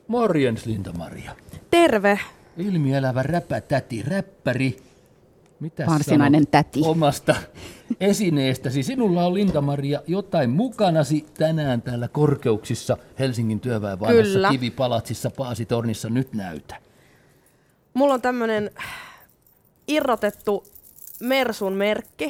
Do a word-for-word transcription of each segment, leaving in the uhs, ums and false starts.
Morjens, Linda-Maria. Terve. Ilmielävä räpätäti, räppäri. Mitäs varsinainen sanot täti omasta esineestäsi? Sinulla on, Linda-Maria, jotain mukanasi tänään täällä korkeuksissa Helsingin työväenvanhassa Kivipalatsissa Paasitornissa. Nyt näytä. Mulla on tämmönen irrotettu Mersun merkki.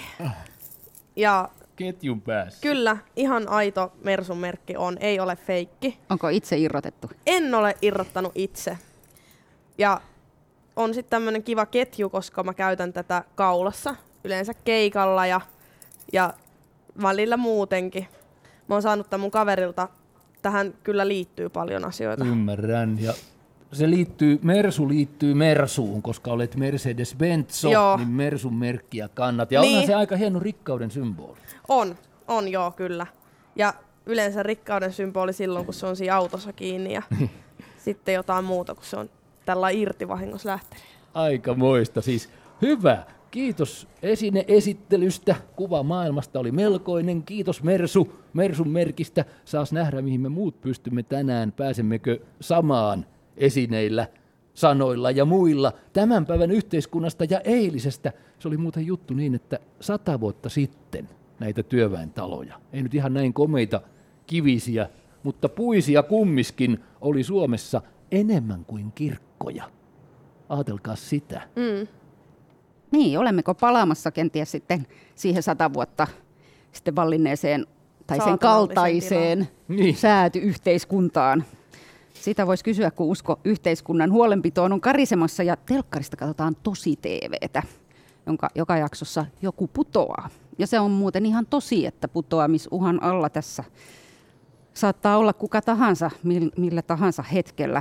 Ja ketjun päässä. Kyllä, ihan aito Mersun merkki on, ei ole feikki. Onko itse irrotettu? En ole irrottanut itse. Ja on sitten tämmönen kiva ketju, koska mä käytän tätä kaulassa yleensä keikalla ja, ja välillä muutenkin. Mä oon saanut tämän mun kaverilta. Tähän kyllä liittyy paljon asioita. Ymmärrän. Ja se liittyy, Mersu liittyy Mersuun, koska olet Mercedes-Benzo, joo, niin Mersun merkkiä kannat. Ja niin. Onhan se aika hieno rikkauden symboli. On, on joo, kyllä. Ja yleensä rikkauden symboli silloin, kun se on siinä autossa kiinni ja sitten jotain muuta, kun se on tällä irti vahingossa lähtenyt. Aika moista siis. Hyvä. Kiitos esine-esittelystä. Kuva maailmasta oli melkoinen. Kiitos Mersu. Mersun merkistä saas nähdä, mihin me muut pystymme tänään. Pääsemmekö samaan esineillä, sanoilla ja muilla tämän päivän yhteiskunnasta ja eilisestä. Se oli muuten juttu niin, että sata vuotta sitten näitä työväentaloja, ei nyt ihan näin komeita kivisiä, mutta puisia kummiskin oli Suomessa enemmän kuin kirkkoja. Aatelkaa sitä. Mm. Niin, olemmeko palaamassa kenties sitten siihen sata vuotta sitten vallinneeseen tai sen kaltaiseen niin. sääty-yhteiskuntaan. Sitä voisi kysyä, kun usko yhteiskunnan huolenpitoon on karisemassa ja telkkarista katsotaan tosi T V:tä, jonka joka jaksossa joku putoaa. Ja se on muuten ihan tosi, että putoamisuhan alla tässä saattaa olla kuka tahansa, millä tahansa hetkellä.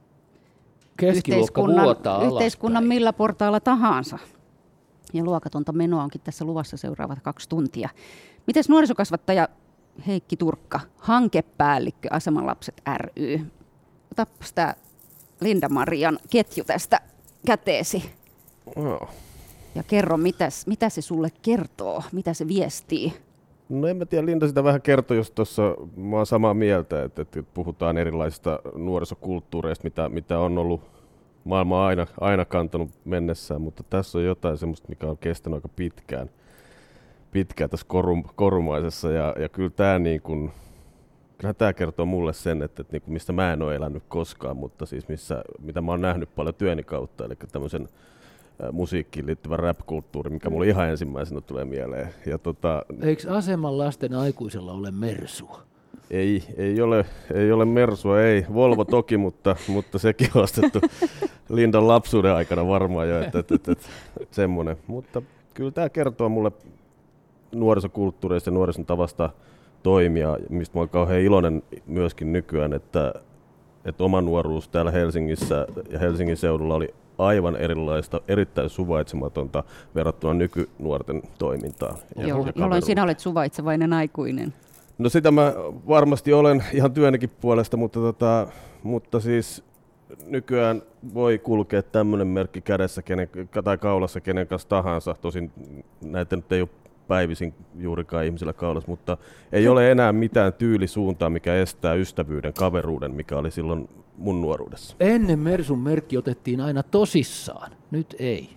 Keskiluokka vuotaa yhteiskunnan millä portaalla tahansa. Ja luokatonta menoa onkin tässä luvassa seuraavat kaksi tuntia. Mites nuorisokasvattaja Heikki Turkka, hankepäällikkö Asemanlapset ry? Otappas tämä Linda-Marian ketju tästä käteesi. No. Ja kerro, mitäs, mitä se sulle kertoo, mitä se viestii? No en mä tiedä, Linda sitä vähän kertoi, jos tuossa mä oon samaa mieltä, että, että puhutaan erilaisista nuorisokulttuureista, mitä, mitä on ollut maailma aina, aina kantanut mennessään, mutta tässä on jotain semmoista, mikä on kestänyt aika pitkään, pitkään tässä korum, korumaisessa ja, ja kyllä tämä niin kuin Kyllähän tämä kertoo mulle sen, että, että niinku, mistä mä en ole elänyt koskaan, mutta siis missä, mitä mä oon nähnyt paljon työni kautta, eli tämmöisen ä, musiikkiin liittyvän rap-kulttuuri, mikä mulle ihan ensimmäisenä tulee mieleen. Ja tota, eikö Aseman lasten aikuisella ole Mersua? Ei, ei ole, ei ole Mersua, ei. Volvo toki, mutta, mutta sekin on ostettu Lindan lapsuuden aikana varmaan jo, että, että, että, että semmoinen. Mutta kyllä tämä kertoo mulle nuorisokulttuurista ja nuorison tavasta toimia, mistä mä oon kauhean iloinen myöskin nykyään, että, että oma nuoruus täällä Helsingissä ja Helsingin seudulla oli aivan erilaista, erittäin suvaitsematonta verrattuna nykynuorten toimintaan. Ja Joo, jolloin sinä olet suvaitsevainen aikuinen. No sitä mä varmasti olen ihan työnikin puolesta, mutta, tota, mutta siis nykyään voi kulkea tämmöinen merkki kädessä kenen, tai kaulassa kenen kanssa tahansa. Tosin näitä nyt ei ole päivisin juurikaan ihmisillä kaulassa, mutta ei ole enää mitään tyylisuuntaa, mikä estää ystävyyden, kaveruuden, mikä oli silloin mun nuoruudessa. Ennen Mersun merkki otettiin aina tosissaan, nyt ei.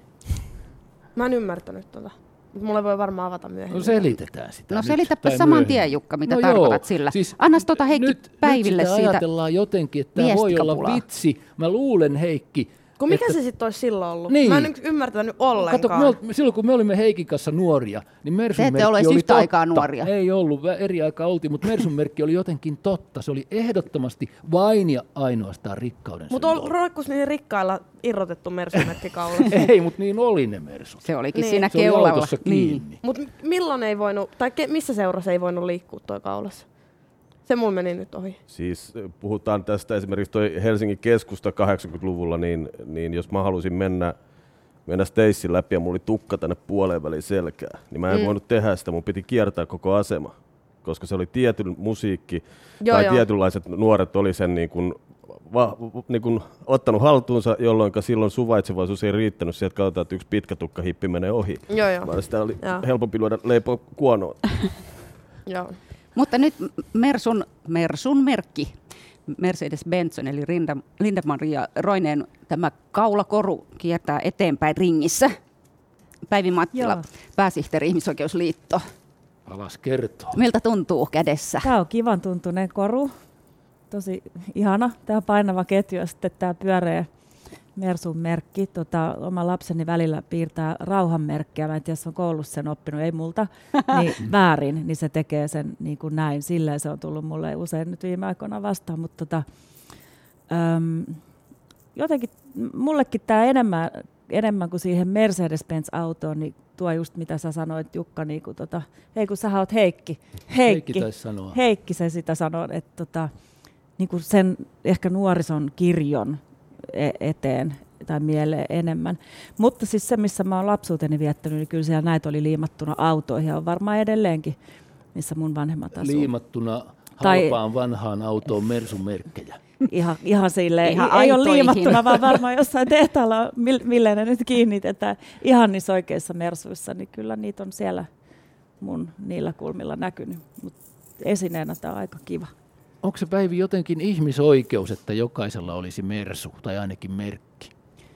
Mä en ymmärtänyt tota. Mutta mulle voi varmaan avata myöhemmin. No selitetään sitä. No selitäpä saman tien, Jukka, mitä no tarkoitat joo, sillä. Siis Annas tuota Heikki nyt, Päiville nyt siitä ajatellaan jotenkin, että tämä voi olla vitsi. Mä luulen, Heikki. Kun mikä että se sitten olisi silloin ollut? Niin. Mä en nyt ymmärtänyt ollenkaan. Kato, me, silloin kun me olimme Heikin kanssa nuoria, niin Mersun merkki oli yhtä totta. aikaa nuoria. Ei ollut, eri aikaa oltiin, mutta Mersun merkki oli jotenkin totta. Se oli ehdottomasti vain ja ainoastaan rikkauden Mutta roikkus niin rikkailla irrotettu Mersun merkki kaulassa? Ei, mutta niin oli ne Mersut. Se olikin niin. siinä se keulalla. Oli niin. Mutta milloin ei voinut, tai ke, missä seurassa ei voinut liikkua tuo kaulassa? Se mun meni nyt ohi. Siis puhutaan tästä esimerkiksi toi Helsingin keskusta kahdeksankymmentäluvulla, niin, niin jos mä halusin mennä, mennä Steissin läpi ja mulla oli tukka tänne puoleen väliin selkää, niin mä en mm. voinut tehdä sitä, mun piti kiertää koko asema, koska se oli tietyn musiikki joo, tai joo. tietynlaiset nuoret oli sen niin kuin, va, niin kuin ottanut haltuunsa, jolloin silloin suvaitsevaisuus ei riittänyt sieltä, että katsotaan, että yksi pitkä tukka hippi menee ohi. Joo, joo. Vaan sitä oli joo. helpompi lyödä leipoa kuonoon. Joo. Mutta nyt Mersun, Mersun merkki Mercedes-Benzon eli Linda, Linda-Maria Roineen tämä kaulakoru kiertää eteenpäin ringissä. Päivi Mattila, Joo. pääsihteeri Ihmisoikeusliitto. Alas kertoo. Miltä tuntuu kädessä? Tämä on kivan tuntunen koru. Tosi ihana. Tämä painava ketju ja sitten tämä pyöreä Mersun merkki. Tota, oma lapseni välillä piirtää rauhanmerkkiä. Mä en tiedä, jos on koulussa sen oppinut, ei multa. Niin väärin, niin se tekee sen niin kuin näin. Silleen se on tullut mulle usein nyt viime aikoina vastaan. Mutta tota, äm, jotenkin mullekin tämä enemmän, enemmän kuin siihen Mercedes-Benz-autoon, niin tuo just mitä sä sanoit, Jukka, niin kuin tota, hei kun sä oot Heikki. Heikki, Heikki taisi sanoa. Heikki se sitä sanoo, että tota, niin kuin sen ehkä nuorison kirjon eteen tai mieleen enemmän. Mutta siis se, missä mä oon lapsuuteni viettänyt, niin kyllä siellä näitä oli liimattuna autoihin ja on varmaan edelleenkin, missä mun vanhemmat asuu. Liimattuna tai halpaan vanhaan autoon Mersun merkkejä. Ihan, ihan silleen, ihan ei ole aitoihin. liimattuna, vaan varmaan jossain tehtaalla, millä ne nyt kiinnitetään ihan niissä oikeissa Mersuissa, niin kyllä niitä on siellä mun niillä kulmilla näkynyt. Mutta esineenä tämä on aika kiva. Onko se, Päivi, jotenkin ihmisoikeus, että jokaisella olisi Mersu tai ainakin merkki?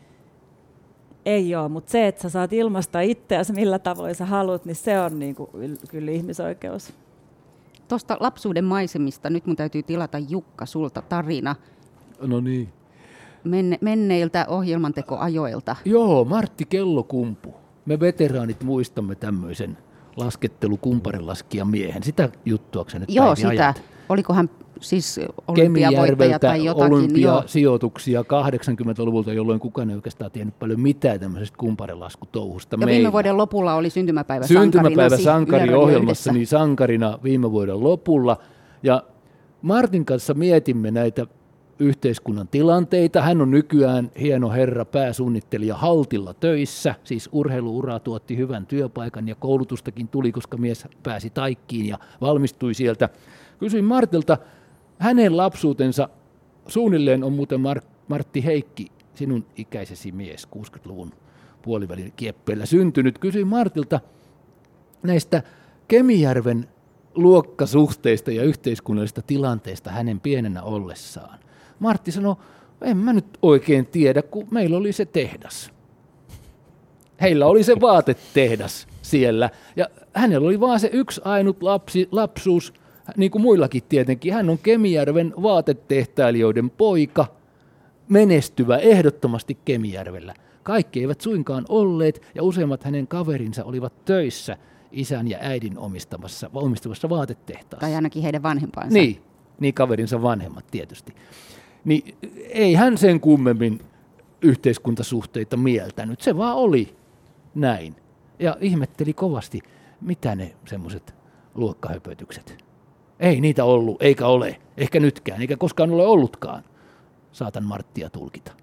Ei ole, mutta se, että sä saat ilmaista itseäsi millä tavoin sä haluat, niin se on niinku kyllä ihmisoikeus. Tuosta lapsuuden maisemista, nyt mun täytyy tilata Jukka sulta tarina. No niin. Menne, menneiltä ohjelmantekoajoilta. Joo, Martti Kellokumpu. Me veteraanit muistamme tämmöisen laskettelukumparinlaskijan miehen. Sitä juttuakseni nyt Joo, Päivi sitä. Ajat. Oliko hän siis olympiavoittaja tai jotakin? Olympiasijoituksia kahdeksankymmentäluvulta, jolloin kukaan ei oikeastaan tiennyt paljon mitään tämmöisestä kumparilaskutouhusta. Ja viime vuoden lopulla oli syntymäpäivä syntymäpäivä sankariohjelmassa, niin sankarina viime vuoden lopulla. Ja Martin kanssa mietimme näitä yhteiskunnan tilanteita. Hän on nykyään hieno herra, pääsuunnittelija Haltilla töissä, siis urheiluura tuotti hyvän työpaikan ja koulutustakin tuli, koska mies pääsi taikkiin ja valmistui sieltä. Kysyin Martilta, hänen lapsuutensa suunnilleen on muuten Mar- Martti Heikki, sinun ikäisesi mies, kuusikymmentäluvun puolivälin kieppeillä syntynyt. Kysyin Martilta näistä Kemijärven luokkasuhteista ja yhteiskunnallisista tilanteista hänen pienenä ollessaan. Martti sanoi, en mä nyt oikein tiedä, kun meillä oli se tehdas. Heillä oli se vaatetehdas siellä ja hänellä oli vaan se yksi ainut lapsi, lapsuus, niin kuin muillakin tietenkin. Hän on Kemijärven vaatetehtailijoiden poika, menestyvä ehdottomasti Kemijärvellä. Kaikki eivät suinkaan olleet ja useimmat hänen kaverinsa olivat töissä isän ja äidin omistamassa, omistamassa vaatetehtaassa. Tai ainakin heidän vanhempansa. Niin, niin kaverinsa vanhemmat tietysti. Niin ei hän sen kummemmin yhteiskuntasuhteita mieltänyt, se vaan oli näin. Ja ihmetteli kovasti, mitä ne semmoiset luokkahöpötykset. Ei niitä ollut, eikä ole, ehkä nytkään, eikä koskaan ole ollutkaan. Saatan Marttia tulkita.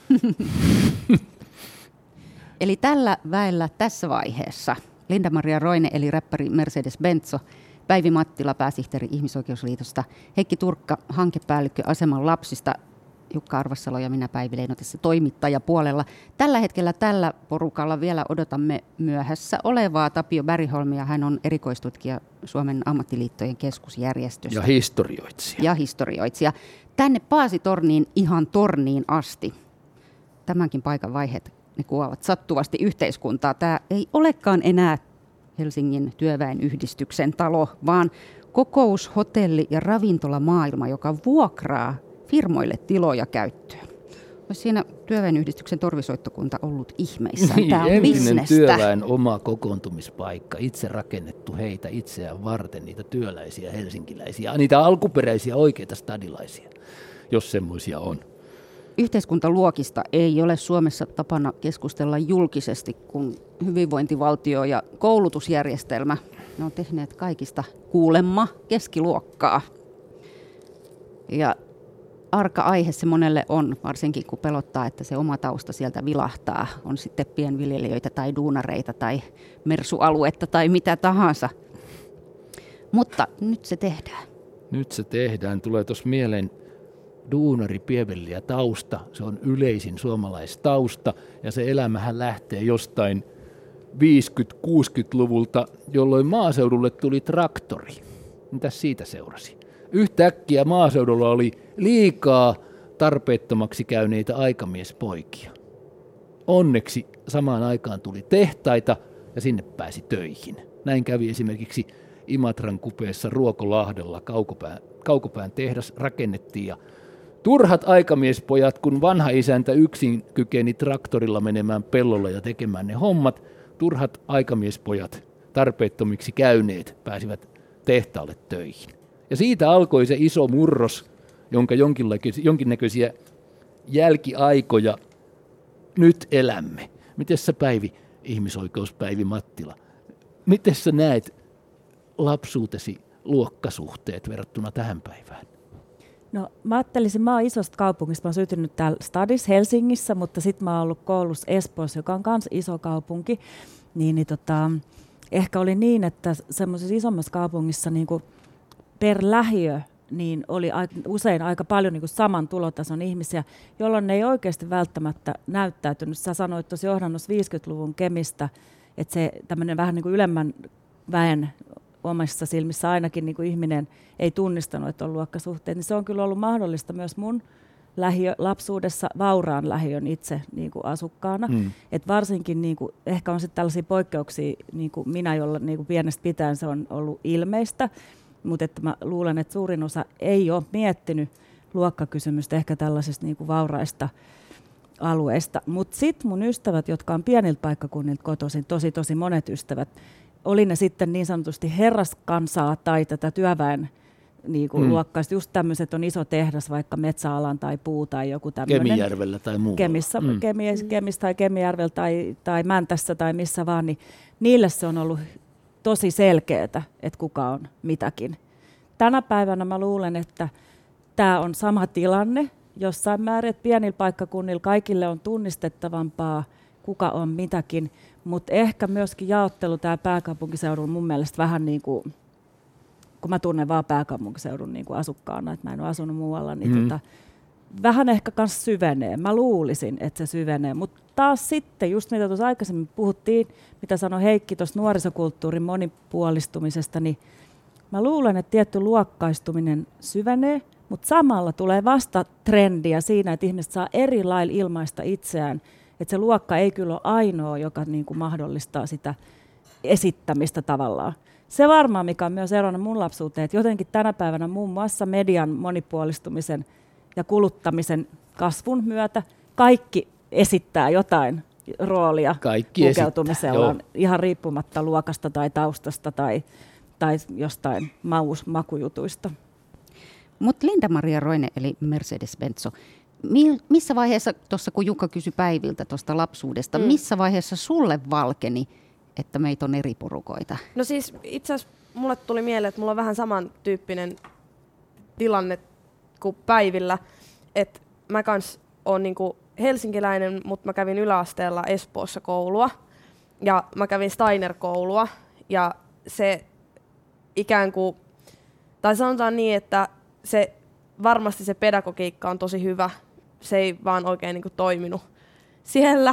Eli tällä väellä tässä vaiheessa Linda-Maria Roine eli räppäri Mercedes-Benzo, Päivi Mattila, pääsihteeri Ihmisoikeusliitosta, Heikki Turkka, hankepäällikkö Aseman lapsista, Jukka Arvassalo ja minä Päivi Leino tässä toimittajapuolella. Tällä hetkellä tällä porukalla vielä odotamme myöhässä olevaa Tapio Bergholmia. Hän on erikoistutkija Suomen ammattiliittojen keskusjärjestöstä. Ja historioitsija. Ja historioitsija. Tänne Paasitorniin ihan torniin asti. Tämänkin paikan vaiheet ne kuvaavat sattuvasti yhteiskuntaa. Tämä ei olekaan enää Helsingin työväenyhdistyksen talo, vaan kokous-, hotelli- ja ravintolamaailma, joka vuokraa firmoille tiloja käyttöön. Olisi siinä työväenyhdistyksen torvisoittokunta ollut ihmeissään. Niin, Tämä on entinen bisnestä. työväen oma kokoontumispaikka, itse rakennettu heitä itseään varten, niitä työläisiä, helsinkiläisiä, niitä alkuperäisiä oikeita stadilaisia, jos semmoisia on. Yhteiskuntaluokista ei ole Suomessa tapana keskustella julkisesti, kun hyvinvointivaltio ja koulutusjärjestelmä ne on tehneet kaikista kuulemma keskiluokkaa. Ja arka aihe se monelle on, varsinkin kun pelottaa, että se oma tausta sieltä vilahtaa. On sitten pienviljelijöitä tai duunareita tai mersualuetta tai mitä tahansa. Mutta nyt se tehdään. Nyt se tehdään. Tulee tuossa mieleen duunari, pienviljelijä tausta. Se on yleisin suomalaistausta ja se elämähän lähtee jostain viisikymmentä-kuusikymmentäluvulta, jolloin maaseudulle tuli traktori. Mitäs siitä seurasi? Yhtäkkiä maaseudulla oli liikaa tarpeettomaksi käyneitä aikamiespoikia. Onneksi samaan aikaan tuli tehtaita ja sinne pääsi töihin. Näin kävi esimerkiksi Imatran kupeessa Ruokolahdella. Kaukopään, Kaukopään tehdas rakennettiin ja turhat aikamiespojat, kun vanha isäntä yksin kykeni traktorilla menemään pellolla ja tekemään ne hommat, turhat aikamiespojat, tarpeettomiksi käyneet, pääsivät tehtaalle töihin. Ja siitä alkoi se iso murros, jonka jonkinnäköisiä jälkiaikoja nyt elämme. Miten sä Päivi, ihmisoikeuspäivi Mattila, miten sä näet lapsuutesi luokkasuhteet verrattuna tähän päivään? No mä ajattelisin, mä oon isosta kaupungista, mä oon syntynyt täällä Stadissa Helsingissä, mutta sitten mä oon ollut koulussa Espoossa, joka on myös iso kaupunki, niin, niin tota, ehkä oli niin, että semmoisessa isommassa kaupungissa niin kuin per lähiö niin oli usein aika paljon niin kuin saman tulotason ihmisiä, jolloin ne ei oikeasti välttämättä näyttäytynyt. Sä sanoit tuossa johdannossa viisikymmentäluvun Kemistä, että se tämmöinen vähän niin kuin ylemmän väen omissa silmissä ainakin niin kuin ihminen ei tunnistanut, että on luokkasuhteet, niin se on kyllä ollut mahdollista myös mun lähiö, lapsuudessa vauraan lähiön itse niin kuin asukkaana. Mm. Et varsinkin niin kuin, ehkä on sitten tällaisia poikkeuksia, niin kuin minä, jolla niin kuin pienestä pitäen se on ollut ilmeistä, mutta että mä luulen, että suurin osa ei ole miettinyt luokkakysymystä ehkä tällaisista niin kuin vauraista alueista. Mutta sitten mun ystävät, jotka on pieniltä paikkakunnilta kotoisin, tosi tosi monet ystävät, oli ne sitten niin sanotusti herraskansaa tai tätä työväen niin kuin mm. luokkaa. Just tämmöiset on iso tehdas, vaikka metsäalan tai puu tai joku tämmöinen. Kemijärvellä tai muualla. Kemissä, mm. Kemis, Kemis tai Kemijärvellä tai, tai Mäntässä tai missä vaan, niin niille se on ollut tosi selkeää, että kuka on mitäkin. Tänä päivänä mä luulen, että tämä on sama tilanne jossain määrin, että pienillä paikkakunnilla kaikille on tunnistettavampaa, kuka on mitäkin, mutta ehkä myöskin jaottelu täällä pääkaupunkiseudun mun mielestä vähän niin kuin, kun mä tunnen vaan pääkaupunkiseudun niin kuin asukkaana, että mä en ole asunut muualla, niin mm. tota, vähän ehkä kans syvenee. Mä luulisin, että se syvenee, mutta taas sitten, just mitä tuossa aikaisemmin puhuttiin, mitä sanoi Heikki tuossa nuorisokulttuurin monipuolistumisesta, niin mä luulen, että tietty luokkaistuminen syvenee, mutta samalla tulee vasta trendiä siinä, että ihmiset saa eri lailla ilmaista itseään, että se luokka ei kyllä ole ainoa, joka niin kuin mahdollistaa sitä esittämistä tavallaan. Se varmaan, mikä on myös erona mun lapsuuteen, että jotenkin tänä päivänä muun muassa median monipuolistumisen ja kuluttamisen kasvun myötä kaikki esittää jotain roolia kaikki pukeutumisella, ihan riippumatta luokasta tai taustasta tai, tai jostain maus, makujutuista. Mutta Linda-Maria Roine eli Mercedes Benzo, missä vaiheessa, tuossa kun Jukka kysyi Päiviltä tuosta lapsuudesta, mm. missä vaiheessa sulle valkeni, että meitä on eri porukoita? No siis itse asiassa mulle tuli mieleen, että mulla on vähän samantyyppinen tilanne kuin Päivillä, että mä kans oon niinku helsinkiläinen, mutta mä kävin yläasteella Espoossa koulua ja mä kävin Steiner-koulua ja se ikään kuin, tai sanotaan niin, että se varmasti se pedagogiikka on tosi hyvä, se ei vaan oikein niinku toiminut siellä.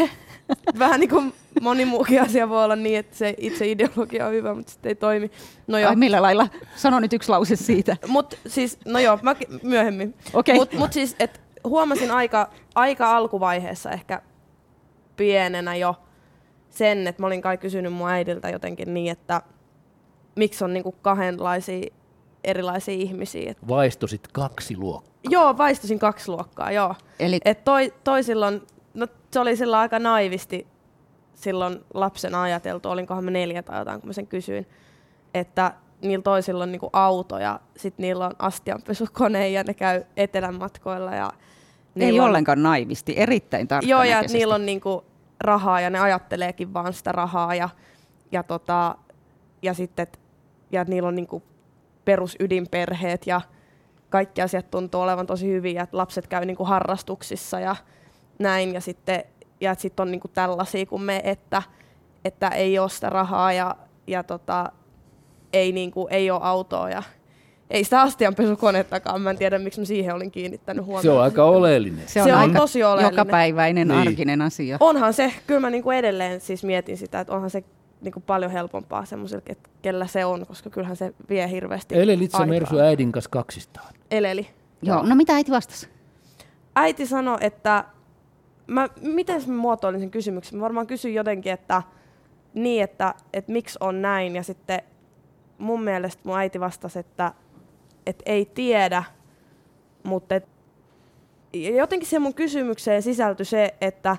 Vähän niin kuin moni muukin asia voi olla niin, että se itse ideologia on hyvä, mutta sitten ei toimi. No Ai millä lailla? Sano nyt yksi lause siitä. Mut siis, no joo, mä myöhemmin. Okay. Mut, mut siis, et huomasin aika, aika alkuvaiheessa ehkä pienenä jo sen, että mä olin kai kysynyt mun äidiltä jotenkin niin, että miksi on niinku kahdenlaisia erilaisia ihmisiä. Vaistosit kaksi luokkaa. Joo, vaistosin kaksi luokkaa, joo. Eli et toi, toisilla on, no se oli sillä aika naivisti silloin lapsena ajateltu, olinkohan mä neljä tai jotain, kun mä sen kysyin, että niillä toisilla on niinku auto ja sit niillä on astianpesukone ja ne käy etelän matkoilla. Ja ei on, ollenkaan naivisti, erittäin tarkkanäköisesti. Joo, ja niillä on niinku rahaa ja ne ajatteleekin vaan sitä rahaa ja, ja, tota, ja sitten ja niillä on niinku perusydinperheet ja kaikki asiat tuntuu olevan tosi hyviä, että lapset käy niinku harrastuksissa ja näin, ja sitten ja sit on niinku tällaisia kuin me, että, että ei ole sitä rahaa ja, ja tota, ei, niinku, ei ole autoa ja ei sitä astianpesukonettakaan. Mä en tiedä, miksi mä siihen olin kiinnittänyt huomiota. Se on aika oleellinen. Se on, se on aika tosi oleellinen. Jokapäiväinen, niin. arkinen asia. Onhan se, kyllä mä niinku edelleen siis mietin sitä, että onhan se niin kuin paljon helpompaa semmoisille, kellä se on, koska kyllähän se vie hirveästi Elelit sä aikaa. Mersu äidin kanssa kaksistaan? Eleli. Joo, no mitä äiti vastasi? Äiti sanoi, että mä, miten mä muotoilin sen kysymyksen? Mä varmaan kysyin jotenkin, että niin, että, että miksi on näin. Ja sitten mun mielestä mun äiti vastasi, että, että ei tiedä, mutta et, jotenkin siihen mun kysymykseen sisältyi se, että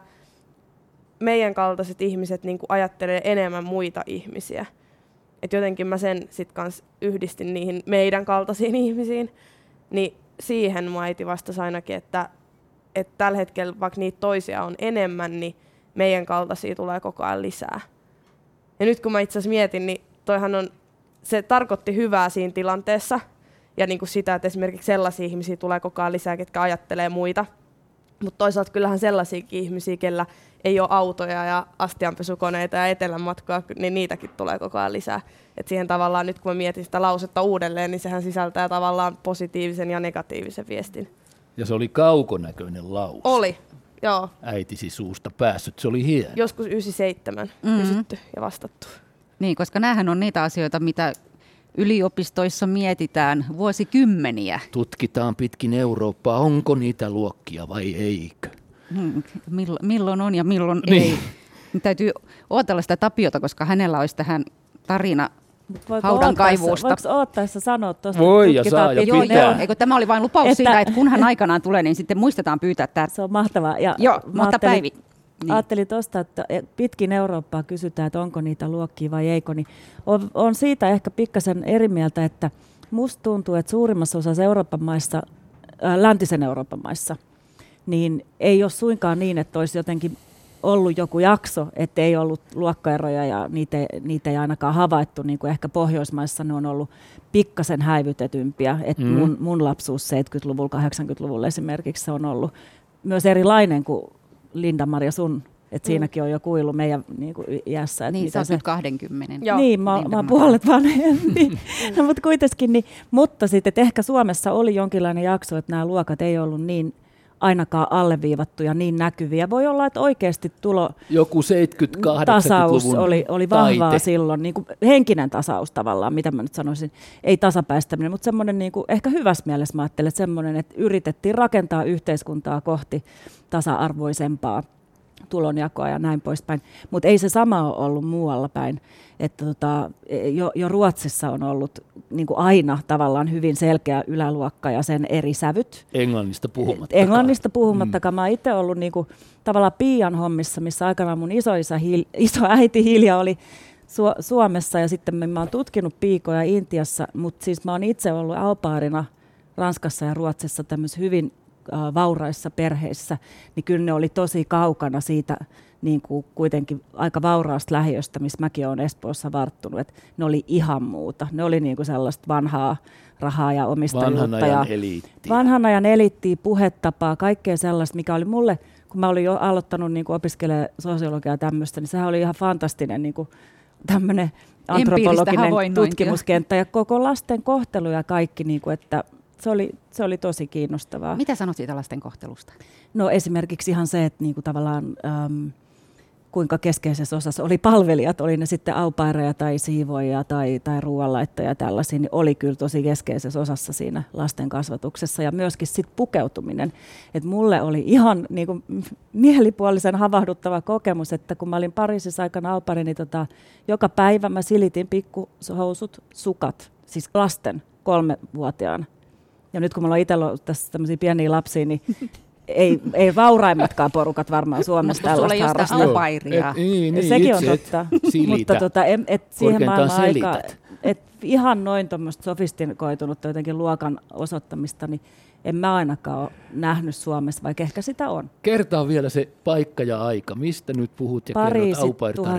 meidän kaltaiset ihmiset niin kuin ajattelee enemmän muita ihmisiä. Et jotenkin mä sen sit kans yhdistin niihin meidän kaltaisiin ihmisiin. Niin siihen mun äiti vastasi ainakin, että, että tällä hetkellä vaikka niitä toisia on enemmän, niin meidän kaltaisia tulee koko ajan lisää. Ja nyt kun mä itse asiassa mietin, niin toihan on, se tarkoitti hyvää siinä tilanteessa. Ja niin kuin sitä, että esimerkiksi sellaisia ihmisiä tulee koko ajan lisää, ketkä ajattelee muita. Mutta toisaalta kyllähän sellaisiakin ihmisiä, kellä ei ole autoja ja astianpesukoneita ja etelänmatkoja, niin niitäkin tulee koko ajan lisää. Et siihen tavallaan nyt kun mä mietin sitä lausetta uudelleen, niin sehän sisältää tavallaan positiivisen ja negatiivisen viestin. Ja se oli kaukonäköinen lause. Oli, joo. Äitisi suusta päässyt, se oli hieno. Joskus yhdeksänkymmentäseitsemän mm-hmm. kysytty ja vastattu. Niin, koska näähän on niitä asioita, mitä yliopistoissa mietitään vuosikymmeniä. Tutkitaan pitkin Eurooppaa, onko niitä luokkia vai eikö. Hmm, milloin, milloin on ja milloin niin. ei. Nyt täytyy odotella sitä Tapiota, koska hänellä olisi tähän tarina voiko haudan kaivuusta. Voiko odottaessa sanoa tuosta? Voi ja saa ja joo, pitää. joo. Eikö tämä oli vain lupaus että siitä, että kun hän aikanaan tulee, niin sitten muistetaan pyytää tämä. Se on mahtavaa. Ja joo, mutta Päivi. Niin. Ajattelin tuosta, että pitkin Eurooppaa kysytään, että onko niitä luokkia vai eikö. Niin on, on siitä ehkä pikkasen eri mieltä, että musta tuntuu, että suurimmassa osassa Euroopan maissa, äh, läntisen Euroopan maissa, niin ei ole suinkaan niin, että olisi jotenkin ollut joku jakso, että ei ollut luokkaeroja ja niitä, niitä ei ainakaan havaittu, niin kuin ehkä Pohjoismaissa ne on ollut pikkasen häivytetympiä. Että mm. mun, mun lapsuus seitsemänkymmentäluvulla, kahdeksankymmentäluvulla esimerkiksi se on ollut myös erilainen kuin Linda-Maria sun, että mm. siinäkin on jo kuilu meidän niin kuin iässä. Niin, sä oot se... nyt kaksikymmentä. Joo. Niin, mä, mä oon puolet vanhempi. No, mutta kuitenkin, niin, mutta sitten, että ehkä Suomessa oli jonkinlainen jakso, että nämä luokat ei ollut niin ainakaan alleviivattuja, niin näkyviä. Voi olla, että oikeasti tulo joku seitsemänkymmentä-kahdeksankymmentäluvun tasaus oli, oli vahvaa taite. silloin, niin kuin henkinen tasaus tavallaan, mitä mä nyt sanoisin, ei tasapäistäminen, mutta semmoinen niin kuin, ehkä hyvässä mielessä mä ajattelen, että semmoinen, että yritettiin rakentaa yhteiskuntaa kohti tasa-arvoisempaa tulonjakoa ja näin poispäin, mutta ei se sama ole ollut muualla päin. Että tota, jo, jo Ruotsissa on ollut niin kuin aina tavallaan hyvin selkeä yläluokka ja sen eri sävyt. Englannista puhumattakaan. Englannista puhumattakaan. Mm. Mä oon itse ollut niin kuin, tavallaan Piian hommissa, missä aikanaan mun isoisä, isoäiti Hilja oli Su- Suomessa ja sitten mä oon tutkinut piikoja Intiassa, mutta siis mä oon itse ollut aupaarina Ranskassa ja Ruotsissa tämmöisissä hyvin äh, vauraissa perheissä, niin kyllä ne oli tosi kaukana siitä niin kuin kuitenkin aika vauraasta lähiöstä, missä mäkin olen Espoossa varttunut, että ne oli ihan muuta. Ne oli niin kuin sellaista vanhaa rahaa ja omistajuutta. Vanhan ajan eliittiä. Vanhan ajan eliittiä, puhetapaa, kaikkea sellaista, mikä oli mulle, kun mä olin jo aloittanut niin kuin opiskelemaan sosiologiaa ja tämmöistä, niin sehän oli ihan fantastinen niin kuin tämmöinen antropologinen tutkimuskenttä ja koko lasten kohtelu ja kaikki, niin kuin, että se oli, se oli tosi kiinnostavaa. Mitä sanot siitä lasten kohtelusta? No esimerkiksi ihan se, että niin kuin tavallaan äm, kuinka keskeisessä osassa oli palvelijat, oli ne sitten aupaireja tai siivoja tai, tai ruoanlaittajia ja tällaisia, niin oli kyllä tosi keskeisessä osassa siinä lasten kasvatuksessa ja myöskin sitten pukeutuminen. Et mulle oli ihan niin kuin mielipuolisen havahduttava kokemus, että kun mä olin Pariisissa aikana aupari, niin tota, joka päivä mä silitin pikkuhousut, sukat, siis lasten kolmevuotiaana. Ja nyt kun mulla on itsellä ollut tässä tämmöisiä pieniä lapsia, niin ei, ei vauraimmatkaan porukat varmaan Suomessa tällaista harrastaa. Mutta sulla ei ole sitä aupairia. Niin, niin, sekin on itse totta. silitä. Mutta tota, et, et siihen maailman aikaan, selität. et ihan noin tuommoista sofistikoitunutta jotenkin luokan osoittamista, niin en mä ainakaan ole nähnyt Suomessa, vaikka ehkä sitä on. Kertaa vielä se paikka ja aika. Mistä nyt puhut ja Pariisi, kerrot aupair-tarinaa?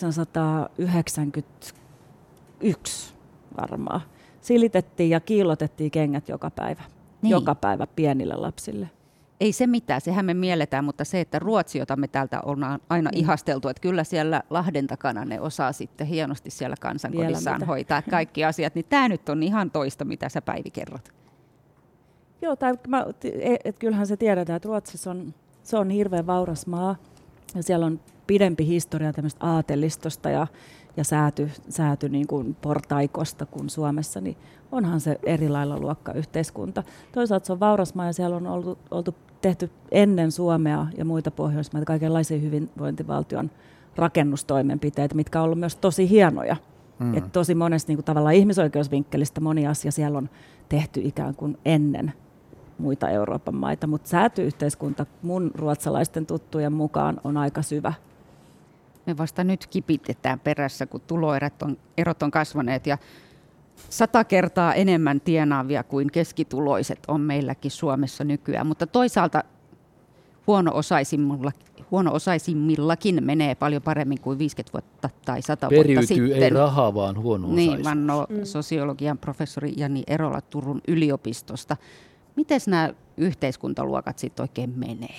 tuhatyhdeksänsataayhdeksänkymmentäyksi varmaan. Silitettiin ja kiillotettiin kengät joka päivä. Niin. Joka päivä pienille lapsille. Ei se mitään, sehän me mielletään, mutta se, että Ruotsi, jota me täältä ollaan aina mm. ihasteltu, että kyllä siellä Lahden takana ne osaa sitten hienosti siellä kansankodissaan hoitaa kaikki asiat, niin tämä nyt on ihan toista, mitä sä Päivi kerrot. Joo, tai mä, et kyllähän se tiedetään, että Ruotsissa on, se on hirveän vauras maa ja siellä on pidempi historia tämmöistä aatelistosta ja, ja sääty, sääty niin kuin portaikosta kuin Suomessa, niin onhan se eri lailla luokkayhteiskunta. Toisaalta se on vauras maa ja siellä on oltu, oltu tehty ennen Suomea ja muita Pohjoismaita kaikenlaisia hyvinvointivaltion rakennustoimenpiteitä, mitkä on ollut myös tosi hienoja. Mm. Et tosi monesta niin kuin tavallaan ihmisoikeusvinkkelistä moni asia siellä on tehty ikään kuin ennen muita Euroopan maita, mutta sääty-yhteiskunta mun ruotsalaisten tuttujen mukaan on aika syvä. Me vasta nyt kipitetään perässä, kun tuloerot on, erot on kasvaneet ja sata kertaa enemmän tienaavia kuin keskituloiset on meilläkin Suomessa nykyään, mutta toisaalta huono-osaisimmilla, huono-osaisimmillakin menee paljon paremmin kuin viisikymmentä vuotta tai sata Periytyy, vuotta sitten. ei rahaa, vaan huono-osaisuus. Niin, vannoo mm. sosiologian professori Jani Erola Turun yliopistosta. Miten nämä yhteiskuntaluokat sitten oikein menee?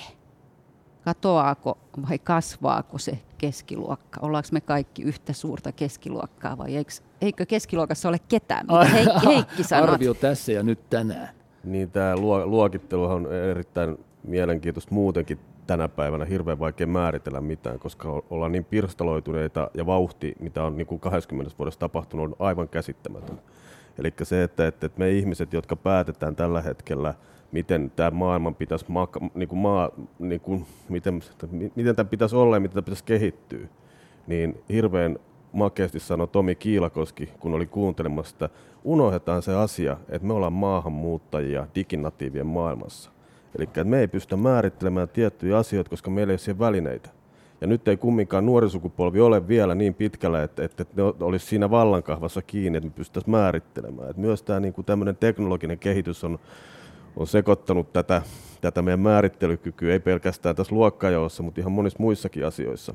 Katoaako vai kasvaako se keskiluokka? Ollaanko me kaikki yhtä suurta keskiluokkaa vai eikö, eikö keskiluokassa ole ketään? Mitä Heikki, Heikki sanot? Arvio tässä ja nyt tänään. Niin, tämä luokitteluhan on erittäin mielenkiintoista muutenkin tänä päivänä. Hirveän vaikea määritellä mitään, koska ollaan niin pirstaloituneita ja vauhti, mitä on niin kuin kaksikymmentä vuodessa tapahtunut, on aivan käsittämätön. Eli se, että, että me ihmiset, jotka päätetään tällä hetkellä, miten tämä maailman pitäisi, maka, niin kuin maa, niin kuin, miten, miten tämä pitäisi olla ja miten tämä pitäisi kehittyä, niin hirveän makeasti sanoi Tomi Kiilakoski, kun oli kuuntelemassa sitä, unohdetaan se asia, että me ollaan maahanmuuttajia diginatiivien maailmassa. Eli että me ei pystytä määrittelemään tiettyjä asioita, koska meillä ei ole siihen välineitä. Ja nyt ei kumminkaan nuori sukupolvi ole vielä niin pitkällä, että, että ne olisi siinä vallankahvassa kiinni, että me pystyttäisiin määrittelemään. Että myös tämä niin kuin tämmöinen teknologinen kehitys on, on sekoittanut tätä, tätä meidän määrittelykykyä, ei pelkästään tässä luokkajaossa, mutta ihan monissa muissakin asioissa.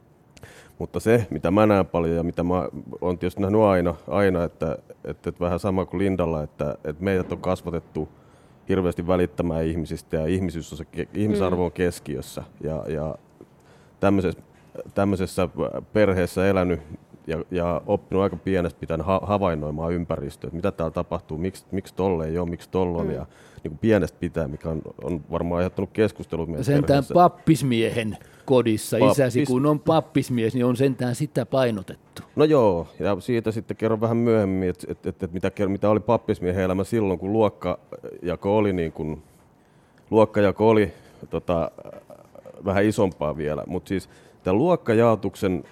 Mutta se, mitä mä näen paljon ja mitä mä oon tietysti nähnyt aina, aina että, että, että vähän sama kuin Lindalla, että, että meidät on kasvatettu hirveästi välittämään ihmisistä ja ihmisyys on se, ihmisarvo on keskiössä. Ja, ja tämmöisessä, tämmöisessä perheessä elänyt ja, ja oppinut aika pienestä pitäen ha- havainnoimaan ympäristöä, että mitä täällä tapahtuu, miksi, miksi tolle ei ole, miksi tolle on. Mm. Ja niin kuin pienestä pitää, mikä on, on varmaan aiheuttanut keskustelut meidän sentään perheessä. pappismiehen kodissa, Pappis. isäsi kun on pappismies, niin on sentään sitä painotettu. No joo, ja siitä sitten kerron vähän myöhemmin, että et, et, et mitä, mitä oli pappismiehen elämä silloin, kun luokkajako oli, niin kun, luokkajako oli tota, vähän isompaa vielä, mutta siis tämän luokkajaotuksen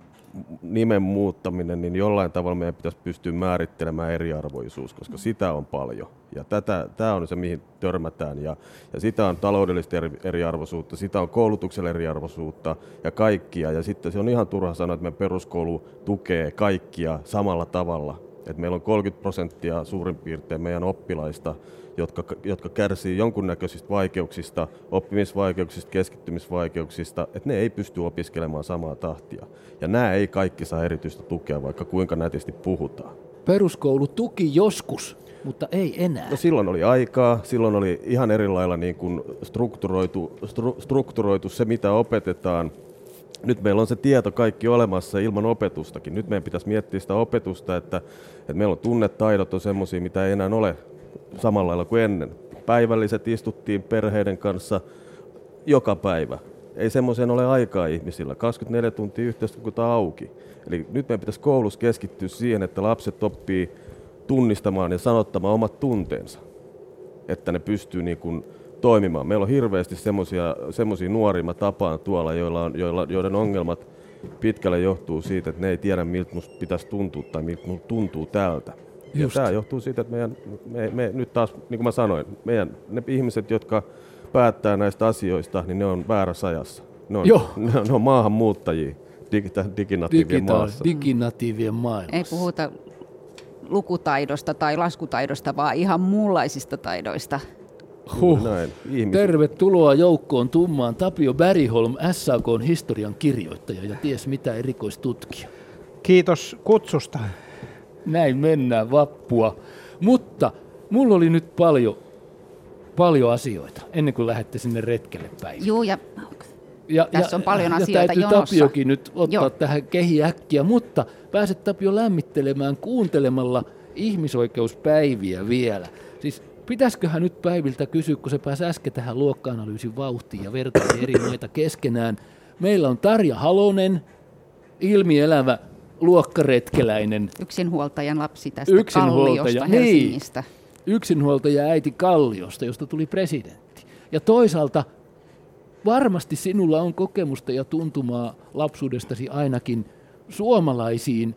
nimen muuttaminen, niin jollain tavalla meidän pitäisi pystyä määrittelemään eriarvoisuus, koska sitä on paljon. Ja tätä, tämä on se, mihin törmätään. Ja, ja sitä on taloudellista eri, eriarvoisuutta, sitä on koulutuksella eriarvoisuutta ja kaikkia. Ja sitten se on ihan turha sanoa, että meidän peruskoulu tukee kaikkia samalla tavalla. Että meillä on kolmekymmentä prosenttia suurin piirtein meidän oppilaista, jotka, jotka kärsii jonkunnäköisistä vaikeuksista, oppimisvaikeuksista, keskittymisvaikeuksista, että ne ei pysty opiskelemaan samaa tahtia. Ja nämä ei kaikki saa erityistä tukea, vaikka kuinka nätisti puhutaan. Peruskoulu tuki joskus, mutta ei enää. No silloin oli aikaa, silloin oli ihan eri lailla niin kuin strukturoitu, stru, strukturoitu se, mitä opetetaan. Nyt meillä on se tieto kaikki olemassa ilman opetustakin. Nyt meidän pitäisi miettiä sitä opetusta, että, että meillä on tunnetaidot on semmoisia, mitä ei enää ole samalla lailla kuin ennen. Päivälliset istuttiin perheiden kanssa joka päivä. Ei semmoiseen ole aikaa ihmisillä. kaksikymmentäneljä tuntia yhteiskunta auki. Eli nyt meidän pitäisi koulussa keskittyä siihen, että lapset oppii tunnistamaan ja sanottamaan omat tunteensa, että ne pystyy niin kuin toimimaan. Meillä on hirveästi semmoisia nuoria, mä tapaan tuolla, joilla on, joilla, joiden ongelmat pitkälle johtuu siitä, että ne ei tiedä, miltä musta pitäisi tuntua tai miltä musta tuntuu täältä. Ja tämä johtuu siitä, että meidän, me, me, nyt taas, niin kuin mä sanoin, meidän, ne ihmiset, jotka päättää näistä asioista, niin ne on väärässä ajassa. Ne on, ne on, ne on maahanmuuttajia digita, diginatiivien Digita- maassa. Diginatiivien maailmassa. Ei puhuta lukutaidosta tai laskutaidosta, vaan ihan muunlaisista taidoista. Huh. Näin, Tervetuloa joukkoon tummaan Tapio Bergholm, S A K:n historian kirjoittaja ja ties mitä erikoistutkija. Kiitos kutsusta. Näin mennään vappua. Mutta mulla oli nyt paljon, paljon asioita ennen kuin lähdette sinne retkelle päin. Joo, ja, ja tässä ja, on paljon ja asioita täytyy jonossa. Tapiokin nyt ottaa Joo. tähän kehi äkkiä, mutta pääset Tapio lämmittelemään kuuntelemalla ihmisoikeuspäiviä vielä. Siis pitäisiköhän nyt Päiviltä kysyä, kun se pääsi äsken tähän luokka-analyysin vauhtiin ja vertaili eri maita keskenään. Meillä on Tarja Halonen, ilmielävä luokkaretkeläinen. Yksinhuoltajan lapsi tästä Yksinhuoltaja, Kalliosta niin. Helsingistä. Yksinhuoltaja äiti Kalliosta, josta tuli presidentti. Ja toisaalta varmasti sinulla on kokemusta ja tuntumaa lapsuudestasi ainakin suomalaisiin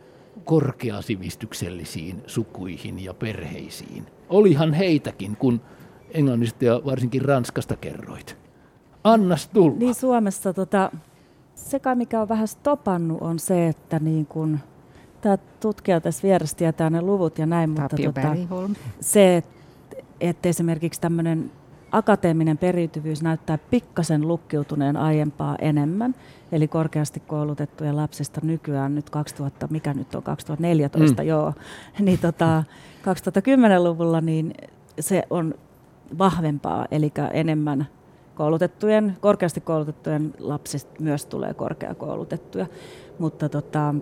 korkeasivistyksellisiin sukuihin ja perheisiin. Olihan heitäkin, kun Englannista ja varsinkin Ranskasta kerroit. Annas tulla. Niin Suomessa tota, se kai mikä on vähän stopannut on se, että niin kun, tämä tutkija tässä vieressä tietää ne luvut ja näin, mutta tota, se, että et esimerkiksi tämmöinen akateeminen periytyvyys näyttää pikkasen lukkiutuneen aiempaa enemmän. Eli korkeasti koulutettujen lapsista nykyään nyt kaksituhatta, mikä nyt on kaksituhattaneljätoista, mm. joo, niin tota, kaksituhattakymmenluvulla niin se on vahvempaa, eli enemmän koulutettujen, korkeasti koulutettujen lapsista myös tulee korkeakoulutettuja. Mutta tota,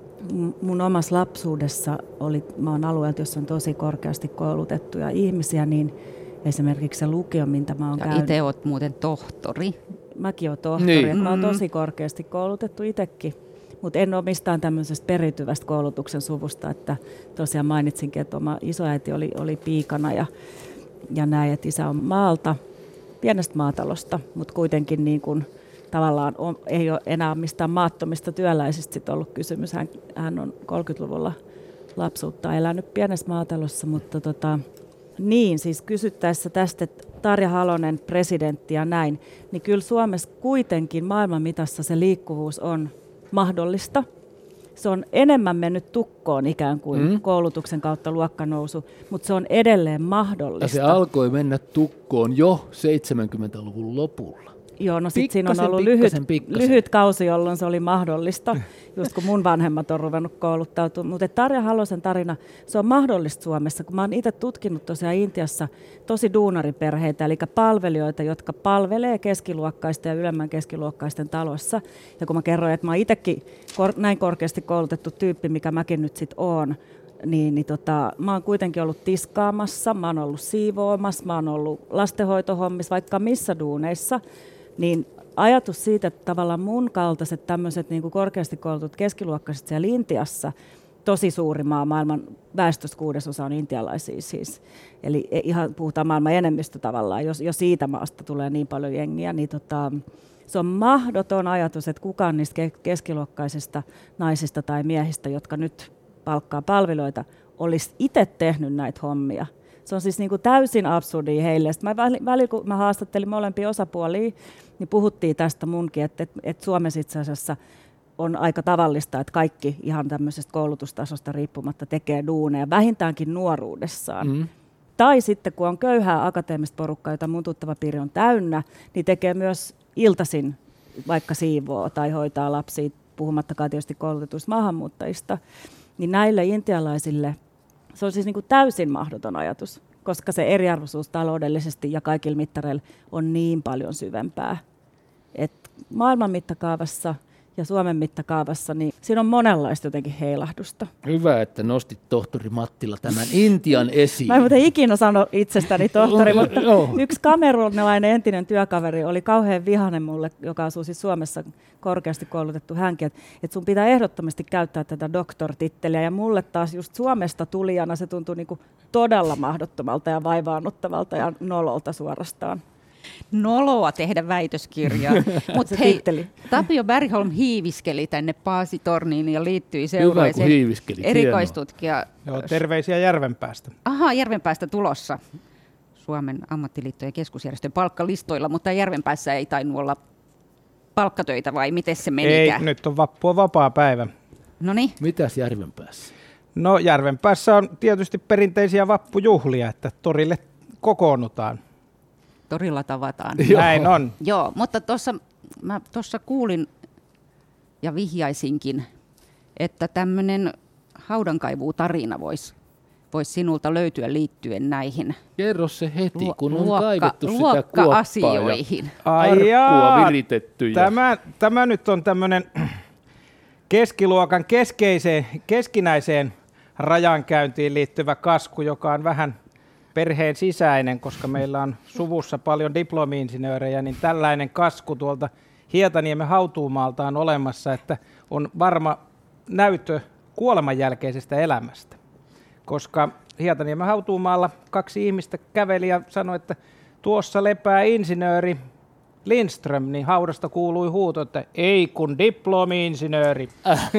mun omassa lapsuudessa oli, mä oon alueelta, jossa on tosi korkeasti koulutettuja ihmisiä, niin esimerkiksi se lukio, mitä mä oon ja käynyt. itse oot muuten tohtori. Mäkin oon tohtori, niin. Mä oon Mm-hmm. tosi korkeasti koulutettu itsekin, mutta en ole mistään tämmöisestä periytyvästä koulutuksen suvusta, että tosiaan mainitsinkin, että oma isoäiti oli, oli piikana ja, ja näin, että isä on maalta, pienestä maatalosta, mutta kuitenkin niin kuin tavallaan on, ei ole enää mistään maattomista työläisistä sit ollut kysymys. Hän, hän on kolmekymmentäluvulla lapsuutta elänyt pienessä maatalossa, mutta tota, niin, siis kysyttäessä tästä, että Tarja Halonen presidentti ja näin, niin kyllä Suomessa kuitenkin maailman mitassa se liikkuvuus on mahdollista. Se on enemmän mennyt tukkoon ikään kuin mm. koulutuksen kautta luokkanousu, mutta se on edelleen mahdollista. Ja se alkoi mennä tukkoon jo seitsemänkymmentäluvun lopulla. Joo, no sitten siinä on Pikkasen, ollut pikkasen, lyhyt, pikkasen. lyhyt kausi, jolloin se oli mahdollista, just kun mun vanhemmat on ruvennut kouluttautumaan. Mutta Tarja Halosen tarina, se on mahdollista Suomessa, kun mä oon itse tutkinut tosiaan Intiassa tosi duunariperheitä, eli palvelijoita, jotka palvelee keskiluokkaisten ja ylemmän keskiluokkaisten talossa. Ja kun mä kerroin, että mä oon itsekin kor- näin korkeasti koulutettu tyyppi, mikä mäkin nyt sit oon, niin, niin tota, mä oon kuitenkin ollut tiskaamassa, mä oon ollut siivoamassa, mä oon ollut lastenhoitohommissa, vaikka missä duuneissa, niin ajatus siitä, että tavallaan mun kaltaiset tämmöiset niin kuin korkeasti koulutut keskiluokkaiset siellä Intiassa, tosi suuri maa, maailman väestöstä kuudesosa on intialaisia siis, eli ihan puhutaan maailman enemmistö tavallaan, jos, jos siitä maasta tulee niin paljon jengiä, niin tota, se on mahdoton ajatus, että kukaan niistä keskiluokkaisista naisista tai miehistä, jotka nyt palkkaa palveluita, olisi itse tehnyt näitä hommia. Se on siis niin kuin täysin absurdia heille. Sitten mä välillä, kun mä haastattelin molempia osapuolia, niin puhuttiin tästä munkin, että, että, että Suomessa itse asiassa on aika tavallista, että kaikki ihan tämmöisestä koulutustasosta riippumatta tekee duuneja, vähintäänkin nuoruudessaan. Mm. Tai sitten kun on köyhää akateemista porukkaa, jota mun tuttava piiri on täynnä, niin tekee myös iltaisin vaikka siivoo tai hoitaa lapsia, puhumattakaan tietysti koulutetuista maahanmuuttajista. Niin näille intialaisille se on siis niin kuin täysin mahdoton ajatus, koska se eriarvoisuus taloudellisesti ja kaikilla mittareilla on niin paljon syvempää. Et maailman mittakaavassa ja Suomen mittakaavassa, niin siinä on monenlaista jotenkin heilahdusta. Hyvä, että nostit tohtori Mattila tämän Intian esiin. Mä en muuten ikinä sano itsestäni tohtori, mutta yksi kamerunilainen entinen työkaveri oli kauhean vihainen mulle, joka asuu siis Suomessa, korkeasti koulutettu hänkin, että et sun pitää ehdottomasti käyttää tätä doktor-titteliä. Ja mulle taas just Suomesta tulijana se tuntui niinku todella mahdottomalta ja vaivaannuttavalta ja nololta suorastaan. Noloa tehdä väitöskirjaa. Mutta hei, Tapio Bergholm hiiviskeli tänne Paasitorniin ja liittyi seuraiseen erikoistutkija. Joo, terveisiä Järvenpäästä. Aha, Järvenpäästä tulossa. Suomen ammattiliittojen keskusjärjestön palkkalistoilla, mutta Järvenpäässä ei tainnut olla palkkatöitä vai miten se menikään? Ei, nyt on vappua vapaa päivä. Noniin. Mitäs Järvenpäässä? No Järvenpäässä on tietysti perinteisiä vappujuhlia, että torille kokoonnutaan. Torilla tavataan. Näin on. Joo, mutta tuossa mä tuossa kuulin ja vihjaisinkin, että tämmöinen haudankaivuutarina voisi vois sinulta löytyä liittyen näihin. Kerro se heti, kun on luokka, kaivettu sitä kuoppaa luokka-asioihin. Ja arkkua viritetty. Tämä, tämä nyt on tämmöinen keskiluokan keskeiseen, keskinäiseen rajankäyntiin liittyvä kasku, joka on vähän perheen sisäinen, koska meillä on suvussa paljon diplomi-insinöörejä, niin tällainen kasku tuolta Hietaniemen Hautuumaalta on olemassa, että on varma näytö kuoleman jälkeisestä elämästä. Koska Hietaniemen hautuumaalla kaksi ihmistä käveli ja sanoi, että tuossa lepää insinööri Lindström, niin haudasta kuului huuto, että ei kun diplomi-insinööri. Äh.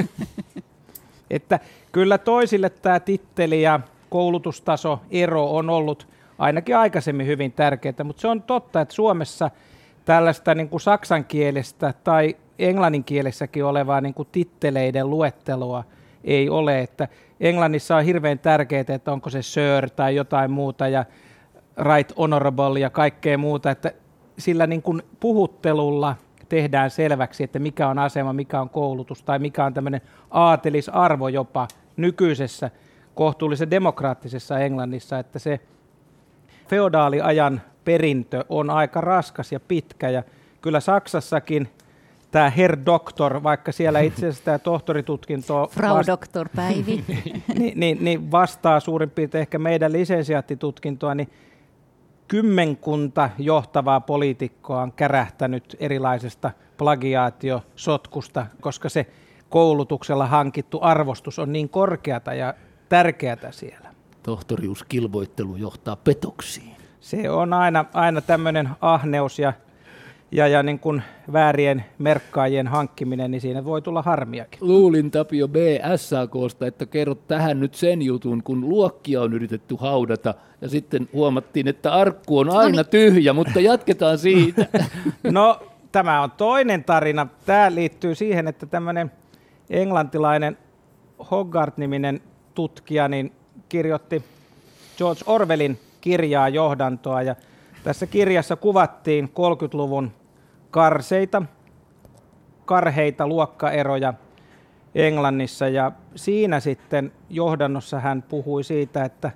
Että kyllä toisille tämä titteli ja koulutustaso ero on ollut ainakin aikaisemmin hyvin tärkeää, mutta se on totta, että Suomessa tällaista niin kuin saksankielestä tai englanninkielessäkin olevaa niin kuin titteleiden luettelua ei ole, että Englannissa on hirveän tärkeää, että onko se sir tai jotain muuta ja right honorable ja kaikkea muuta, että sillä niin kuin puhuttelulla tehdään selväksi, että mikä on asema, mikä on koulutus tai mikä on tämmöinen aatelisarvo jopa nykyisessä kohtuullisen demokraattisessa Englannissa, että se feodaaliajan perintö on aika raskas ja pitkä ja kyllä Saksassakin tämä Herr Doktor, vaikka siellä itse asiassa tämä tohtoritutkinto Frau vasta- Doktor Päivi niin, niin, niin vastaa suurin piirtein ehkä meidän lisensiaattitutkintoa, niin kymmenkunta johtavaa poliitikkoa on kärähtänyt erilaisesta plagiaatiosotkusta, koska se koulutuksella hankittu arvostus on niin korkeata ja tärkeätä siellä. Tohtoriuskilvoittelu johtaa petoksiin. Se on aina, aina tämmöinen ahneus ja, ja, ja niin kuin väärien merkkaajien hankkiminen, niin siinä voi tulla harmiakin. Luulin Tapio B. S A K:sta, että kerrot tähän nyt sen jutun, kun luokkia on yritetty haudata ja sitten huomattiin, että arkku on aina tyhjä, mutta jatketaan siitä. No, tämä on toinen tarina. Tämä liittyy siihen, että tämmöinen englantilainen Hoggart-niminen tutkija niin kirjoitti George Orwellin kirjaa johdantoa ja tässä kirjassa kuvattiin kolmekymmentäluvun karseita, karheita luokkaeroja Englannissa ja siinä sitten johdannossa hän puhui siitä, että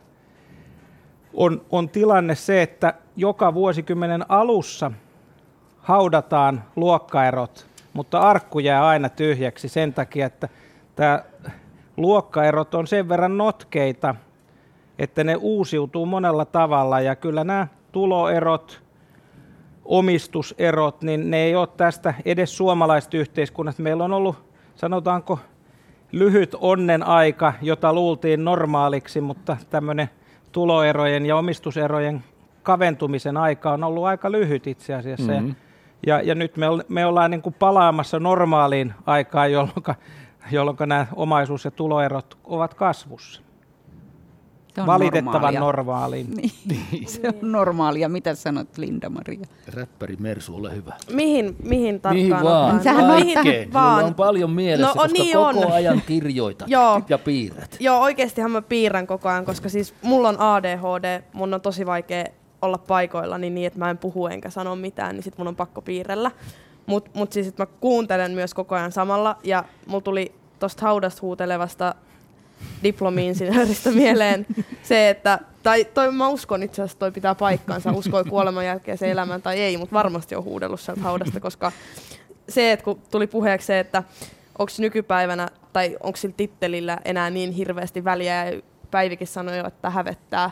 on, on tilanne se, että joka vuosikymmenen alussa haudataan luokkaerot, mutta arkku jää aina tyhjäksi sen takia, että tämä luokkaerot on sen verran notkeita, että ne uusiutuu monella tavalla ja kyllä nämä tuloerot, omistuserot, niin ne ei ole tästä edes suomalaisesta yhteiskunnasta. Meillä on ollut, sanotaanko, lyhyt onnen aika, jota luultiin normaaliksi, mutta tämmöinen tuloerojen ja omistuserojen kaventumisen aika on ollut aika lyhyt itse asiassa. Mm-hmm. Ja, ja nyt me, me ollaan niin kuin palaamassa normaaliin aikaan, jolloin, jolloin nämä omaisuus- ja tuloerot ovat kasvussa. Valitettavan normaaliin. Niin, se on normaalia. Mitä sanot, Linda-Maria? Räppäri Mersu, ole hyvä. Mihin, mihin tarkkaan? Mihin vaan? Mihin vaan? Mulla on paljon mielessä, no, koska niin koko on. ajan kirjoitat ja piirrät. Joo, oikeastihan mä piirrän koko ajan, koska siis mulla on A D H D, mun on tosi vaikea olla paikoilla niin, niin että mä en puhu enkä sano mitään, niin sit mun on pakko piirrellä. Mut, mut siis että mä kuuntelen myös koko ajan samalla ja mulla tuli tosta haudasta huutelevasta diplomi-insinööristä mieleen se, että, tai toi, mä uskon itse asiassa toi pitää paikkansa, uskoi kuoleman jälkeen se elämään tai ei, mutta varmasti on huudellut sieltä haudasta, koska se, että kun tuli puheeksi se, että onko nykypäivänä tai onko sillä tittelillä enää niin hirveästi väliä ja Päivikin sanoi jo, että hävettää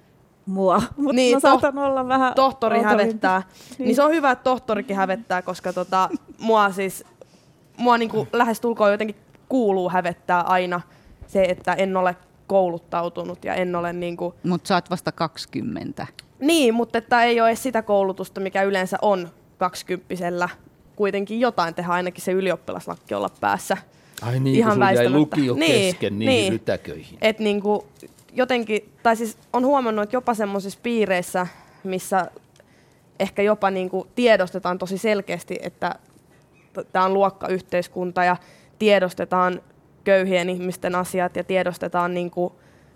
mua, mutta niin, mä saatan to- olla vähän tohtori hävettää, niin. niin se on hyvä, että tohtorikin hävettää, koska tota, mua siis, mua niinku lähestulkoon jotenkin kuuluu hävettää aina se, että en ole kouluttautunut ja en ole niinku... Mutta sä oot vasta kaksikymmentä. Niin, mutta että ei ole edes sitä koulutusta, mikä yleensä on kaksikymppisellä. Kuitenkin jotain tehdä, ainakin se ylioppilaslakki olla päässä. Ai niin, ihan kun sulla jäi lukio niin, kesken niihin niin, rytäköihin. Et niinku jotenkin, tai siis on huomannut, että jopa semmoisissa piireissä, missä ehkä jopa niinku tiedostetaan tosi selkeästi, että tämä on luokkayhteiskunta ja tiedostetaan köyhien ihmisten asiat ja tiedostetaan, niinku,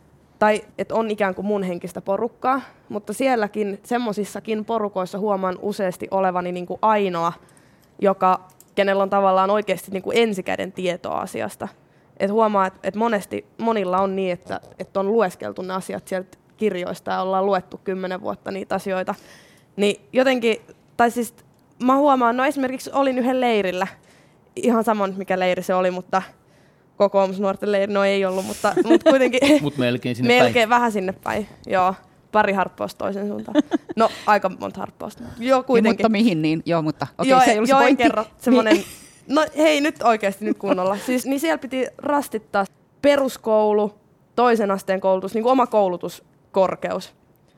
tai että on ikään kuin mun henkistä porukkaa, mutta sielläkin, semmoisissakin porukoissa huomaan useasti olevani niinku ainoa, joka, kenellä on tavallaan oikeasti niinku ensikäden tietoa asiasta. Et huomaa, että et monesti monilla on niin, että et on lueskeltu ne asiat sieltä kirjoista ja ollaan luettu kymmenen vuotta niitä asioita. Niin jotenkin, tai siis mä huomaan, no esimerkiksi olin yhden leirillä, ihan saman mikä leiri se oli, mutta kokoomusnuorten leiri, no ei ollut, mutta, mutta kuitenkin Mut melkein sinne melkein päin. vähän sinne päin, joo. Pari harppausta toisen suuntaan. No, aika monta harppausta. Joo, kuitenkin. Niin, mutta mihin niin? Joo, mutta okei, joo, se ei ollut joo, se en pointti. kerro. Semmoinen No hei, nyt oikeasti nyt kunnolla. Siis, niin siellä piti rastittaa peruskoulu, toisen asteen koulutus, niin kuin oma koulutuskorkeus.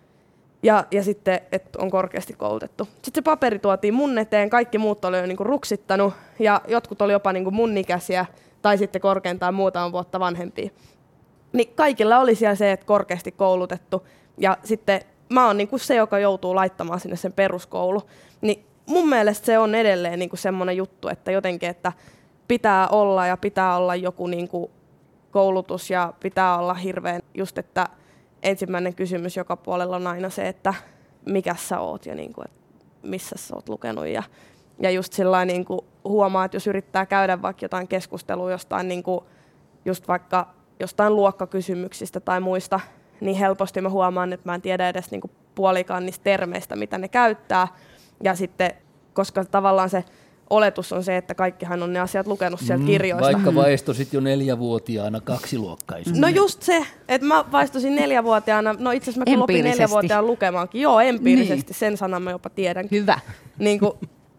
Ja, ja sitten, että on korkeasti koulutettu. Sitten se paperi tuotiin mun eteen, kaikki muut oli jo niin kuin ruksittanut ja jotkut oli jopa niin kuin mun ikäisiä tai sitten korkeintaan muutaman vuotta vanhempia. Niin kaikilla oli siellä se, että korkeasti koulutettu ja sitten mä oon niin kuin se, joka joutuu laittamaan sinne sen peruskoulu. Niin mun mielestä se on edelleen niin kuin semmoinen juttu, että jotenkin, että pitää olla ja pitää olla joku niin kuin koulutus ja pitää olla hirveän just, että ensimmäinen kysymys joka puolella on aina se, että mikä sä oot ja niin kuin, että missä sä oot lukenut. Ja, ja just sillä niin kuin huomaa, että jos yrittää käydä vaikka jotain keskustelua jostain, niin kuin, just vaikka jostain luokkakysymyksistä tai muista, niin helposti mä huomaan, että mä en tiedä edes niin kuin puolikaan niistä termeistä, mitä ne käyttää. Ja sitten, koska tavallaan se oletus on se, että kaikkihan on ne asiat lukenut sieltä mm, kirjoista. Vaikka vaistosit jo neljävuotiaana kaksiluokkaisena. No just se, että mä vaistosin neljävuotiaana, no itse asiassa mä kyllä opin neljävuotiaana lukemaankin. Joo, empiirisesti, niin. Sen sanan mä jopa tiedän. Hyvä. Niin kuin,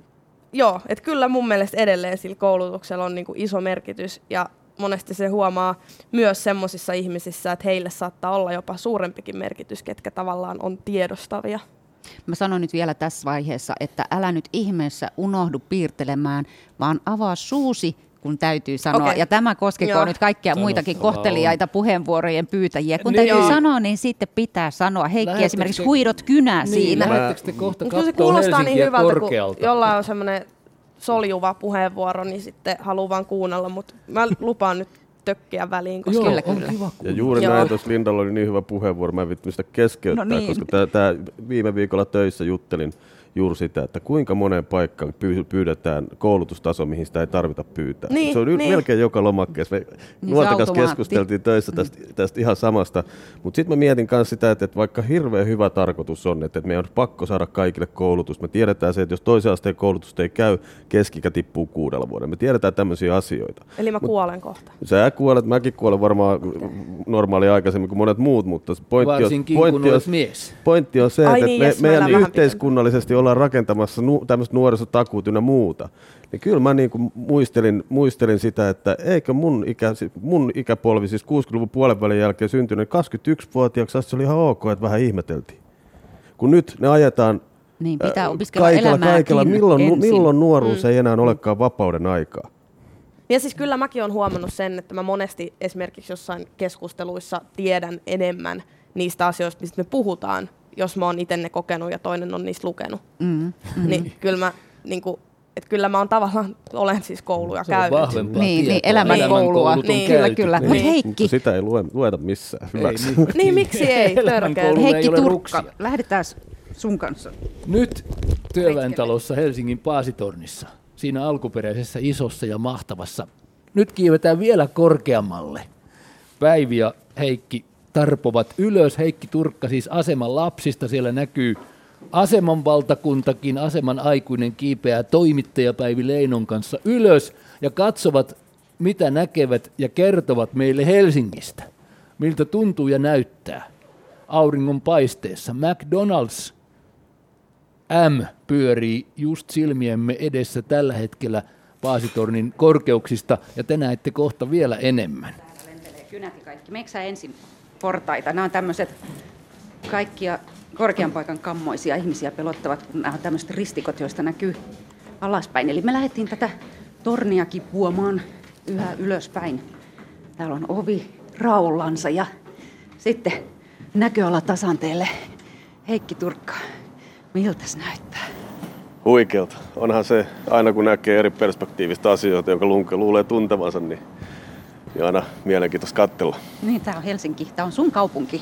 joo, että kyllä mun mielestä edelleen sillä koulutuksella on niin kuin iso merkitys ja monesti se huomaa myös semmoisissa ihmisissä, että heille saattaa olla jopa suurempikin merkitys, ketkä tavallaan on tiedostavia. Mä sanon nyt vielä tässä vaiheessa, että älä nyt ihmeessä unohdu piirtelemään, vaan avaa suusi, kun täytyy sanoa. Okay. Ja tämä koskekoon Joo. nyt kaikkia muitakin kohteliaita puheenvuorojen pyytäjiä. Kun niin, täytyy joo. sanoa, niin sitten pitää sanoa. Heikki Lähetekö esimerkiksi te... huidot kynää niin, siinä. Lähettekö te kohta katsoa Helsinkiä korkealta? Niin hyvältä, kun jollain on semmoinen soljuva puheenvuoro, niin sitten haluaa vaan kuunnella, mutta mä lupaan nyt tökkiä väliin. Koska Joo, kyllä, kyllä. Ja juuri Joo. näin, tuossa Lindalla oli niin hyvä puheenvuoro, mä en vittu sitä keskeyttää, no niin. koska tää, tää viime viikolla töissä juttelin juuri sitä, että kuinka moneen paikkaan pyydetään koulutustaso, mihin sitä ei tarvita pyytää. Niin, se on niin. melkein joka lomakkeessa. Me niin nuorten kanssa keskusteltiin töissä tästä, tästä ihan samasta, mutta sitten mä mietin myös sitä, että vaikka hirveän hyvä tarkoitus on, että meidän on pakko saada kaikille koulutus. Me tiedetään se, että jos toisen asteen koulutusta ei käy, keskikä tippuu kuudella vuodella. Me tiedetään tämmöisiä asioita. Eli mä Mut, kuolen kohta. Sä kuolet, mäkin kuolen varmaan okay. normaali aikaisemmin kuin monet muut, mutta pointti on, pointti on, pointti on se, Ai että niin, me, yes, meidän yhteiskunnallisesti ollaan rakentamassa nu, tämmöistä nuorisotakuut ynnä muuta. Niin kyllä mä niin kuin muistelin, muistelin sitä, että eikö mun, ikä, mun ikäpolvi, siis kuusikymmentäluvun puolen välin jälkeen syntynyt kaksikymmentäyksivuotiaaksi, se oli ihan ok, että vähän ihmeteltiin. Kun nyt ne ajetaan niin, pitää opiskella kaikella, kaikella milloin, milloin nuoruus mm. ei enää olekaan vapauden aikaa. Ja siis kyllä mäkin olen huomannut sen, että mä monesti esimerkiksi jossain keskusteluissa tiedän enemmän niistä asioista, mistä me puhutaan, jos mä oon itse ne kokenut ja toinen on niistä lukenut. Mm, mm. Niin kyllä mä, niin kuin, että kyllä mä oon tavallaan, olen siis kouluja käynyt. Niin, niin, elämän koulua. Niin, kyllä, kyllä. Niin. Niin. Heikki. Sitä ei lue, lueta missään. Ei, niin, niin, miksi ei? Törkeä. Heikki Turkka, lähdetään sun kanssa. Nyt Työväentalossa Helsingin Paasitornissa, siinä alkuperäisessä isossa ja mahtavassa. Nyt kiivetään vielä korkeammalle. Päivi ja Heikki tarpovat ylös. Heikki Turkka siis aseman lapsista. Siellä näkyy aseman valtakuntakin, aseman aikuinen kiipeää toimittaja Päivi Leinon kanssa ylös ja katsovat, mitä näkevät ja kertovat meille Helsingistä. Miltä tuntuu ja näyttää. Auringon paisteessa McDonald's M pyörii just silmiemme edessä tällä hetkellä Paasitornin korkeuksista ja te näette kohta vielä enemmän. Täällä lentelee kynät ja kaikki. Meikö sä ensin portaita? Nämä on tämmöiset kaikkia korkean paikan kammoisia ihmisiä pelottavat, kun nämä on tämmöiset ristikot, joista näkyy alaspäin. Eli me lähdettiin tätä tornia kipuamaan yhä ylöspäin. Täällä on ovi raullansa ja sitten näköala tasanteelle. Heikki Turkka, miltäs näyttää? Huikealta. Onhan se, aina kun näkee eri perspektiivistä asioita, jonka lunke luulee tuntevansa, niin, niin aina mielenkiintoista katsella. Niin, tää on Helsinki. Tää on sun kaupunki.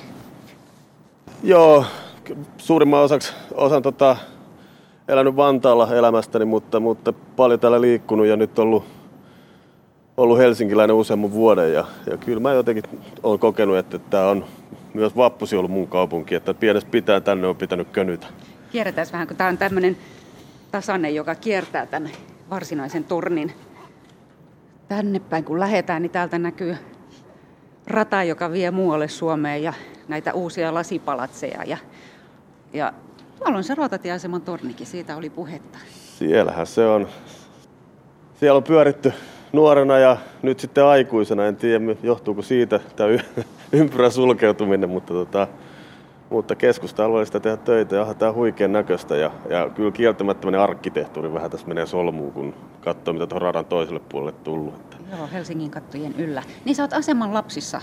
Joo, suurimman osaksi osan tota, elänyt Vantaalla elämästäni, mutta, mutta paljon täällä liikkunut ja nyt ollut, ollut helsinkiläinen useamman vuoden. Ja, ja kyllä mä jotenkin olen kokenut, että tämä on myös vappusi ollut mun kaupunki, että pienestä pitää tänne on pitänyt könytä. Kierretään vähän, kun tää on tämmöinen tasanne, joka kiertää tänne varsinaisen tornin. Tänne päin kun lähdetään, niin täältä näkyy rata, joka vie muualle Suomeen ja näitä uusia lasipalatseja. Ja, ja tuolla on se rautatieaseman tornikin, siitä oli puhetta. Siellähän se on. siellä on pyöritty nuorena ja nyt sitten aikuisena. En tiedä, johtuuko siitä tämä ympyrän sulkeutuminen, mutta, tota, mutta keskusta-alueellista tehdä töitä ja tämä on huikean näköistä. Ja, ja kyllä kieltämättä arkkitehtuuri vähän tässä menee solmuun, kun katsoo, mitä tuohon radan toiselle puolelle tullut. Joo, Helsingin kattojen yllä. Niin sä oot Aseman lapsissa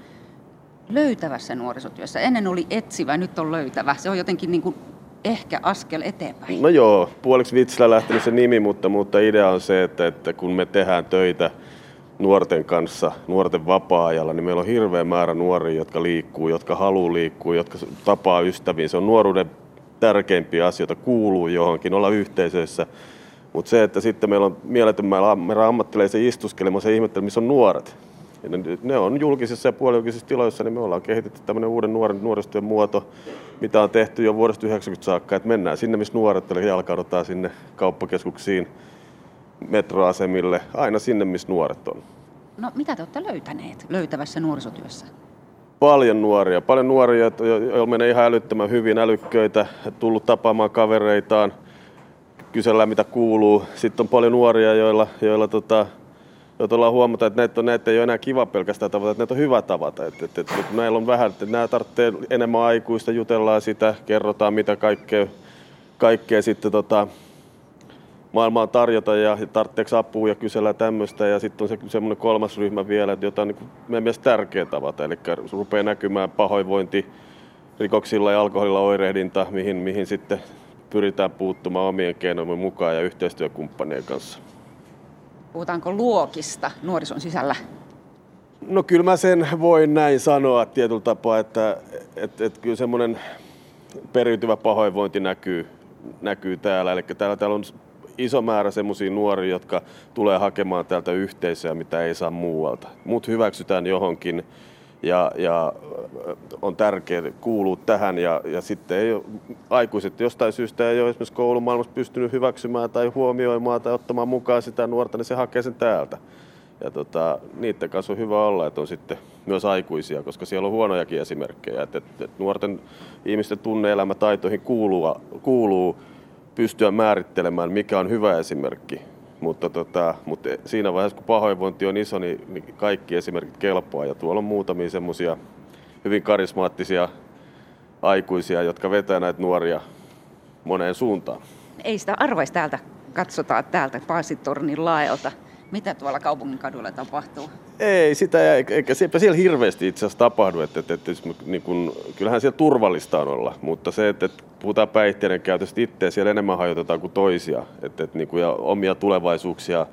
löytävässä nuorisotyössä. Ennen oli etsivä, nyt on löytävä. Se on jotenkin niin kuin ehkä askel eteenpäin. No joo, puoliksi vitsillä lähtenyt se nimi, mutta, mutta idea on se, että, että kun me tehdään töitä nuorten kanssa, nuorten vapaa-ajalla, niin meillä on hirveä määrä nuoria, jotka liikkuu, jotka haluaa liikkua, jotka tapaa ystäviä. Se on nuoruuden tärkeimpiä asioita, kuuluu johonkin, olla yhteisöissä. Mutta se, että sitten meillä on mieletön määrä ammattilaisia istuskelemaan ja ihmettelemään, missä on nuoret. Ja ne, ne on julkisissa ja puolijulkisissa tiloissa, niin me ollaan kehitetty tämmöinen uuden nuoren nuorisotyön muoto, mitä on tehty jo vuodesta yhdeksänkymmentä saakka, että mennään sinne, missä nuoret, eli jalkaudutaan sinne kauppakeskuksiin, metroasemille, aina sinne, missä nuoret on. No mitä te olette löytäneet löytävässä nuorisotyössä? Paljon nuoria, paljon nuoria, joilla menee ihan älyttömän hyvin, älykköitä, tullut tapaamaan kavereitaan, kysellään mitä kuuluu. Sitten on paljon nuoria, joilla, joilla tota, joita ollaan huomata, että näitä, on, näitä ei ole enää kiva pelkästään tavata, että näitä on hyvä tavata. Että, että, että näillä on vähän, että nämä tarvitsee enemmän aikuista, jutellaan sitä, kerrotaan mitä kaikkea, kaikkea sitten tota, maailmaan tarjota ja tarvitseeko apua ja kysellään tämmöistä. Ja sitten on se semmoinen kolmas ryhmä vielä, jota on niin kuin meidän mielestä tärkeä tavata. Eli rupeaa näkymään pahoinvointi rikoksilla ja alkoholilla oirehdinta, mihin, mihin sitten pyritään puuttumaan omien keinojen mukaan ja yhteistyökumppanien kanssa. Puhutaanko luokista nuorison sisällä? No kyllä mä sen voin näin sanoa tietyllä tapaa, että et, et kyllä semmoinen periytyvä pahoinvointi näkyy, näkyy täällä. Eli täällä, täällä on iso määrä semmoisia nuoria, jotka tulee hakemaan täältä yhteisöä, mitä ei saa muualta. Mut hyväksytään johonkin ja, ja on tärkeää kuulua tähän ja, ja sitten ei ole, aikuiset jostain syystä ei ole esimerkiksi koulumaailmassa pystynyt hyväksymään tai huomioimaan tai ottamaan mukaan sitä nuorta, niin se hakee sen täältä. Ja tota, niiden kanssa on hyvä olla, että on sitten myös aikuisia, koska siellä on huonojakin esimerkkejä. Että, että, että nuorten ihmisten tunne-elämätaitoihin kuuluu, kuuluu pystyä määrittelemään, mikä on hyvä esimerkki. Mutta, tota, mutta siinä vaiheessa, kun pahoinvointi on iso, niin, niin kaikki esimerkit kelpaa. Ja tuolla on muutamia semmoisia hyvin karismaattisia aikuisia, jotka vetää näitä nuoria moneen suuntaan. Ei sitä arvaisi täältä, katsotaan täältä Paasitornin laelta. Mitä tuolla kaupungin kaduilla tapahtuu? Ei sitä, eikä siellä hirveästi itse asiassa tapahdu. Että, että, että, niin kun, kyllähän siellä turvallista on olla, mutta se, että, että puhutaan päihteiden käytöstä itseä, siellä enemmän hajotetaan kuin toisia. Että, että, niin kun, ja omia tulevaisuuksia,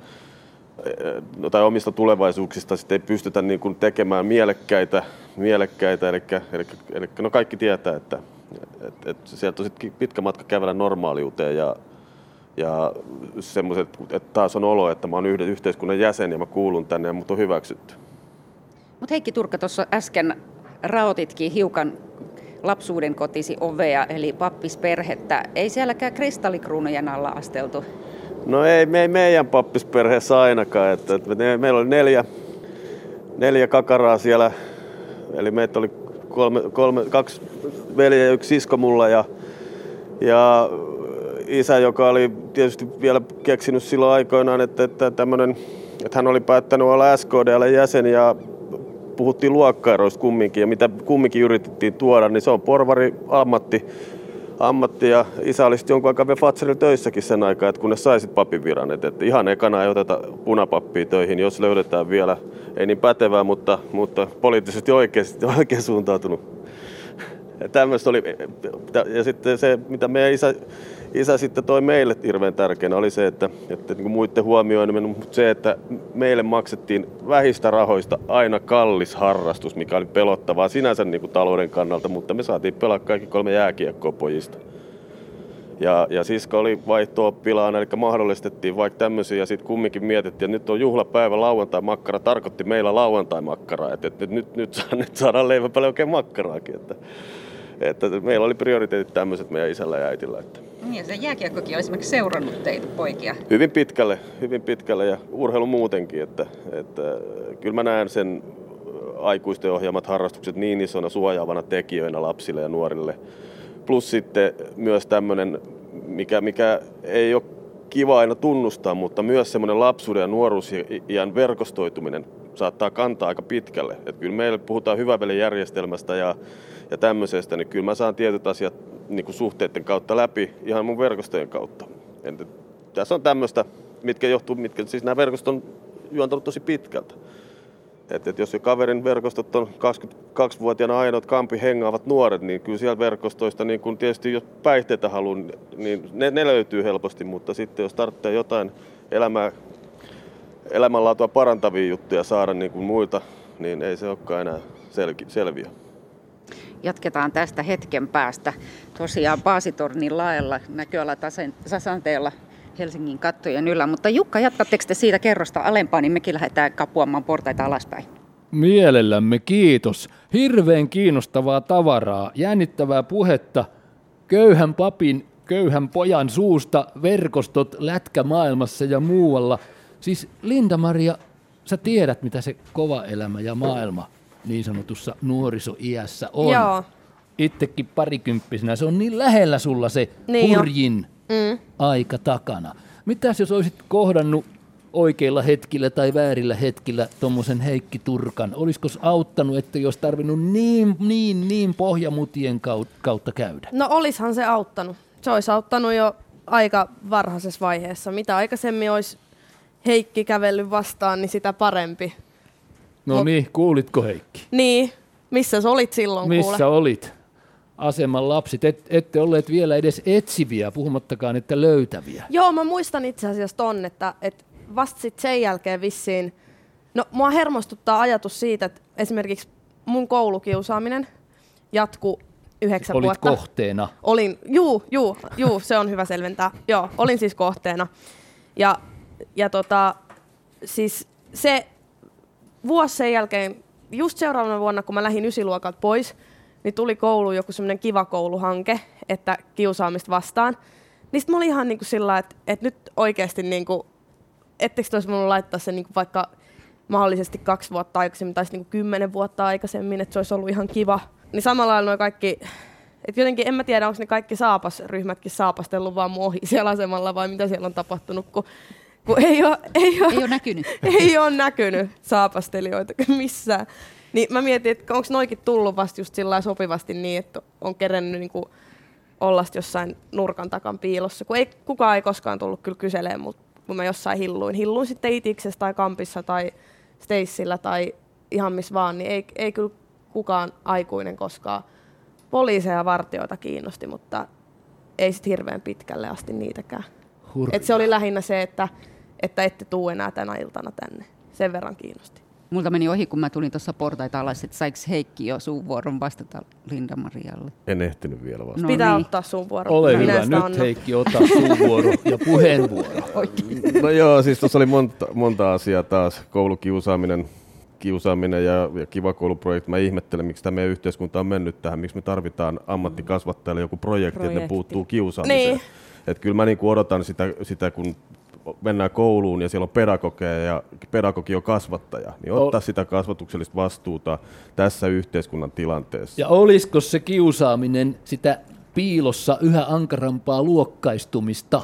tai omista tulevaisuuksista sitten ei pystytä niin kun tekemään mielekkäitä. mielekkäitä eli, eli, eli no kaikki tietää, että, että, että sieltä on sitten pitkä matka kävellä normaaliuteen. Ja, Ja semmoiset, että taas on olo, että mä oon yhden yhteiskunnan jäsen ja mä kuulun tänne ja mut on hyväksytty. Mut Heikki Turkka, tuossa äsken raotitkin hiukan lapsuuden kotisi ovea, eli pappisperhettä. Ei sielläkään kristallikruunujen alla asteltu? No ei, me ei meidän pappisperheessä ainakaan. Että, että me, meillä oli neljä, neljä kakaraa siellä, eli meitä oli kolme, kolme, kaksi veljeä ja yksi sisko mulla ja, ja isä, joka oli tietysti vielä keksinyt silloin aikoinaan, että, että, tämmönen, että hän oli päättänyt olla S K D:lle jäsen ja puhuttiin luokkaeroista kumminkin ja mitä kumminkin yritettiin tuoda, niin se on porvari ammatti, ammatti ja isä oli sitten jonkun aikaa vielä Fatserilla töissäkin sen aikaa, että kunnes saisit papin viran. Että, että ihan ekana ei oteta punapappia töihin, jos löydetään vielä, ei niin pätevää, mutta, mutta poliittisesti oikein, oikein suuntautunut. Ja tämmöistä oli, ja sitten se, mitä meidän isä, isä sitten toi meille hirveän tärkeänä, oli se, että, että niin kuin muiden huomioiminen, mutta se, että meille maksettiin vähistä rahoista aina kallis harrastus, mikä oli pelottavaa sinänsä niin kuin talouden kannalta, mutta me saatiin pelaa kaikki kolme jääkiekkoa pojista. Ja, ja sisko oli vaihto-oppilaana, eli mahdollistettiin vaikka tämmöisiä, ja sitten kumminkin mietittiin, että nyt on juhlapäivä, lauantai-makkara, tarkoitti meillä lauantai-makkaraa, että, että nyt, nyt, nyt saadaan leivän paljon oikein makkaraakin. Että, että meillä oli prioriteetit tämmöiset meidän isällä ja äitillä. Että. Niin, se jääkiekkokin on esimerkiksi seurannut teitä poikia. Hyvin pitkälle, hyvin pitkälle ja urheilu muutenkin, että, että kyllä mä näen sen aikuisten ohjaamat harrastukset niin isona suojaavana tekijöinä lapsille ja nuorille. Plus sitten myös tämmöinen, mikä, mikä ei ole kiva aina tunnustaa, mutta myös semmoinen lapsuuden ja nuoruusiän verkostoituminen saattaa kantaa aika pitkälle. Et kyllä meillä puhutaan hyvävelijärjestelmästä ja, ja tämmöisestä, niin kyllä mä saan tietyt asiat niin kuin suhteiden kautta läpi ihan mun verkostojen kautta. Et tässä on tämmöistä, mitkä johtuu, mitkä siis nämä verkostot on juontanut tosi pitkältä. Et, et jos jo kaverin verkostot on kaksikymmentäkaksivuotiaana ainoat kampi hengaavat nuoret, niin kyllä siellä verkostoista, niin kun tietysti jos päihteitä haluaa, niin ne, ne löytyy helposti, mutta sitten jos tarvitsee jotain elämää, elämänlaatua parantavia juttuja saada niin kuin muilta, niin ei se olekaan enää selki, selviä. Jatketaan tästä hetken päästä. Tosiaan Paasitornin laella näköala tasanteella Helsingin kattojen yllä. Mutta Jukka, jatkatteko te siitä kerrosta alempaa, niin mekin lähdetään kapuamaan portaita alaspäin. Mielellämme, kiitos. Hirveän kiinnostavaa tavaraa, jännittävää puhetta, köyhän papin, köyhän pojan suusta, verkostot lätkämaailmassa ja muualla. Siis Linda-Maria, sä tiedät, mitä se kova elämä ja maailma niin sanotussa nuorisoiässä on. Joo. Itsekin parikymppisenä, se on niin lähellä sulla se niin hurjin mm. aika takana. Mitäs jos olisit kohdannut oikeilla hetkillä tai väärillä hetkillä tommosen Heikki Turkan? Olisiko auttanut, että jos tarvinnut niin, niin, niin pohjamutien kautta käydä? No olishan se auttanut. Se olisi auttanut jo aika varhaisessa vaiheessa. Mitä aikaisemmin olisi Heikki kävellyt vastaan, niin sitä parempi. No Mut, niin, kuulitko Heikki? Niin, missä sä olit silloin? Missä kuule? olit? Aseman lapsit, Et, ette olleet vielä edes etsiviä, puhumattakaan että löytäviä. Joo, mä muistan itse asiassa ton, että, että vasta sit sen jälkeen vissiin, no mua hermostuttaa ajatus siitä, että esimerkiksi mun koulukiusaaminen jatkuu yhdeksän Olit vuotta. Olit kohteena. Olin, juu, juu, juu, se on hyvä selventää. Joo, olin siis kohteena. Ja, ja tota, siis se vuosi sen jälkeen, just seuraavana vuonna, kun mä lähdin ysiluokalta pois, niin tuli kouluun joku semmoinen kiva kouluhanke, että kiusaamista vastaan. Niin sit mä olin ihan niinku sillä, että, että nyt oikeasti, niinku, ettekö te olisi voinut laittaa sen niinku vaikka mahdollisesti kaksi vuotta aikaisemmin tai niinku kymmenen vuotta aikaisemmin, että se olisi ollut ihan kiva. Niin samalla lailla noi kaikki, että jotenkin en mä tiedä, onko ne kaikki saapasryhmätkin saapastellut vaan mun ohi siellä asemalla vai mitä siellä on tapahtunut, kun, kun ei ole, ei ole, ei ole näkynyt. Ei ole näkynyt saapastelijoita missään. Niin mä mietin, että onko noikin tullut vasta just sillä sopivasti niin, että on kerennyt niinku olla jossain nurkan takan piilossa, kun ei, kukaan ei koskaan tullut kyllä kyselemään, mutta kun mä jossain hilluin. Hilluin sitten Itiksessä tai Kampissa tai Stacella tai ihan missä vaan, niin ei, ei kyllä kukaan aikuinen koskaan poliiseja ja vartijoita kiinnosti, mutta ei sitten hirveän pitkälle asti niitäkään. Et se oli lähinnä se, että, että ette tuu enää tänä iltana tänne. Sen verran kiinnosti. Multa meni ohi, kun mä tulin tuossa portaita alas, että saiko Heikki jo suun vuoron vastata Linda-Marialle? En ehtinyt vielä vastata. No Pitää niin. ottaa suun vuoro. Ole Minä hyvä, nyt annan. Heikki, ota suun vuoro ja puheenvuoro. No joo, siis tuossa oli monta, monta asiaa taas. Koulukiusaaminen kiusaaminen ja, ja Kiva kouluprojekti. Mä ihmettelen, miksi tämä meidän yhteiskunta on mennyt tähän, miksi me tarvitaan ammattikasvattajille joku projekti, projekti. että ne puuttuu kiusaamiseen. Niin. Et kyllä mä niinku odotan sitä, sitä, kun mennään kouluun ja siellä on pedagogeja ja pedagogi on kasvattaja, niin ottaa sitä kasvatuksellista vastuuta tässä yhteiskunnan tilanteessa. Ja olisiko se kiusaaminen sitä piilossa yhä ankarampaa luokkaistumista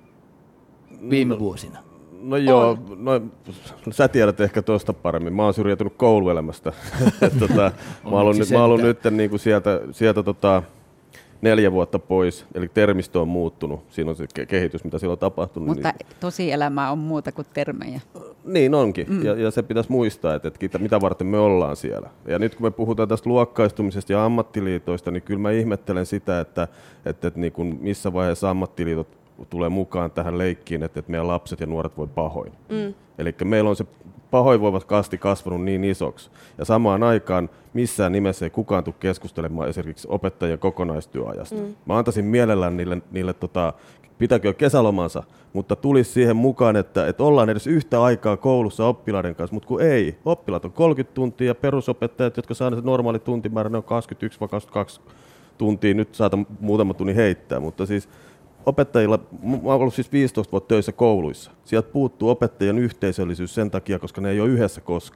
viime no, vuosina? No joo, no, sä tiedät ehkä tuosta paremmin. Mä oon syrjäytynyt kouluelämästä. tota, mä oon ollut, mä ollut nyt niinku sieltä, sieltä tota, neljä vuotta pois, eli termistö on muuttunut. Siinä on se kehitys, mitä siellä on tapahtunut. Mutta niin tosielämää on muuta kuin termejä. Niin onkin, mm. ja, ja se pitäisi muistaa, että, että mitä varten me ollaan siellä. Ja nyt kun me puhutaan tästä luokkaistumisesta ja ammattiliitoista, niin kyllä mä ihmettelen sitä, että, että, että niin kuin missä vaiheessa ammattiliitot tulee mukaan tähän leikkiin, että, että meidän lapset ja nuoret voi pahoin. Mm. Eli meillä on se pahoinvoivat kasti kasvanut niin isoksi. Ja samaan aikaan missään nimessä ei kukaan tule keskustelemaan esimerkiksi opettajien kokonaistyöajasta. Mm. Mä antaisin mielellään niille, niille tota, pitäkö kesälomansa, mutta tulisi siihen mukaan, että, että ollaan edes yhtä aikaa koulussa oppilaiden kanssa, mutta kun ei. Oppilaat on kolmekymmentä tuntia ja perusopettajat, jotka saa se normaali tuntimäärä, ne on kaksikymmentäyksi kaksikymmentäkaksi tuntia, nyt saatan muutama tunnin heittää, mutta siis opettajilla, mä oon ollut siis viisitoista vuotta töissä kouluissa. Sieltä puuttuu opettajien yhteisöllisyys sen takia, koska ne ei ole yhdessä koskaan.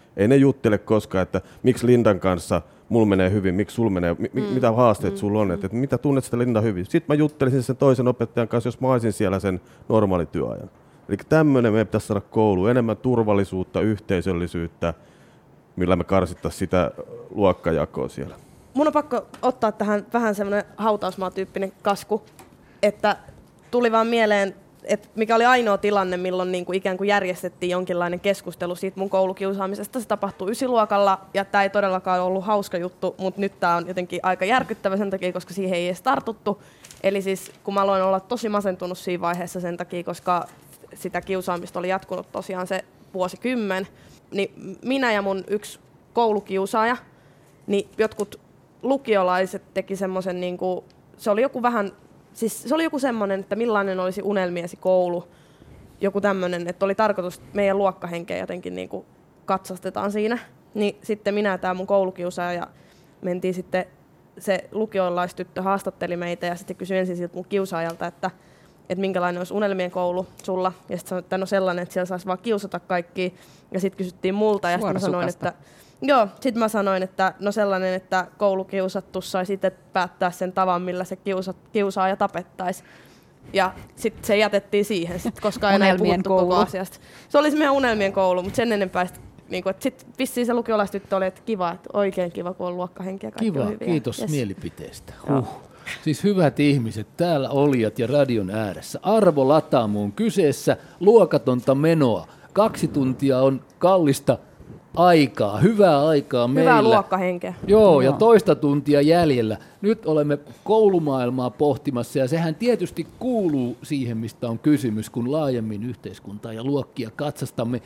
Ei ne juttele koskaan, että miksi Lindan kanssa mulla menee hyvin, miksi sulla menee, mi- mm. mitä haasteet mm. sulla on, että, että mitä tunnet sitä Linda hyvin. Sitten mä juttelisin sen toisen opettajan kanssa, jos mä olisin siellä sen normaali työajan. Eli tämmöinen meidän pitäisi saada kouluun, enemmän turvallisuutta, yhteisöllisyyttä, millä me karsittaisiin sitä luokkajakoa siellä. Mun on pakko ottaa tähän vähän semmoinen hautausmaa-tyyppinen kasku, että tuli vaan mieleen, että mikä oli ainoa tilanne, milloin niin kuin ikään kuin järjestettiin jonkinlainen keskustelu siitä mun koulukiusaamisesta. Se tapahtui ysiluokalla ja tämä ei todellakaan ollut hauska juttu, mutta nyt tämä on jotenkin aika järkyttävä sen takia, koska siihen ei edes tartuttu. Eli siis kun mä aloin olla tosi masentunut siinä vaiheessa sen takia, koska sitä kiusaamista oli jatkunut tosiaan se vuosikymmen, niin minä ja mun yksi koulukiusaaja, niin jotkut lukiolaiset teki semmoisen, niin kuin, se oli joku vähän, siis se oli joku semmoinen, että millainen olisi unelmiesi koulu, joku tämmöinen, että oli tarkoitus meidän luokkahenkeä jotenkin niin kuin katsastetaan siinä. Niin sitten minä ja tämä mun koulukiusaaja mentiin sitten, se lukiolaistyttö haastatteli meitä ja sitten kysyi ensin siltä mun kiusaajalta, että että minkälainen olisi unelmien koulu sulla. Ja sitten sanoi, että no sellainen, että siellä saisi vaan kiusata kaikkia. Ja sitten kysyttiin multa ja sitten mä sanoin, että joo, sitten mä sanoin, että no sellainen, että koulukiusattu sai sitten päättää sen tavan, millä se kiusa, kiusaaja tapettaisi. Ja sitten se jätettiin siihen, sit, koska ei enää puhuttu koulu. Koko asiasta. Se olisi meidän unelmien koulu, mutta sen enempää niin sitten vissiin se lukiolaistyttö oli, että kiva, että oikein kiva, kun on luokkahenki ja kaikki kiva, on hyviä. Kiitos yes. mielipiteestä. Huh. Siis hyvät ihmiset, täällä olijat ja radion ääressä. Arvo Lataamo kyseessä, luokatonta menoa. Kaksi tuntia on kallista aikaa, hyvää aikaa meillä. Hyvää luokkahenkeä. Joo, Joo, ja toista tuntia jäljellä. Nyt olemme koulumaailmaa pohtimassa, ja sehän tietysti kuuluu siihen, mistä on kysymys, kun laajemmin yhteiskuntaa ja luokkia katsastamme.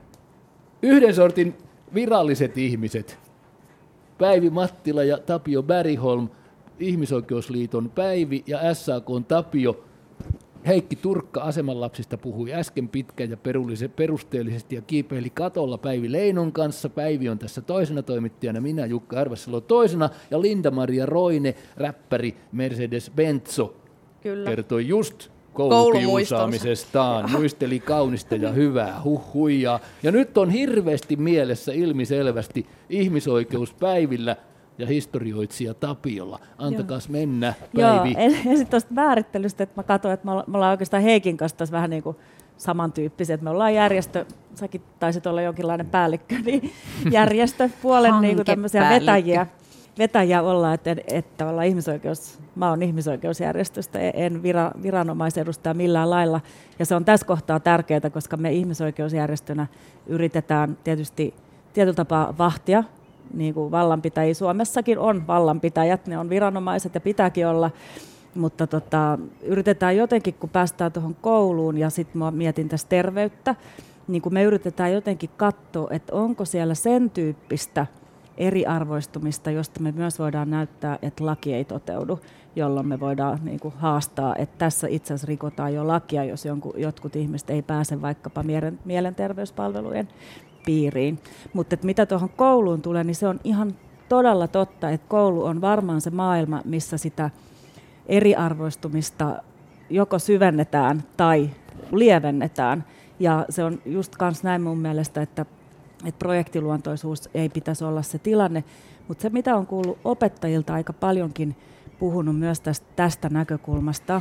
Yhden sortin viralliset ihmiset, Päivi Mattila ja Tapio Bergholm, Ihmisoikeusliiton Päivi ja S A K:n Tapio. Heikki Turkka asemanlapsista puhui äsken pitkään ja perusteellisesti ja kiipeili katolla Päivi Leinon kanssa. Päivi on tässä toisena toimittajana, minä Jukka Arvessalo toisena ja Linda-Maria Roine, räppäri Mercedes Benzo, Kyllä. kertoi just koulukiusaamisestaan, muisteli kaunista ja hyvää, huh huijaa. Ja nyt on hirveästi mielessä ilmiselvästi ihmisoikeuspäivillä ja historioitsija Tapiolla. Antakaas mennä, Päivi. Joo, ja sitten tuosta määrittelystä, että mä katsoin, että me ollaan oikeastaan Heikin kanssa tässä vähän niin kuin samantyyppisiä, että me ollaan järjestö, säkin taisit olla jonkinlainen päällikkö, niin järjestöpuolen niin kuin tämmöisiä vetäjiä, vetäjiä ollaan, että, että ollaan ihmisoikeus, mä oon ihmisoikeusjärjestöstä, en vira, viranomaisedustaja millään lailla, ja se on tässä kohtaa tärkeää, koska me ihmisoikeusjärjestönä yritetään tietysti tietyllä tapaa vahtia, niin kuin vallanpitäjiä Suomessakin on vallanpitäjät, ne on viranomaiset ja pitääkin olla, mutta tota, yritetään jotenkin, kun päästään tuohon kouluun ja sitten mä mietin tässä terveyttä, niin kun me yritetään jotenkin katsoa, että onko siellä sen tyyppistä eriarvoistumista, josta me myös voidaan näyttää, että laki ei toteudu, jolloin me voidaan niin kuin haastaa, että tässä itse asiassa rikotaan jo lakia, jos jonkun, jotkut ihmiset ei pääse vaikkapa mielen, mielenterveyspalvelujen piiriin. Mutta mitä tuohon kouluun tulee, niin se on ihan todella totta, että koulu on varmaan se maailma, missä sitä eriarvoistumista joko syvennetään tai lievennetään. Ja se on just kans näin mun mielestä, että, että projektiluontoisuus ei pitäisi olla se tilanne. Mutta se, mitä on kuullut opettajilta aika paljonkin puhunut myös tästä, tästä näkökulmasta,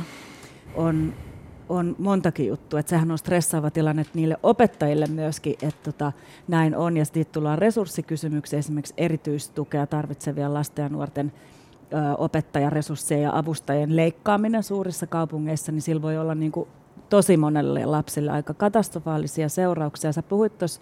on on montakin juttua, että sehän on stressaava tilanne niille opettajille myöskin, että tota, näin on, ja sitten tullaan resurssikysymyksiä, esimerkiksi erityistukea tarvitsevia lasten ja nuorten ö, opettajaresursseja ja avustajien leikkaaminen suurissa kaupungeissa, niin sillä voi olla niin kuin tosi monelle lapsille aika katastrofaalisia seurauksia. Sä puhuit tuossa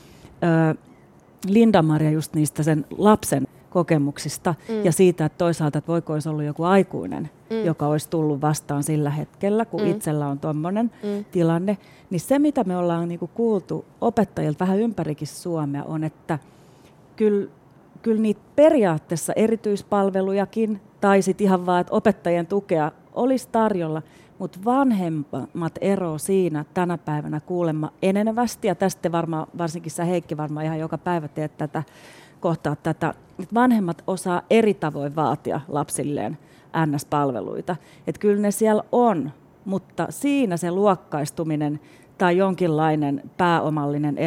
Linda-Maria just niistä sen lapsen kokemuksista mm. ja siitä, että toisaalta, että voiko olisi ollut joku aikuinen, mm. joka olisi tullut vastaan sillä hetkellä, kun mm. itsellä on tuommoinen mm. tilanne. Niin se, mitä me ollaan niinku kuultu opettajilta vähän ympärikin Suomea, on, että kyllä, kyllä niitä periaatteessa erityispalvelujakin, tai sitten ihan vaan, että opettajien tukea olisi tarjolla, mutta vanhemmat ero siinä tänä päivänä kuulemma enenevästi, ja tästä varmaan, varsinkin sä Heikki varmaan ihan joka päivä teet tätä, kohtaa tätä, että vanhemmat osaa eri tavoin vaatia lapsilleen N S-palveluita. Että kyllä ne siellä on, mutta siinä se luokkaistuminen tai jonkinlainen pääomallinen ero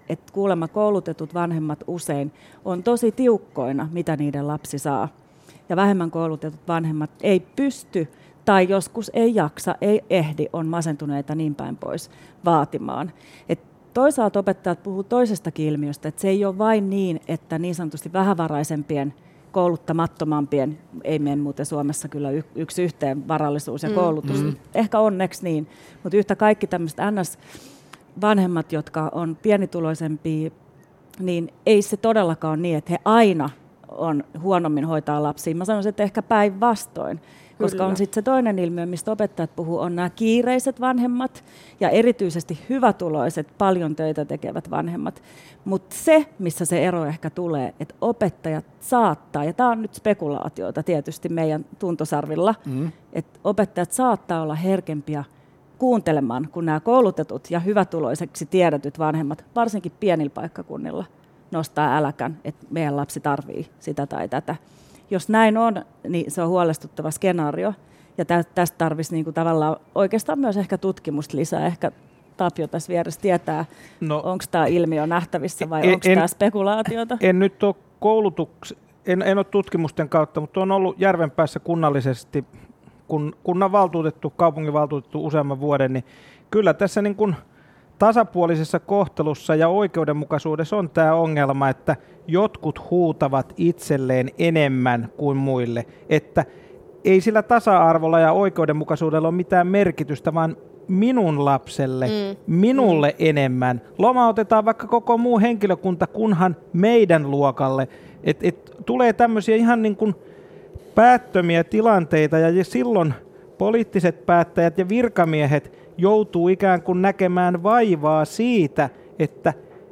että kuulemma koulutetut vanhemmat usein on tosi tiukkoina, mitä niiden lapsi saa. Ja vähemmän koulutetut vanhemmat ei pysty tai joskus ei jaksa, ei ehdi, on masentuneita niin päin pois vaatimaan. Et toisaalta opettajat puhuu toisestakin ilmiöstä, että se ei ole vain niin, että niin sanotusti vähävaraisempien kouluttamattomampien, ei mene muuten Suomessa kyllä y- yksi yhteen varallisuus ja koulutus, mm. ehkä onneksi niin, mutta yhtä kaikki tämmöiset N S-vanhemmat, jotka on pienituloisempia, niin ei se todellakaan ole niin, että he aina on huonommin hoitaa lapsia. Mä sanoisin, että ehkä päinvastoin. Koska Kyllä. on sitten se toinen ilmiö, mistä opettajat puhuu, on nämä kiireiset vanhemmat ja erityisesti hyvätuloiset, paljon töitä tekevät vanhemmat. Mutta se, missä se ero ehkä tulee, että opettajat saattaa, ja tämä on nyt spekulaatiota tietysti meidän tuntosarvilla, mm. että opettajat saattaa olla herkempiä kuuntelemaan, kun nämä koulutetut ja hyvätuloiseksi tiedetyt vanhemmat, varsinkin pienillä paikkakunnilla, nostaa äläkän, että meidän lapsi tarvii sitä tai tätä. Jos näin on, niin se on huolestuttava skenaario, ja tä- tästä tarvitsisi niinku tavallaan oikeastaan myös ehkä tutkimusta lisää. Ehkä Tapio tässä vieressä tietää, no, onko tämä ilmiö nähtävissä vai onko tämä spekulaatiota? En nyt ole koulutuks, en, en ole tutkimusten kautta, mutta on ollut Järvenpäässä kunnallisesti, kun kunnanvaltuutettu, kaupunginvaltuutettu useamman vuoden, niin kyllä tässä niin kuin tasapuolisessa kohtelussa ja oikeudenmukaisuudessa on tämä ongelma, että jotkut huutavat itselleen enemmän kuin muille, että ei sillä tasa-arvolla ja oikeudenmukaisuudella ole mitään merkitystä, vaan minun lapselle, mm. minulle mm. enemmän. Lomautetaan vaikka koko muu henkilökunta, kunhan meidän luokalle. Et, et, tulee tämmöisiä ihan niin kuin päättömiä tilanteita, ja silloin poliittiset päättäjät ja virkamiehet joutuu ikään kuin näkemään vaivaa siitä, että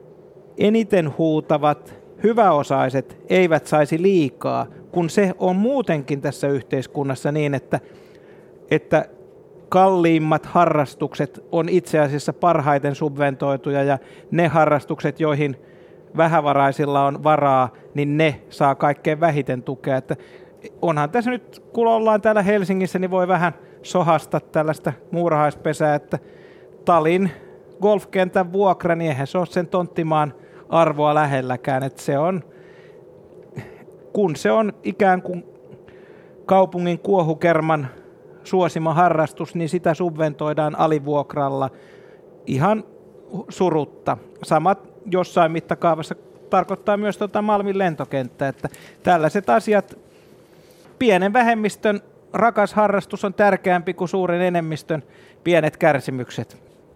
eniten huutavat hyväosaiset eivät saisi liikaa, kun se on muutenkin tässä yhteiskunnassa niin, että, että kalliimmat harrastukset on itse asiassa parhaiten subventoituja, ja ne harrastukset, joihin vähävaraisilla on varaa, niin ne saa kaikkein vähiten tukea. Että onhan tässä nyt, kun ollaan täällä Helsingissä, niin voi vähän sohasta tällaista muurahaispesää, että Talin golfkentän vuokra, niin eihän se ole sen tonttimaan arvoa lähelläkään, että se on, kun se on ikään kuin kaupungin kuohukerman suosima harrastus, niin sitä subventoidaan alivuokralla ihan surutta. Samat jossain mittakaavassa tarkoittaa myös tuota Malmin lentokenttää, että tällaiset asiat, pienen vähemmistön rakas harrastus on tärkeämpi kuin suuren enemmistön pienet kärsimykset.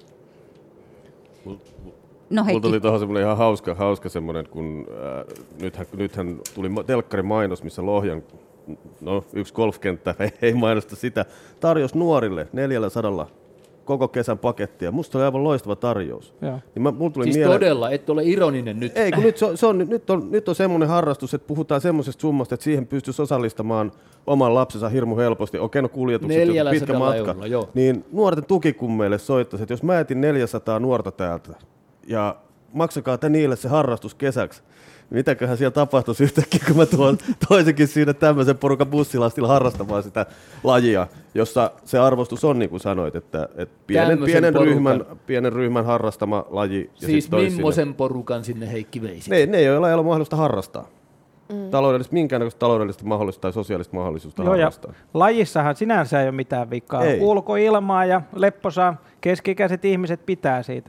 No Mulla tuli tuohon semmoinen ihan hauska, hauska semmoinen, kun äh, nythän, nythän tuli telkkarin mainos, missä Lohjan, no yksi golfkenttä, ei, ei mainosta sitä, tarjous nuorille neljällä koko kesän pakettia. Musta oli aivan loistava tarjous. Niin mä, mulla tuli siis mieleen, todella, et ole ironinen nyt. Ei, kun nyt, se on, se on, nyt, on, nyt on semmoinen harrastus, että puhutaan semmoisesta summasta, että siihen pystyisi osallistamaan oman lapsensa hirmu helposti. Okei, no kuljetukset, pitkä matka. Eurolla, joo. Niin nuorten tukikummeille soittaisi, että jos mä etin neljäsataa nuorta täältä ja maksakaa te niille se harrastus kesäksi, mitäköhän siellä tapahtuisi yhtäkkiä, kun mä tuon toisenkin siinä tämmöisen porukan bussilastilla harrastamaan sitä lajia, jossa se arvostus on, niin kuin sanoit, että, että pienen, pienen, ryhmän, pienen ryhmän harrastama laji. Ja siis millaisen porukan sinne Heikki veisi? Ne, ne joilla ei ole mahdollista harrastaa. Mm. Taloudellista, minkäännäköistä taloudellista mahdollista tai sosiaalista mahdollisuutta Joo, harrastaa. Lajissahan sinänsä ei ole mitään vikaa. Ei. Ulkoilmaa ja lepposaa keski-ikäiset ihmiset pitää siitä.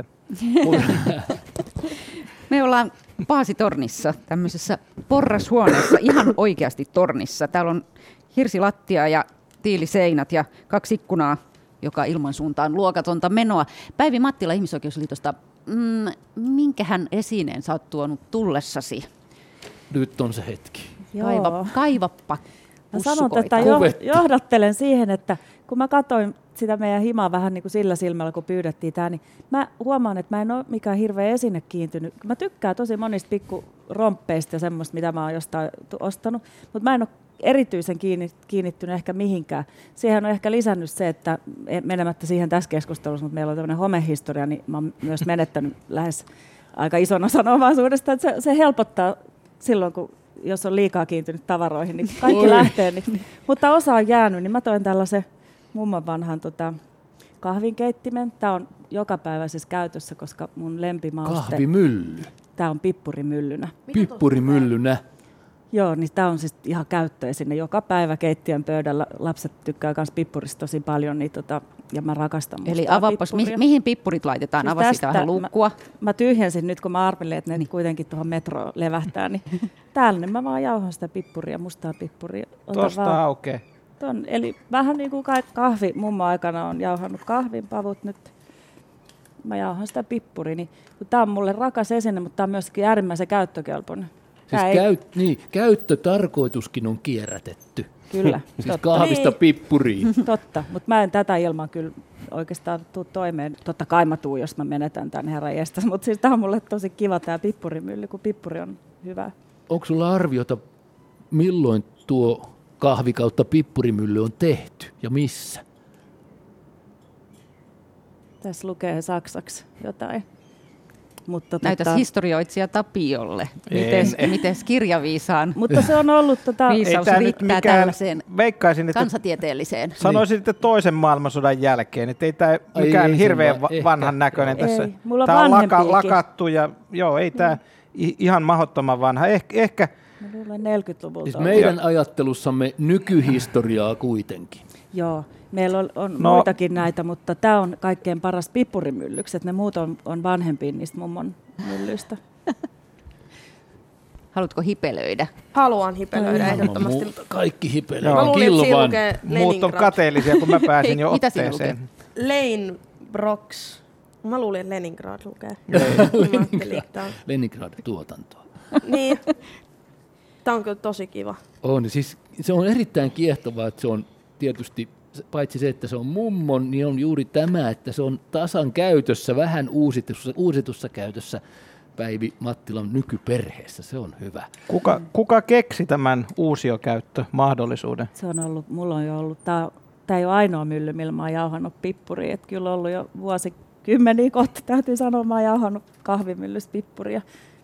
Me ollaan Paasitornissa, tämmöisessä porrashuoneessa, ihan oikeasti tornissa. Täällä on hirsilattia ja tiiliseinät ja kaksi ikkunaa, joka ilmansuuntaan luokatonta menoa. Päivi Mattila Ihmisoikeusliitosta, mm, minkähän esineen sä oot tuonut tullessasi? Nyt on se hetki. Kaiva, kaivappa Mä sanon, että johdattelen siihen, että kun mä katsoin sitä meidän himaa vähän niin kuin sillä silmällä, kun pyydettiin tämä, niin mä huomaan, että mä en ole mikään hirveä esine kiintynyt. Mä tykkään tosi monista pikkuromppeista ja semmoista, mitä mä oon jostain ostanut, mutta mä en ole erityisen kiinnittynyt ehkä mihinkään. Siihen on ehkä lisännyt se, että menemättä siihen tässä keskustelussa, mutta meillä on tämmöinen homehistoria, niin mä oon myös menettänyt lähes aika ison osan omaisuudesta, että se, se helpottaa silloin, kun jos on liikaa kiintynyt tavaroihin, niin kaikki Oi. lähtee. Niin, mutta osa on jäänyt, niin mä toin tällaisen mumman vanhan tota, kahvinkeittimen. Tämä on jokapäiväisessä käytössä, koska mun lempimauste... Kahvimylly. Tämä on pippurimyllynä. Pippurimyllynä. Joo, niin tämä on siis ihan käyttöä sinne joka päivä keittiön pöydällä. Lapset tykkää myös pippurista tosi paljon, niin tota, ja mä rakastan mustaa Eli avaapas, mi- mihin pippurit laitetaan? Siis Avaa sitä vähän luukkua. Mä, mä tyhjensin nyt, kun mä arvelin, että ne niin. kuitenkin tuohon metroon levähtää, niin täällä niin mä vaan jauhan sitä pippuria, mustaa pippuria. Tuosta aukeaa. Ton, eli vähän niin kuin kahvi, mummo aikana on jauhannut kahvinpavut nyt. Mä jauhan sitä pippuria, niin tämä on mulle rakas esine, mutta tämä on myöskin äärimmäisen käyttökelpoinen. Siis ei... käyt, niin, käyttötarkoituskin on kierrätetty. Kyllä. Siis kahvista niin. Pippuriin. Totta, mutta mä en tätä ilman kyllä oikeastaan tuu toimeen. Totta kai mä tuun, jos mä menetän tämän herran jestas, mutta siis tämä on mulle tosi kiva tämä pippurimylly, kun pippuri on hyvä. Onko sulla arviota, milloin tuo kahvi kautta pippurimylly on tehty ja missä? Tässä lukee saksaksi jotain. Mutta näytäs tota, historioitsija Tapiolle. Mites, mites kirjaviisaan mutta se on ollut tota, viisaus riittää tällaiseen kansatieteelliseen. Sanoisin, että toisen maailmansodan jälkeen, että ei tämä mikään ei, hirveän va- vanhan ehkä. näköinen tässä. Ei, mulla tämä on laka, vanhempiakin. lakattu ja joo, ei tämä mm. ihan mahdottoman vanha. Eh, ehkä mä luulen neljäkymmentäluvulta. Siis meidän ajattelussamme nykyhistoriaa kuitenkin. Joo, meillä on, on no. muitakin näitä, mutta tämä on kaikkein paras pippurimyllykset. Ne muut on, on vanhempia niistä mummon myllyistä. Haluatko hipelöidä? Haluan hipelöidä ehdottomasti. Mu- kaikki hipelöidä. Mä luulin, että siinä lukee Leningrad. Muut on kateellisia, kun mä pääsin jo Mitä siinä otteeseen. Lane Brox. Mä luulin, että Leningrad lukee. Leningrad. Leningrad-tuotantoa. Niin. Tämä on kyllä tosi kiva. On, siis se on erittäin kiehtovaa, että se on tietysti, paitsi se, että se on mummon, niin on juuri tämä, että se on tasan käytössä, vähän uusitussa, uusitussa käytössä Päivi Mattilan nykyperheessä. Se on hyvä. Kuka, kuka keksi tämän uusiokäyttömahdollisuuden? Se on ollut, mulla on jo ollut, tämä, tämä ei ole ainoa mylly, millä mä oon jauhannut pippuria. Että kyllä on ollut jo vuosikymmeniä kohta, täytyy sanoa, mä oon jauhannut kahvimyllystä pippuria.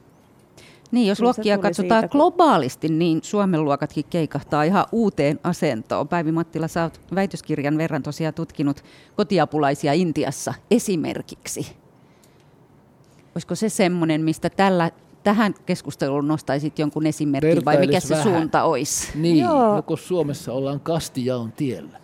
Niin, jos luokkia katsotaan siitä, globaalisti, niin Suomen luokatkin keikahtaa ihan uuteen asentoon. Päivi Mattila, sä oot väitöskirjan verran tosiaan tutkinut kotiapulaisia Intiassa esimerkiksi. Olisiko se semmoinen, mistä tällä, tähän keskusteluun nostaisit jonkun esimerkin, vai mikä se vähän suunta olisi? Niin, joko Suomessa ollaan kastijaon tiellä?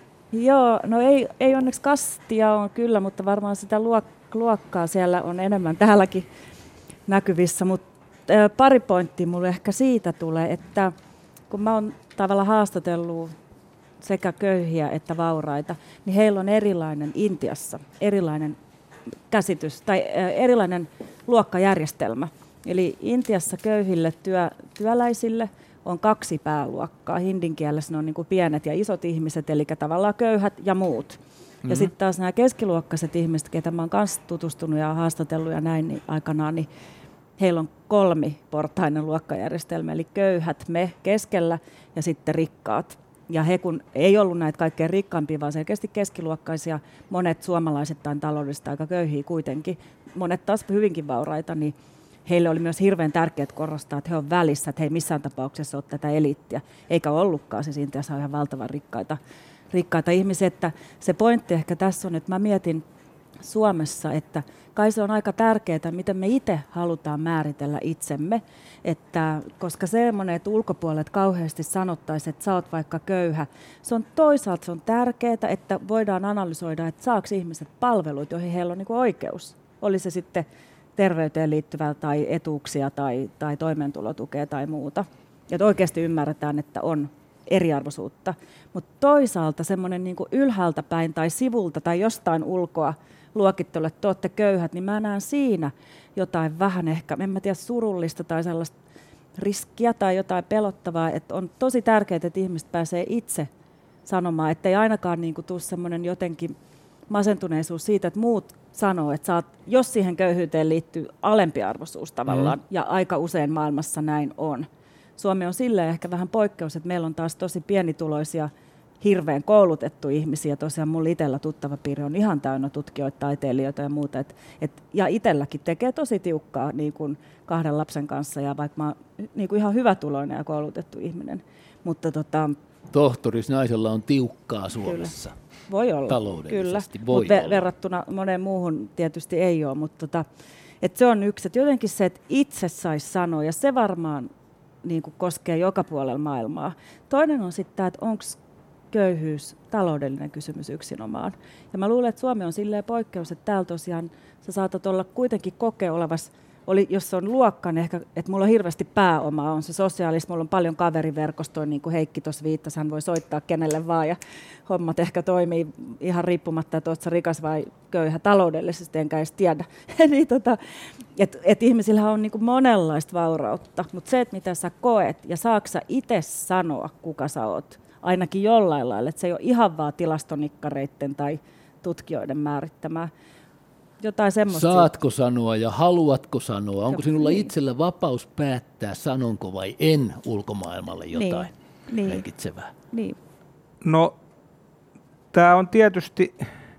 Joo, no ei, ei onneksi kastijaon kyllä, mutta varmaan sitä luok- luokkaa siellä on enemmän täälläkin näkyvissä, mutta pari pointtia mulle ehkä siitä tulee, että kun mä oon tavallaan haastatellut sekä köyhiä että vauraita, niin heillä on erilainen Intiassa, erilainen käsitys tai erilainen luokkajärjestelmä. Eli Intiassa köyhille työ, työläisille on kaksi pääluokkaa. Hindin kielessä ne on niin kuin pienet ja isot ihmiset, eli tavallaan köyhät ja muut. Mm-hmm. Ja sitten taas nämä keskiluokkaiset ihmiset, ketä mä oon kanssa tutustunut ja haastatellut ja näin niin aikanaan, niin heillä on kolmiportainen luokkajärjestelmä, eli köyhät me keskellä ja sitten rikkaat. Ja he kun ei ollut näitä kaikkein rikkaampia, vaan selkeästi keskiluokkaisia, monet suomalaiset tai taloudellisesti aika köyhiä kuitenkin, monet taas hyvinkin vauraita, niin heille oli myös hirveän tärkeää korostaa, että he on välissä, että he ei missään tapauksessa ole tätä eliittiä, eikä ollutkaan, siis Intiassa on ihan valtavan rikkaita, rikkaita ihmisiä. Että se pointti ehkä tässä on, että mä mietin Suomessa, että kai se on aika tärkeää, miten me itse halutaan määritellä itsemme, että koska semmoinen, että ulkopuolet kauheasti sanottaisiin, että sä oot vaikka köyhä, se on toisaalta se on tärkeää, että voidaan analysoida, että saako ihmiset palveluita, joihin heillä on niin kuin oikeus. Oli se sitten terveyteen liittyvää tai etuuksia tai, tai toimeentulotukea tai muuta. Että oikeasti ymmärretään, että on eriarvoisuutta. Mutta toisaalta semmoinen niin kuin ylhäältä päin tai sivulta tai jostain ulkoa luokittelu, että te olette köyhät, niin mä näen siinä jotain vähän ehkä, en mä tiedä, surullista tai sellaista riskiä tai jotain pelottavaa, että on tosi tärkeää, että ihmiset pääsee itse sanomaan, ettei ainakaan niin kuin tule semmoinen jotenkin masentuneisuus siitä, että muut sanoo, että sä oot, jos siihen köyhyyteen liittyy alempiarvoisuus tavallaan, mm. ja aika usein maailmassa näin on. Suomi on silleen ehkä vähän poikkeus, että meillä on taas tosi pienituloisia, hirveän koulutettu ihmisiä. Tosiaan mulla itsellä tuttava piiri on ihan täynnä tutkijoita, taiteilijoita ja muuta. Et, et, ja itselläkin tekee tosi tiukkaa niin kuin kahden lapsen kanssa, ja vaikka mä oon niin kuin ihan hyvätuloinen ja koulutettu ihminen. Mutta tota, tohtoris naisella on tiukkaa Suomessa. Kyllä. Voi olla, taloudellisesti. Kyllä, voi mutta olla. verrattuna moneen muuhun tietysti ei ole, mutta tota, et se on yksi, että jotenkin se, että itse saisi sanoa, ja se varmaan niin kuin koskee joka puolella maailmaa. Toinen on sitten tämä, että onko köyhyys taloudellinen kysymys yksinomaan. Ja mä luulen, että Suomi on silleen poikkeus, että täällä tosiaan sä saatat olla kuitenkin kokea olevas, oli, jos se on luokka, niin ehkä, että mulla on hirveästi pääomaa, on se sosiaalista, mulla on paljon kaveriverkostoa, niin kuin Heikki tuossa viittasi, hän voi soittaa kenelle vaan, ja hommat ehkä toimii ihan riippumatta, että oot sä rikas vai köyhä taloudellisesti, enkä edes tiedä. niin tota, että et ihmisillä on niin kuin monenlaista vaurautta, mutta se, että mitä sä koet, ja saako sä itse sanoa, kuka sä oot, ainakin jollain lailla, että se ei ole ihan vaan tilastonikkareiden tai tutkijoiden määrittämää. Jotain semmoista. Saatko sanoa ja haluatko sanoa? Onko sinulla niin. itsellä vapaus päättää, sanonko vai en ulkomaailmalle jotain niin. merkitsevää? Niin. No, tämä on tietysti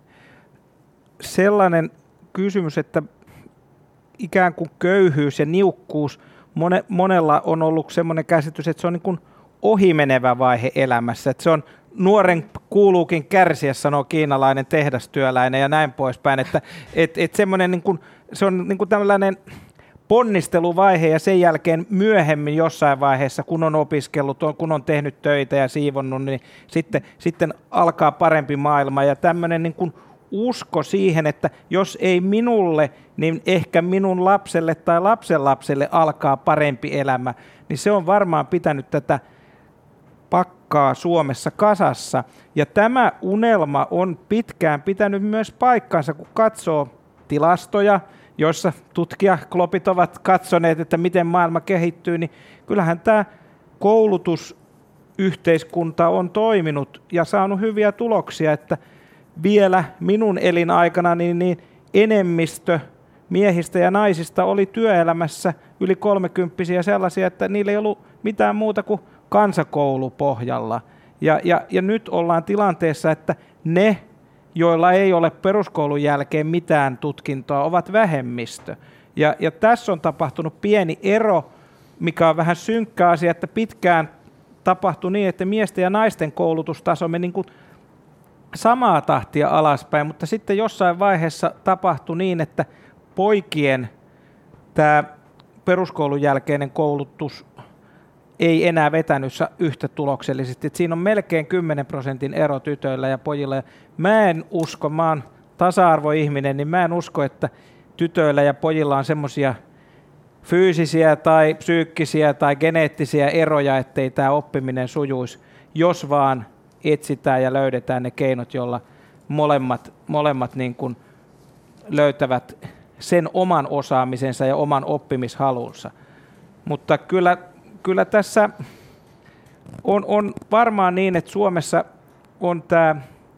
sellainen kysymys, että ikään kuin köyhyys ja niukkuus, mone, monella on ollut sellainen käsitys, että se on niin kuin ohimenevä vaihe elämässä, että se on nuoren kuuluukin kärsiä, sanoo kiinalainen tehdastyöläinen ja näin poispäin, että et, et semmoinen niin kuin, se on niin kuin tällainen ponnisteluvaihe ja sen jälkeen myöhemmin jossain vaiheessa, kun on opiskellut, kun on tehnyt töitä ja siivonnut, niin sitten, sitten alkaa parempi maailma ja tämmöinen niin kuin usko siihen, että jos ei minulle, niin ehkä minun lapselle tai lapsenlapselle alkaa parempi elämä, niin se on varmaan pitänyt tätä pakkaa Suomessa kasassa. Ja tämä unelma on pitkään pitänyt myös paikkansa, kun katsoo tilastoja, joissa tutkijaklopit ovat katsoneet, että miten maailma kehittyy, niin kyllähän tämä koulutusyhteiskunta on toiminut ja saanut hyviä tuloksia, että vielä minun elinaikana niin, niin enemmistö miehistä ja naisista oli työelämässä yli kolmekymppisiä sellaisia, että niillä ei ollut mitään muuta kuin kansakoulupohjalla. Ja, ja, ja nyt ollaan tilanteessa, että ne, joilla ei ole peruskoulun jälkeen mitään tutkintoa, ovat vähemmistö. Ja, ja tässä on tapahtunut pieni ero, mikä on vähän synkkä asia, että pitkään tapahtui niin, että miesten ja naisten koulutustaso meni niin kuin samaa tahtia alaspäin, mutta sitten jossain vaiheessa tapahtui niin, että poikien tämä peruskoulun jälkeinen koulutus ei enää vetänyt yhtä tuloksellisesti. Et siinä on melkein kymmenen prosentin ero tytöillä ja pojilla. Ja mä en usko, mä oon tasa-arvoihminen, niin mä en usko, että tytöillä ja pojilla on semmoisia fyysisiä tai psyykkisiä tai geneettisiä eroja, ettei tämä oppiminen sujuisi, jos vaan etsitään ja löydetään ne keinot, joilla molemmat, molemmat niin kuin löytävät sen oman osaamisensa ja oman oppimishalunsa. Mutta kyllä, kyllä tässä on, on varmaan niin, että Suomessa on tämä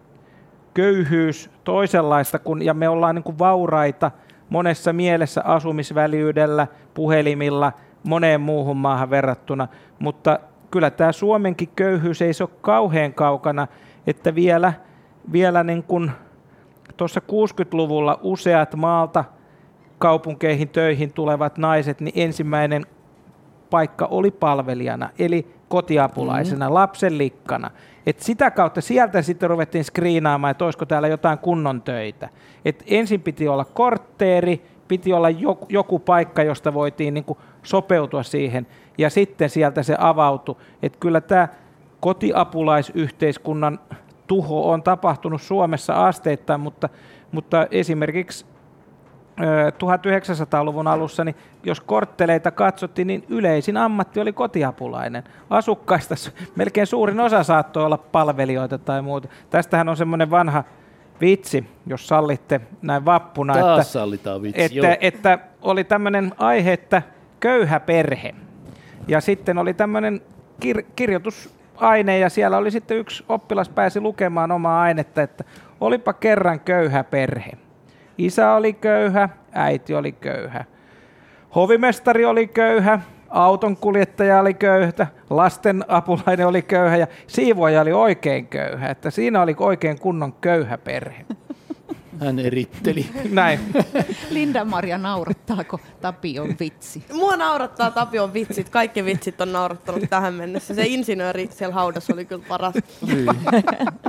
köyhyys toisenlaista, kun, ja me ollaan niin kuin vauraita monessa mielessä asumisväliydellä, puhelimilla, moneen muuhun maahan verrattuna, mutta kyllä tämä Suomenkin köyhyys ei se ole kauhean kaukana, että vielä, vielä niin kuin tuossa kuusikymmentäluvulla useat maalta kaupunkeihin töihin tulevat naiset, niin ensimmäinen paikka oli palvelijana, eli kotiapulaisena, mm-hmm. lapsenlikkana. Et sitä kautta sieltä sitten ruvettiin skriinaamaan, että olisiko täällä jotain kunnon töitä. Et ensin piti olla kortteeri, piti olla joku, joku paikka, josta voitiin niin kuin sopeutua siihen, ja sitten sieltä se avautui. Että kyllä tämä kotiapulaisyhteiskunnan tuho on tapahtunut Suomessa asteittain, mutta, mutta esimerkiksi tuhatyhdeksänsataaluvun alussa, niin jos kortteleita katsottiin, niin yleisin ammatti oli kotiapulainen. Asukkaista melkein suurin osa saattoi olla palvelijoita tai muuta. Tästähän on semmoinen vanha vitsi, jos sallitte näin vappuna, Taas että, sallitaan vitsi, että, että oli tämmöinen aihe, että köyhä perhe. Ja sitten oli tämmöinen kir- kirjoitusaine, ja siellä oli sitten yksi oppilas pääsi lukemaan omaa ainetta, että olipa kerran köyhä perhe. Isä oli köyhä, äiti oli köyhä. Hovimestari oli köyhä, autonkuljettaja oli köyhä, lasten apulainen oli köyhä ja siivoaja oli oikein köyhä. Että siinä oli oikein kunnon köyhä perhe. Hän eritteli. Näin. Linda-Maria, naurattaako Tapion vitsi? Mua naurattaa Tapion vitsit. Kaikki vitsit on naurattanut tähän mennessä. Se insinööri siellä haudassa oli kyllä paras.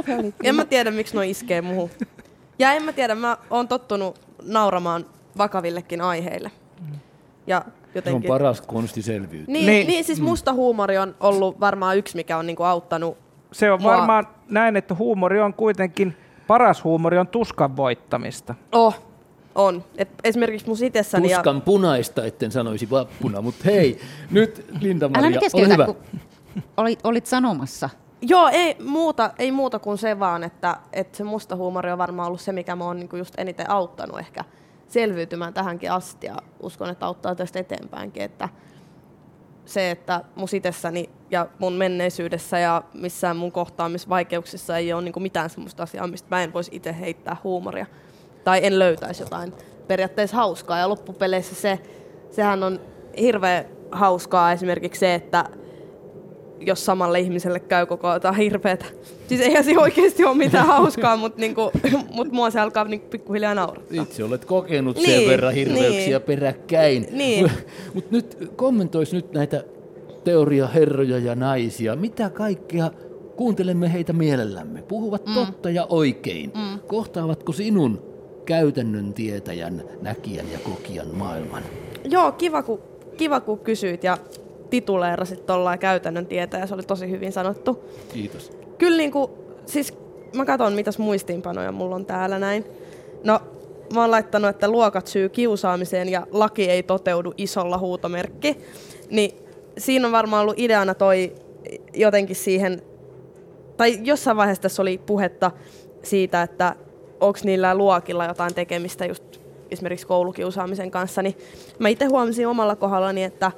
En mä tiedä, miksi no iskee muuhun. Ja en mä tiedä, mä oon tottunut nauramaan vakavillekin aiheille. Ja jotenkin... Se on paras konsti selviytyä. Niin, niin. niin siis musta huumori on ollut varmaan yksi, mikä on niinku auttanut. Se on mua. varmaan näin, että huumori on kuitenkin, paras huumori on tuskan voittamista. Oh, on. Et esimerkiksi mun itsessäni... Tuskan ja... punaista, etten sanoisi vappuna, mutta hei, nyt Linda-Maria, ole hyvä. Olit, olit sanomassa. Joo, ei muuta, ei muuta kuin se vaan, että, että se musta huumori on varmaan ollut se, mikä mä oon niinku just eniten auttanut ehkä selviytymään tähänkin asti ja uskon, että auttaa tästä eteenpäinkin, että se, että mun itsessäni ja mun menneisyydessä ja missään mun kohtaamisvaikeuksissa ei ole niinku mitään semmoista asiaa, mistä mä en voisi itse heittää huumoria tai en löytäisi jotain periaatteessa hauskaa ja loppupeleissä se, sehän on hirveän hauskaa esimerkiksi se, että jos samalle ihmiselle käy koko ajan hirveetä. Siis eihän se oikeasti ole mitään hauskaa, mutta niinku, mut mua se alkaa niinku pikkuhiljaa naurattaa. Itse olet kokenut niin, sen verran hirveyksiä niin. peräkkäin. Niin. Mutta nyt kommentoisi nyt näitä teoriaherroja ja naisia. Mitä kaikkea kuuntelemme heitä mielellämme? Puhuvat mm. totta ja oikein. Mm. Kohtaavatko sinun käytännön tietäjän, näkijän ja kokijan maailman? Joo, kiva kun, kiva kun kysyit ja tituleerasit tuollain käytännön tietäjä, se oli tosi hyvin sanottu. Kiitos. Kyllä niinku, siis mä katson mitäs muistiinpanoja mulla on täällä näin. No, mä oon laittanut, että luokat syy kiusaamiseen ja laki ei toteudu isolla huutomerkki. Niin siinä on varmaan ollut ideana toi jotenkin siihen, tai jossain vaiheessa tässä oli puhetta siitä, että onko niillä luokilla jotain tekemistä just esimerkiksi koulukiusaamisen kanssa. Niin mä itse huomasin omalla kohdallani, että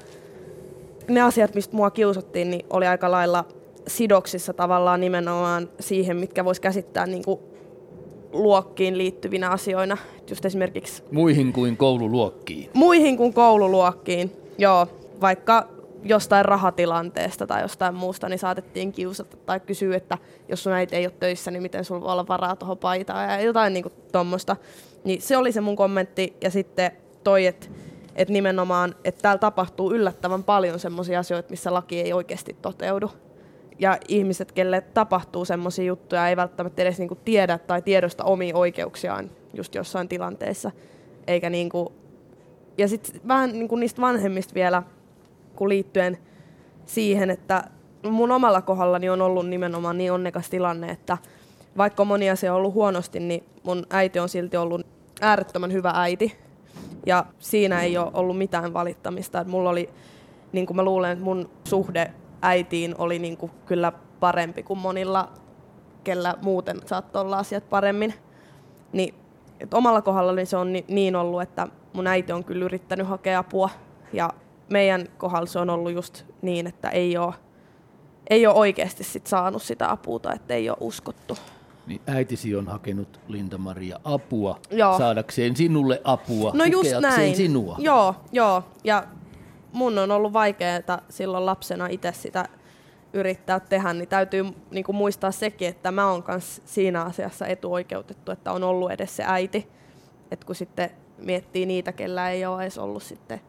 ne asiat, mistä mua kiusattiin, niin oli aika lailla sidoksissa tavallaan nimenomaan siihen, mitkä vois käsittää niin kuin luokkiin liittyvinä asioina. Just esimerkiksi muihin kuin koululuokkiin. Muihin kuin koululuokkiin, joo. Vaikka jostain rahatilanteesta tai jostain muusta, niin saatettiin kiusata tai kysyä, että jos sun äiti ei ole töissä, niin miten sulla voi olla varaa tuohon paitaan ja jotain niin kuin tommoista. Niin se oli se mun kommentti ja sitten toi, että Että nimenomaan, että täällä tapahtuu yllättävän paljon semmoisia asioita, missä laki ei oikeasti toteudu. Ja ihmiset, kelle tapahtuu semmoisia juttuja, ei välttämättä edes niinku tiedä tai tiedosta omia oikeuksiaan just jossain tilanteessa. Eikä niinku... Ja sitten vähän niinku niistä vanhemmista vielä, kun liittyen siihen, että mun omalla kohdallani on ollut nimenomaan niin onnekas tilanne, että vaikka moni asia on ollut huonosti, niin mun äiti on silti ollut äärettömän hyvä äiti. Ja siinä ei ole ollut mitään valittamista. Et mulla oli, niin kuin mä luulen, että mun suhde äitiin oli niin kuin kyllä parempi kuin monilla, kellä muuten saattoi olla asiat paremmin. Niin, et omalla kohdalla se on niin ollut, että mun äiti on kyllä yrittänyt hakea apua. Ja meidän kohdalla se on ollut just niin, että ei ole, ei ole oikeasti sit saanut sitä apua tai että ei ole uskottu. Niin äitisi on hakenut, Linda-Maria, apua joo. saadakseen sinulle apua, no just näin. sinua. Joo, joo. Ja mun on ollut vaikeaa silloin lapsena itse sitä yrittää tehdä, niin täytyy niinku muistaa sekin, että mä oon kans siinä asiassa etuoikeutettu, että on ollut edes se äiti. Et kun sitten miettii niitä, kellä ei ole edes ollut sitten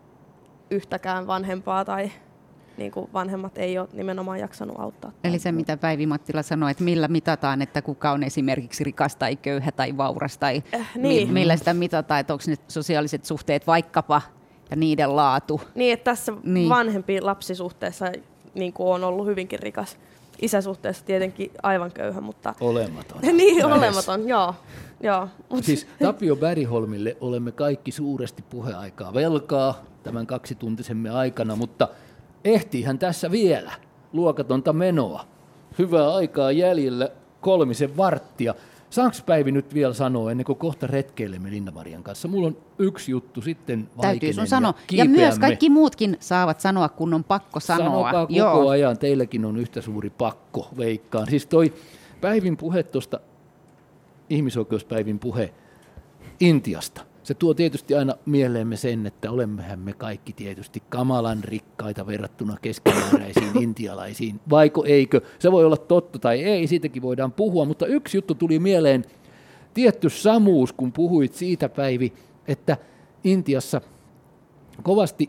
yhtäkään vanhempaa tai niin kuin vanhemmat ei ole nimenomaan jaksanut auttaa. Eli se, mitä Päivi Mattila sanoi, että millä mitataan, että kuka on esimerkiksi rikas tai köyhä tai vauras, tai äh, niin. mi- millä sitä mitataan, että onko ne sosiaaliset suhteet vaikkapa ja niiden laatu. Niin, että tässä niin. vanhempi lapsisuhteessa niin kuin on ollut hyvinkin rikas. Isäsuhteessa tietenkin aivan köyhä, mutta... Olematon. niin, lähes. olematon, joo. joo. Siis Tapio Bergholmille olemme kaikki suuresti puheaikaa velkaa tämän kaksituntisemme aikana, mutta ehtiihän tässä vielä luokatonta menoa. Hyvää aikaa jäljellä kolmisen varttia. Saanko Päivi nyt vielä sanoa, ennen kuin kohta retkeilemme Linda-Marian kanssa? Mulla on yksi juttu sitten täytyy sun ja sanoa. kiipeämme. Ja myös kaikki muutkin saavat sanoa, kun on pakko sanoa. Sanokaa koko Joo. ajan, teilläkin on yhtä suuri pakko, veikkaan. Siis toi Päivin puhe tuosta, ihmisoikeuspäivin puhe Intiasta. Se tuo tietysti aina mieleemme sen, että olemmehän me kaikki tietysti kamalan rikkaita verrattuna keskimääräisiin intialaisiin, vaiko eikö? Se voi olla totta tai ei, siitäkin voidaan puhua, mutta yksi juttu tuli mieleen, tietty samuus, kun puhuit siitä, Päivi, että Intiassa kovasti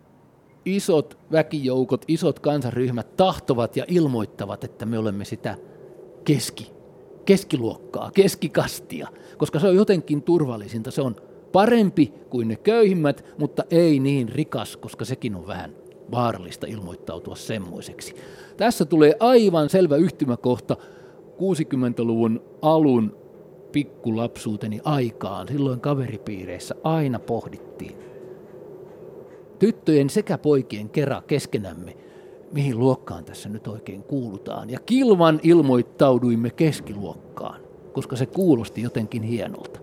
isot väkijoukot, isot kansanryhmät tahtovat ja ilmoittavat, että me olemme sitä keski keskiluokkaa, keskikastia, koska se on jotenkin turvallisinta. Se on parempi kuin ne köyhimmät, mutta ei niin rikas, koska sekin on vähän vaarallista ilmoittautua semmoiseksi. Tässä tulee aivan selvä yhtymäkohta kuusikymmentäluvun alun pikkulapsuuteni aikaan. Silloin kaveripiireissä aina pohdittiin tyttöjen sekä poikien kera keskenämme, mihin luokkaan tässä nyt oikein kuulutaan. Ja kilvan ilmoittauduimme keskiluokkaan, koska se kuulosti jotenkin hienolta.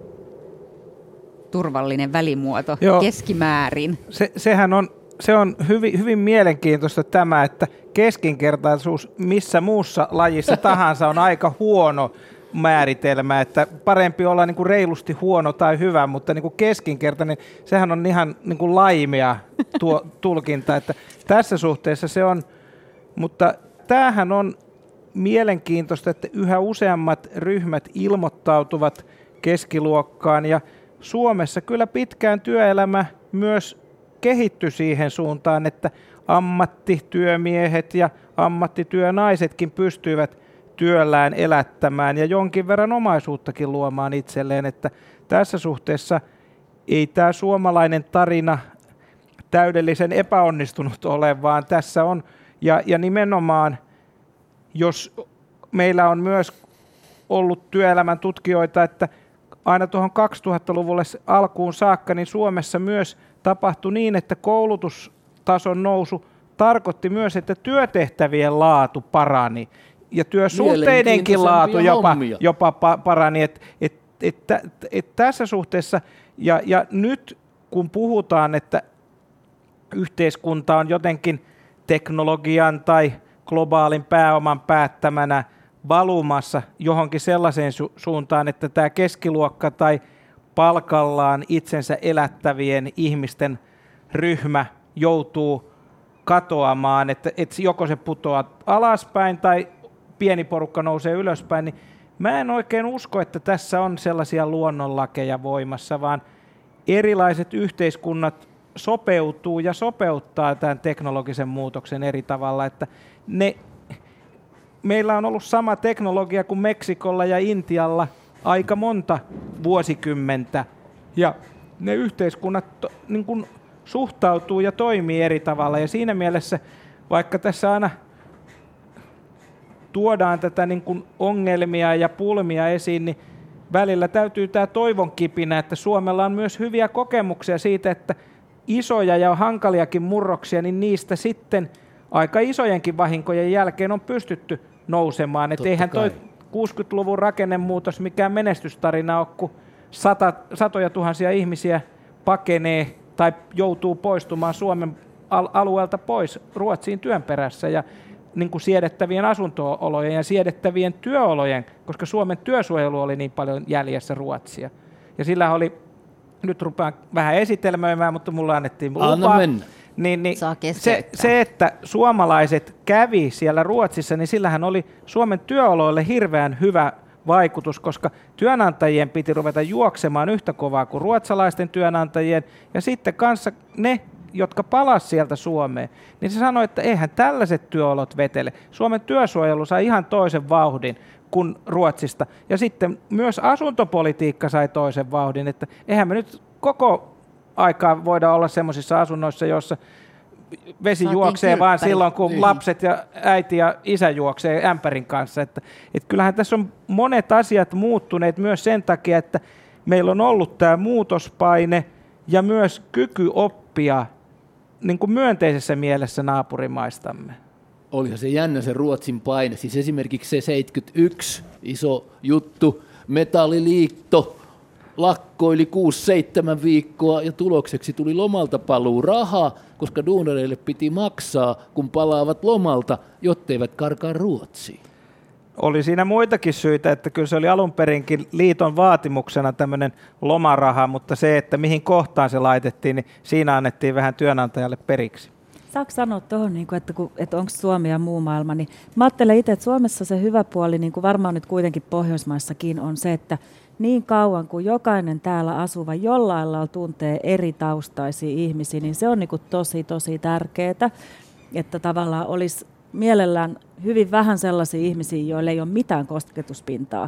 Turvallinen välimuoto, Joo. keskimäärin. Se, sehän on, se on hyvin, hyvin mielenkiintoista tämä, että keskinkertaisuus missä muussa lajissa tahansa on aika huono määritelmä, että parempi olla niin kuin reilusti huono tai hyvä, mutta niin kuin keskinkertainen, sehän on ihan niin kuin laimea tuo tulkinta, että tässä suhteessa se on, mutta tämähän on mielenkiintoista, että yhä useammat ryhmät ilmoittautuvat keskiluokkaan ja Suomessa kyllä pitkään työelämä myös kehittyi siihen suuntaan, että ammattityömiehet ja ammattityönaisetkin pystyivät työllään elättämään ja jonkin verran omaisuuttakin luomaan itselleen, että tässä suhteessa ei tämä suomalainen tarina täydellisen epäonnistunut ole, vaan tässä on, ja, ja nimenomaan, jos meillä on myös ollut työelämän tutkijoita, että aina tuohon kaksituhattaluvulle alkuun saakka, niin Suomessa myös tapahtui niin, että koulutustason nousu tarkoitti myös, että työtehtävien laatu parani ja työsuhteidenkin laatu jopa, jopa parani. Et, et, et, et, et tässä suhteessa, ja, ja nyt kun puhutaan, että yhteiskunta on jotenkin teknologian tai globaalin pääoman päättämänä valumassa johonkin sellaiseen su- suuntaan, että tämä keskiluokka tai palkallaan itsensä elättävien ihmisten ryhmä joutuu katoamaan, että, että joko se putoaa alaspäin tai pieni porukka nousee ylöspäin, niin mä en oikein usko, että tässä on sellaisia luonnonlakeja voimassa, vaan erilaiset yhteiskunnat sopeutuu ja sopeuttaa tämän teknologisen muutoksen eri tavalla, että ne, meillä on ollut sama teknologia kuin Meksikolla ja Intialla aika monta vuosikymmentä, ja ne yhteiskunnat to, niin kuin suhtautuu ja toimii eri tavalla, ja siinä mielessä, vaikka tässä aina tuodaan tätä niin kuin ongelmia ja pulmia esiin, niin välillä täytyy tämä toivon kipinä, että Suomella on myös hyviä kokemuksia siitä, että isoja ja hankaliakin murroksia, niin niistä sitten aika isojenkin vahinkojen jälkeen on pystytty nousemaan. Että eihän toi kuusikymmentäluvun rakennemuutos mikään menestystarina ole, kun sata, satoja tuhansia ihmisiä pakenee tai joutuu poistumaan Suomen al- alueelta pois Ruotsiin työn perässä ja niin kuin siedettävien asunto-olojen ja siedettävien työolojen, koska Suomen työsuojelu oli niin paljon jäljessä Ruotsia. Ja sillä oli, nyt rupean vähän esitelmöimään, mutta mulla annettiin lupa. Anna mennä. Niin, niin se, se, että suomalaiset kävi siellä Ruotsissa, niin sillähän oli Suomen työoloille hirveän hyvä vaikutus, koska työnantajien piti ruveta juoksemaan yhtä kovaa kuin ruotsalaisten työnantajien, ja sitten kanssa ne, jotka palasivat sieltä Suomeen, niin se sanoi, että eihän tällaiset työolot vetele. Suomen työsuojelu sai ihan toisen vauhdin kuin Ruotsista, ja sitten myös asuntopolitiikka sai toisen vauhdin, että eihän me nyt koko aikaa voida olla semmoisissa asunnoissa, joissa vesi Saatiin juoksee kylppäri. Vaan silloin, kun niin. lapset ja äiti ja isä juoksee ämpärin kanssa. Että, että kyllähän tässä on monet asiat muuttuneet myös sen takia, että meillä on ollut tämä muutospaine ja myös kyky oppia niin kuin myönteisessä mielessä naapurimaistamme. Olihan se jännä se Ruotsin paine. Siis esimerkiksi se seitsemänkymmentäyksi iso juttu, Metalliliitto lakkoili kuusi seitsemän viikkoa ja tulokseksi tuli lomalta paluu rahaa, koska duunareille piti maksaa, kun palaavat lomalta, jotteivät karkaa Ruotsiin. Oli siinä muitakin syitä, että kyllä se oli alun perinkin liiton vaatimuksena tämmöinen lomaraha, mutta se, että mihin kohtaan se laitettiin, niin siinä annettiin vähän työnantajalle periksi. Saanko sanoa tuohon, että, että onko Suomi ja muu maailma, niin mä ajattelen itse, että Suomessa se hyvä puoli, niin kuin varmaan nyt kuitenkin Pohjoismaissakin, on se, että niin kauan kuin jokainen täällä asuva jollain lailla tuntee eri taustaisia ihmisiä, niin se on niin kuin tosi, tosi tärkeää, että tavallaan olisi mielellään hyvin vähän sellaisia ihmisiä, joilla ei ole mitään kosketuspintaa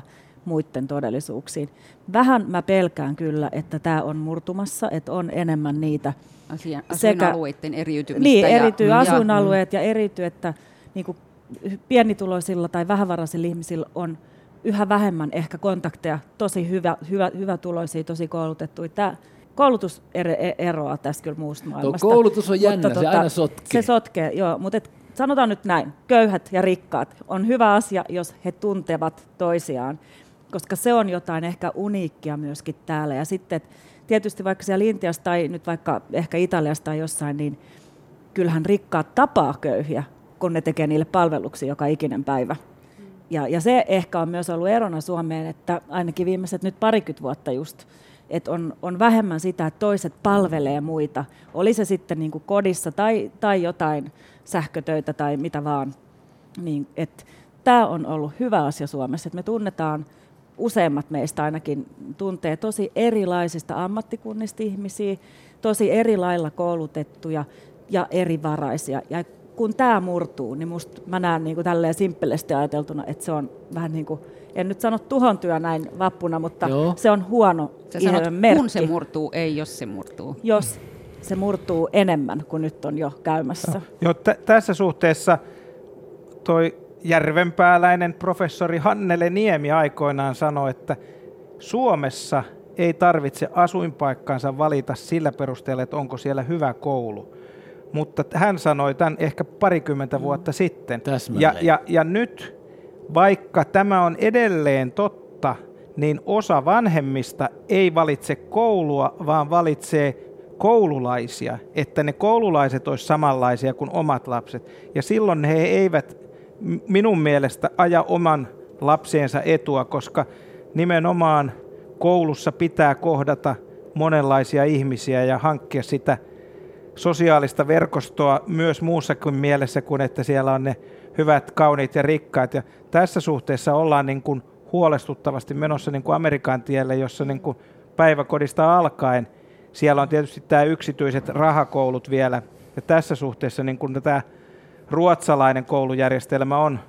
muiden todellisuuksiin. Vähän mä pelkään kyllä, että tämä on murtumassa, että on enemmän niitä Asia, asuinalueiden eriytymistä. Niin, eriytyy ja, asuinalueet ja, ja eriytyy, että niin kuin pienituloisilla tai vähävaraisilla ihmisillä on yhä vähemmän ehkä kontakteja, tosi hyvä, hyvä, hyvätuloisia, tosi koulutettuja. Tämä koulutus eroaa tästä kyllä muusta maailmasta. Tuo koulutus on jännä, mutta, se tota, aina sotkee. Se sotkee, joo, mutta et, sanotaan nyt näin, köyhät ja rikkaat on hyvä asia, jos he tuntevat toisiaan, koska se on jotain ehkä uniikkia myöskin täällä. Ja sitten tietysti vaikka siellä Intiassa tai nyt vaikka ehkä Italiassa tai jossain, niin kyllähän rikkaat tapaa köyhiä, kun ne tekee niille palveluksia joka ikinen päivä. Ja, ja se ehkä on myös ollut erona Suomeen, että ainakin viimeiset nyt parikymmentä vuotta just, että on, on vähemmän sitä, että toiset palvelee muita. Oli se sitten niin kuin kodissa tai, tai jotain sähkötöitä tai mitä vaan. Niin, tämä on ollut hyvä asia Suomessa, että me tunnetaan, useimmat meistä ainakin tuntee tosi erilaisista ammattikunnista ihmisiä, tosi eri lailla koulutettuja ja erivaraisia. Ja kun tämä murtuu, niin musta mä näen niin kuin tälleen simppelesti ajateltuna, että se on vähän niin kuin, en nyt sano tuhon työ näin vappuna, mutta Joo. se on huono Sä sanot, merkki. Kun se murtuu, ei jos se murtuu. Jos se murtuu enemmän kuin nyt on jo käymässä. No, jo, t- tässä suhteessa toi järvenpääläinen professori Hannele Niemi aikoinaan sanoi, että Suomessa ei tarvitse asuinpaikkaansa valita sillä perusteella, että onko siellä hyvä koulu. Mutta hän sanoi tämän ehkä parikymmentä vuotta mm. sitten. Ja, ja, ja nyt, vaikka tämä on edelleen totta, niin osa vanhemmista ei valitse koulua, vaan valitsee koululaisia, että ne koululaiset olisi samanlaisia kuin omat lapset. Ja silloin he eivät minun mielestä aja oman lapsiensa etua, koska nimenomaan koulussa pitää kohdata monenlaisia ihmisiä ja hankkia sitä sosiaalista verkostoa myös muussa kuin mielessä kuin, että siellä on ne hyvät, kauniit ja rikkaat. Ja tässä suhteessa ollaan niin kuin huolestuttavasti menossa niin kuin Amerikan tielle, jossa niin kuin päiväkodista alkaen siellä on tietysti tämä yksityiset rahakoulut vielä. Ja tässä suhteessa niin kuin tämä ruotsalainen koulujärjestelmä on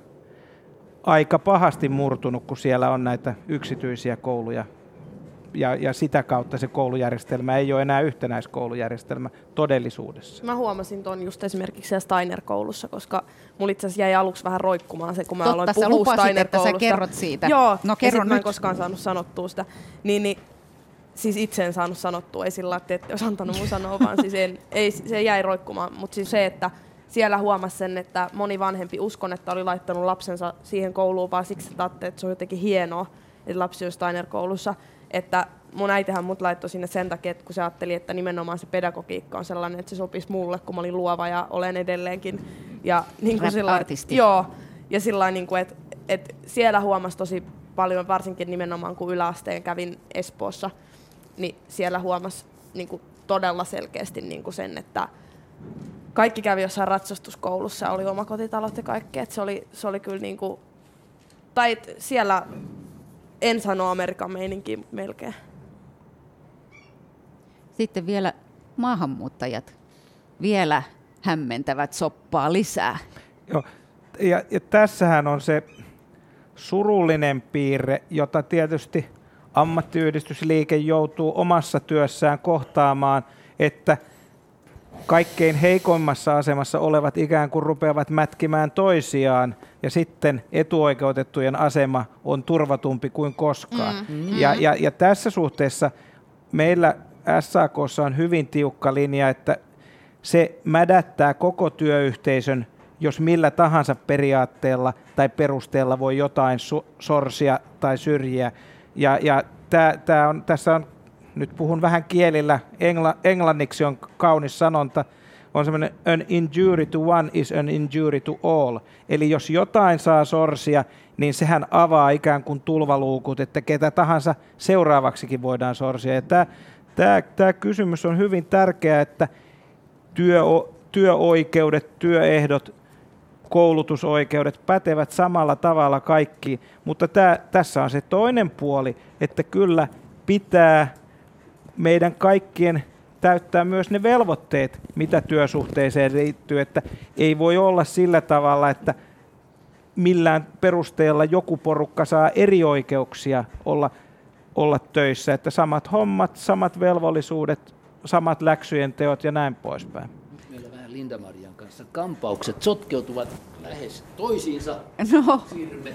aika pahasti murtunut, kun siellä on näitä yksityisiä kouluja. Ja, ja sitä kautta se koulujärjestelmä ei ole enää yhtenäiskoulujärjestelmä todellisuudessa. Mä huomasin ton just esimerkiksi siellä Steiner-koulussa, koska mulla itse asiassa jäi aluksi vähän roikkumaan se, kun mä Totta, aloin puhua Steiner-koulusta. että sä kerrot siitä. Joo, no, kerro ja sit mä en nyt. koskaan saanut sanottua sitä. Niin, niin, siis itse en saanut sanottua, ei sillä lailla, että ette olisi antanut mun sanoa, vaan siis en, ei, se jäi roikkumaan. Mutta siis se, että siellä huomasi sen, että moni vanhempi uskon, että oli laittanut lapsensa siihen kouluun vaan siksi, että ajattelee, että se on jotenkin hienoa, että lapsi on Steiner-koulussa. Että mun äitihän mut laittoi sinne sen takia, että kun se ajatteli, että nimenomaan se pedagogiikka on sellainen, että se sopisi mulle, kun mä olin luova ja olen edelleenkin. Ja niin kuin sillä, joo, ja sillä niin kuin, että, että siellä huomasi tosi paljon, varsinkin nimenomaan kun yläasteen kävin Espoossa, niin siellä huomasi niin kuin todella selkeästi niin kuin sen, että kaikki kävi jossain ratsastuskoulussa, oli omakotitalot ja kaikkea, että se oli, se oli kyllä niin kuin, tai siellä en sano Amerikan meininkiä, mutta melkein. Sitten vielä maahanmuuttajat vielä hämmentävät soppaa lisää. Joo, ja, ja tässähän on se surullinen piirre, jota tietysti ammattiyhdistysliike joutuu omassa työssään kohtaamaan, että kaikkein heikoimmassa asemassa olevat ikään kuin rupeavat mätkimään toisiaan ja sitten etuoikeutettujen asema on turvatumpi kuin koskaan. Mm. Ja, ja, ja tässä suhteessa meillä S A K:ssa on hyvin tiukka linja, että se mädättää koko työyhteisön, jos millä tahansa periaatteella tai perusteella voi jotain su- sorsia tai syrjiä. Ja, ja tää, tää on, tässä on, nyt puhun vähän kielillä, engla, englanniksi on kaunis sanonta, on semmoinen an injury to one is an injury to all. Eli jos jotain saa sorsia, niin sehän avaa ikään kuin tulvaluukut, että ketä tahansa seuraavaksikin voidaan sorsia. Ja tämä, tämä, tämä kysymys on hyvin tärkeä, että työ, työoikeudet, työehdot, koulutusoikeudet pätevät samalla tavalla kaikki, mutta tämä, tässä on se toinen puoli, että kyllä pitää meidän kaikkien täyttää myös ne velvoitteet, mitä työsuhteeseen liittyy, että ei voi olla sillä tavalla, että millään perusteella joku porukka saa eri oikeuksia olla, olla töissä, että samat hommat, samat velvollisuudet, samat läksyjen teot ja näin poispäin. Meillä vähän Linda-Marian kanssa kampaukset sotkeutuvat lähes toisiinsa. No. Siirrymme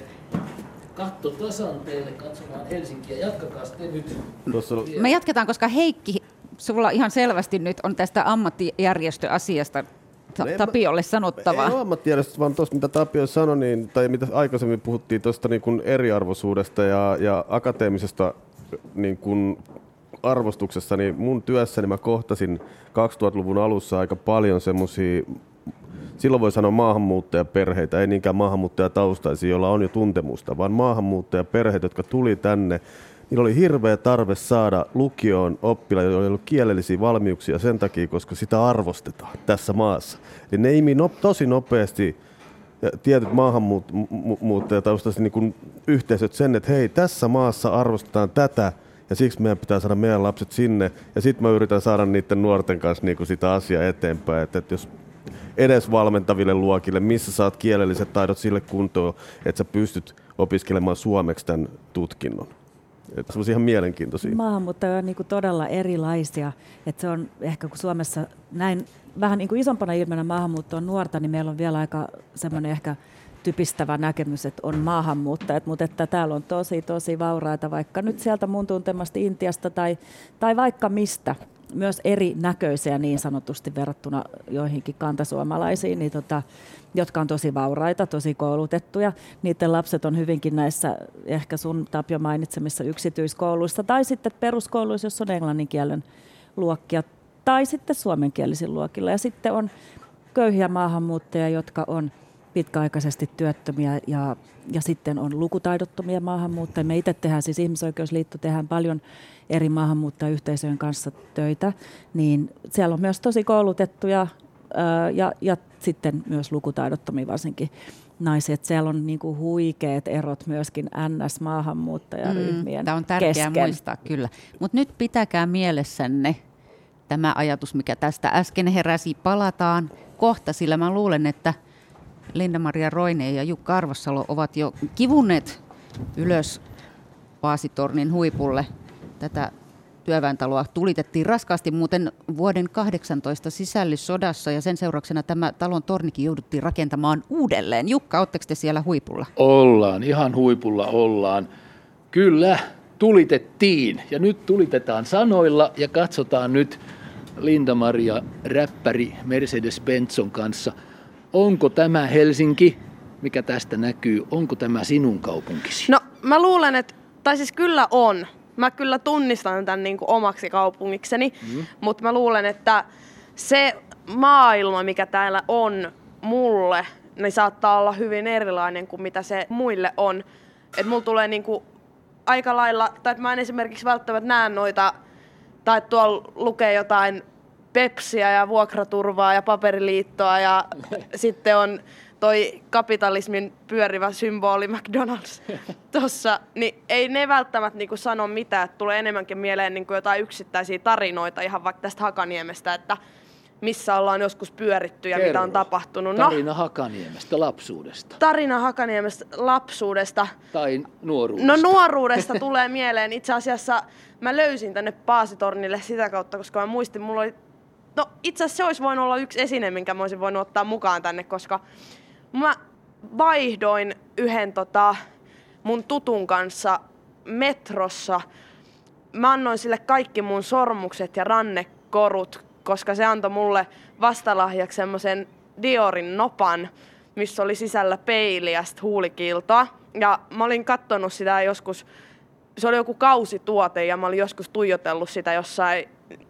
katto tasan teille katsomaan Helsinkiä. Jatkakaa sitten nyt. Me jatketaan, koska Heikki, sulla ihan selvästi nyt on tästä ammattijärjestöasiasta Ta- Tapiolle sanottavaa. Ei ole ammattijärjestöstä, vaan tuosta mitä Tapio sanoi, niin, tai mitä aikaisemmin puhuttiin tuosta niin kuin eriarvoisuudesta ja, ja akateemisesta niin kuin arvostuksessa, niin mun työssäni mä kohtasin kaksituhattaluvun alussa aika paljon semmoisia, silloin voi sanoa maahanmuuttajaperheitä, ei niinkään maahanmuuttajataustaisia, joilla on jo tuntemusta, vaan maahanmuuttajaperheet, jotka tuli tänne. Niillä oli hirveä tarve saada lukioon oppilaita, joilla ei ollut kielellisiä valmiuksia sen takia, koska sitä arvostetaan tässä maassa. Eli ne imi no, tosi nopeasti ja tietyt maahanmuuttajataustaiset niin kuin yhteisöt sen, että hei, tässä maassa arvostetaan tätä ja siksi meidän pitää saada meidän lapset sinne. Ja sitten mä yritän saada niiden nuorten kanssa niin kuin sitä asiaa eteenpäin, että, että jos edes valmentaville luokille, missä saat kielelliset taidot sille kuntoon, että sä pystyt opiskelemaan suomeksi tämän tutkinnon. Että se on ihan mielenkiintoisia. Maahanmuuttajia on niin kuin todella erilaisia. Että se on ehkä kun Suomessa näin vähän niin kuin isompana ilmenä maahanmuutto on nuorta, niin meillä on vielä aika semmoinen ehkä typistävä näkemys, että on maahanmuuttajat, mutta että täällä on tosi tosi vauraita, vaikka nyt sieltä mun tuntemasta Intiasta tai, tai vaikka mistä, myös eri näköisiä niin sanotusti verrattuna joihinkin kantasuomalaisiin, niin tota, jotka on tosi vauraita, tosi koulutettuja. Niiden lapset on hyvinkin näissä ehkä sun Tapio mainitsemissa yksityiskouluissa tai sitten peruskouluissa, jos on englannin kielen luokkia tai sitten suomenkielisin luokilla. Ja sitten on köyhiä maahanmuuttajia, jotka on pitkäaikaisesti työttömiä ja, ja sitten on lukutaidottomia maahanmuuttajia. Me itse tehdään, siis Ihmisoikeusliitto, tehdään paljon eri maahanmuuttajayhteisöjen kanssa töitä, niin siellä on myös tosi koulutettuja ää, ja, ja sitten myös lukutaidottomia varsinkin naisia. Että siellä on niinku huikeat erot myöskin N S-maahanmuuttajaryhmien mm, Tämä on tärkeää kesken. muistaa, kyllä. Mutta nyt pitäkää mielessänne tämä ajatus, mikä tästä äsken heräsi. Palataan kohta, sillä mä luulen, että Linda-Maria Roine ja Jukka Arvossalo ovat jo kivunneet ylös Paasitornin huipulle. Tätä työväentaloa tulitettiin raskaasti muuten vuoden kahdeksantoista sisällissodassa ja sen seurauksena tämä talon tornikin jouduttiin rakentamaan uudelleen. Jukka, ootteko te siellä huipulla? Ollaan, ihan huipulla ollaan. Kyllä, tulitettiin ja nyt tulitetaan sanoilla ja katsotaan nyt Linda-Maria räppäri Mercedes-Benzon kanssa. Onko tämä Helsinki, mikä tästä näkyy, onko tämä sinun kaupunkisi? No mä luulen, että, tai siis kyllä on. Mä kyllä tunnistan tämän niin kuin omaksi kaupungikseni, mm. mutta mä luulen, että se maailma, mikä täällä on mulle, niin saattaa olla hyvin erilainen kuin mitä se muille on. Että mulla tulee niin kuin aika lailla, tai että mä en esimerkiksi välttämättä näe noita, tai että tuolla lukee jotain Pepsiä ja vuokraturvaa ja paperiliittoa ja sitten on toi kapitalismin pyörivä symboli McDonald's tossa, niin ei ne välttämättä niinku sano mitään, että tulee enemmänkin mieleen niinku jotain yksittäisiä tarinoita ihan vaikka tästä Hakaniemestä, että missä ollaan joskus pyöritty ja Kerro. mitä on tapahtunut. Tarina no, Hakaniemestä, lapsuudesta. Tarina Hakaniemestä, lapsuudesta. Tai nuoruudesta. No nuoruudesta tulee mieleen. Itse asiassa mä löysin tänne Paasitornille sitä kautta, koska mä muistin, mulla oli no itse asiassa se olisi voinut olla yksi esine, minkä mä olisin voinut ottaa mukaan tänne, koska mä vaihdoin yhden tota, mun tutun kanssa metrossa. Mä annoin sille kaikki mun sormukset ja rannekorut, koska se antoi mulle vastalahjaksi semmoisen Diorin nopan, missä oli sisällä peili ja sit huulikiltoa. Ja mä olin kattonut sitä joskus, se oli joku kausituote ja mä olin joskus tuijotellut sitä jossain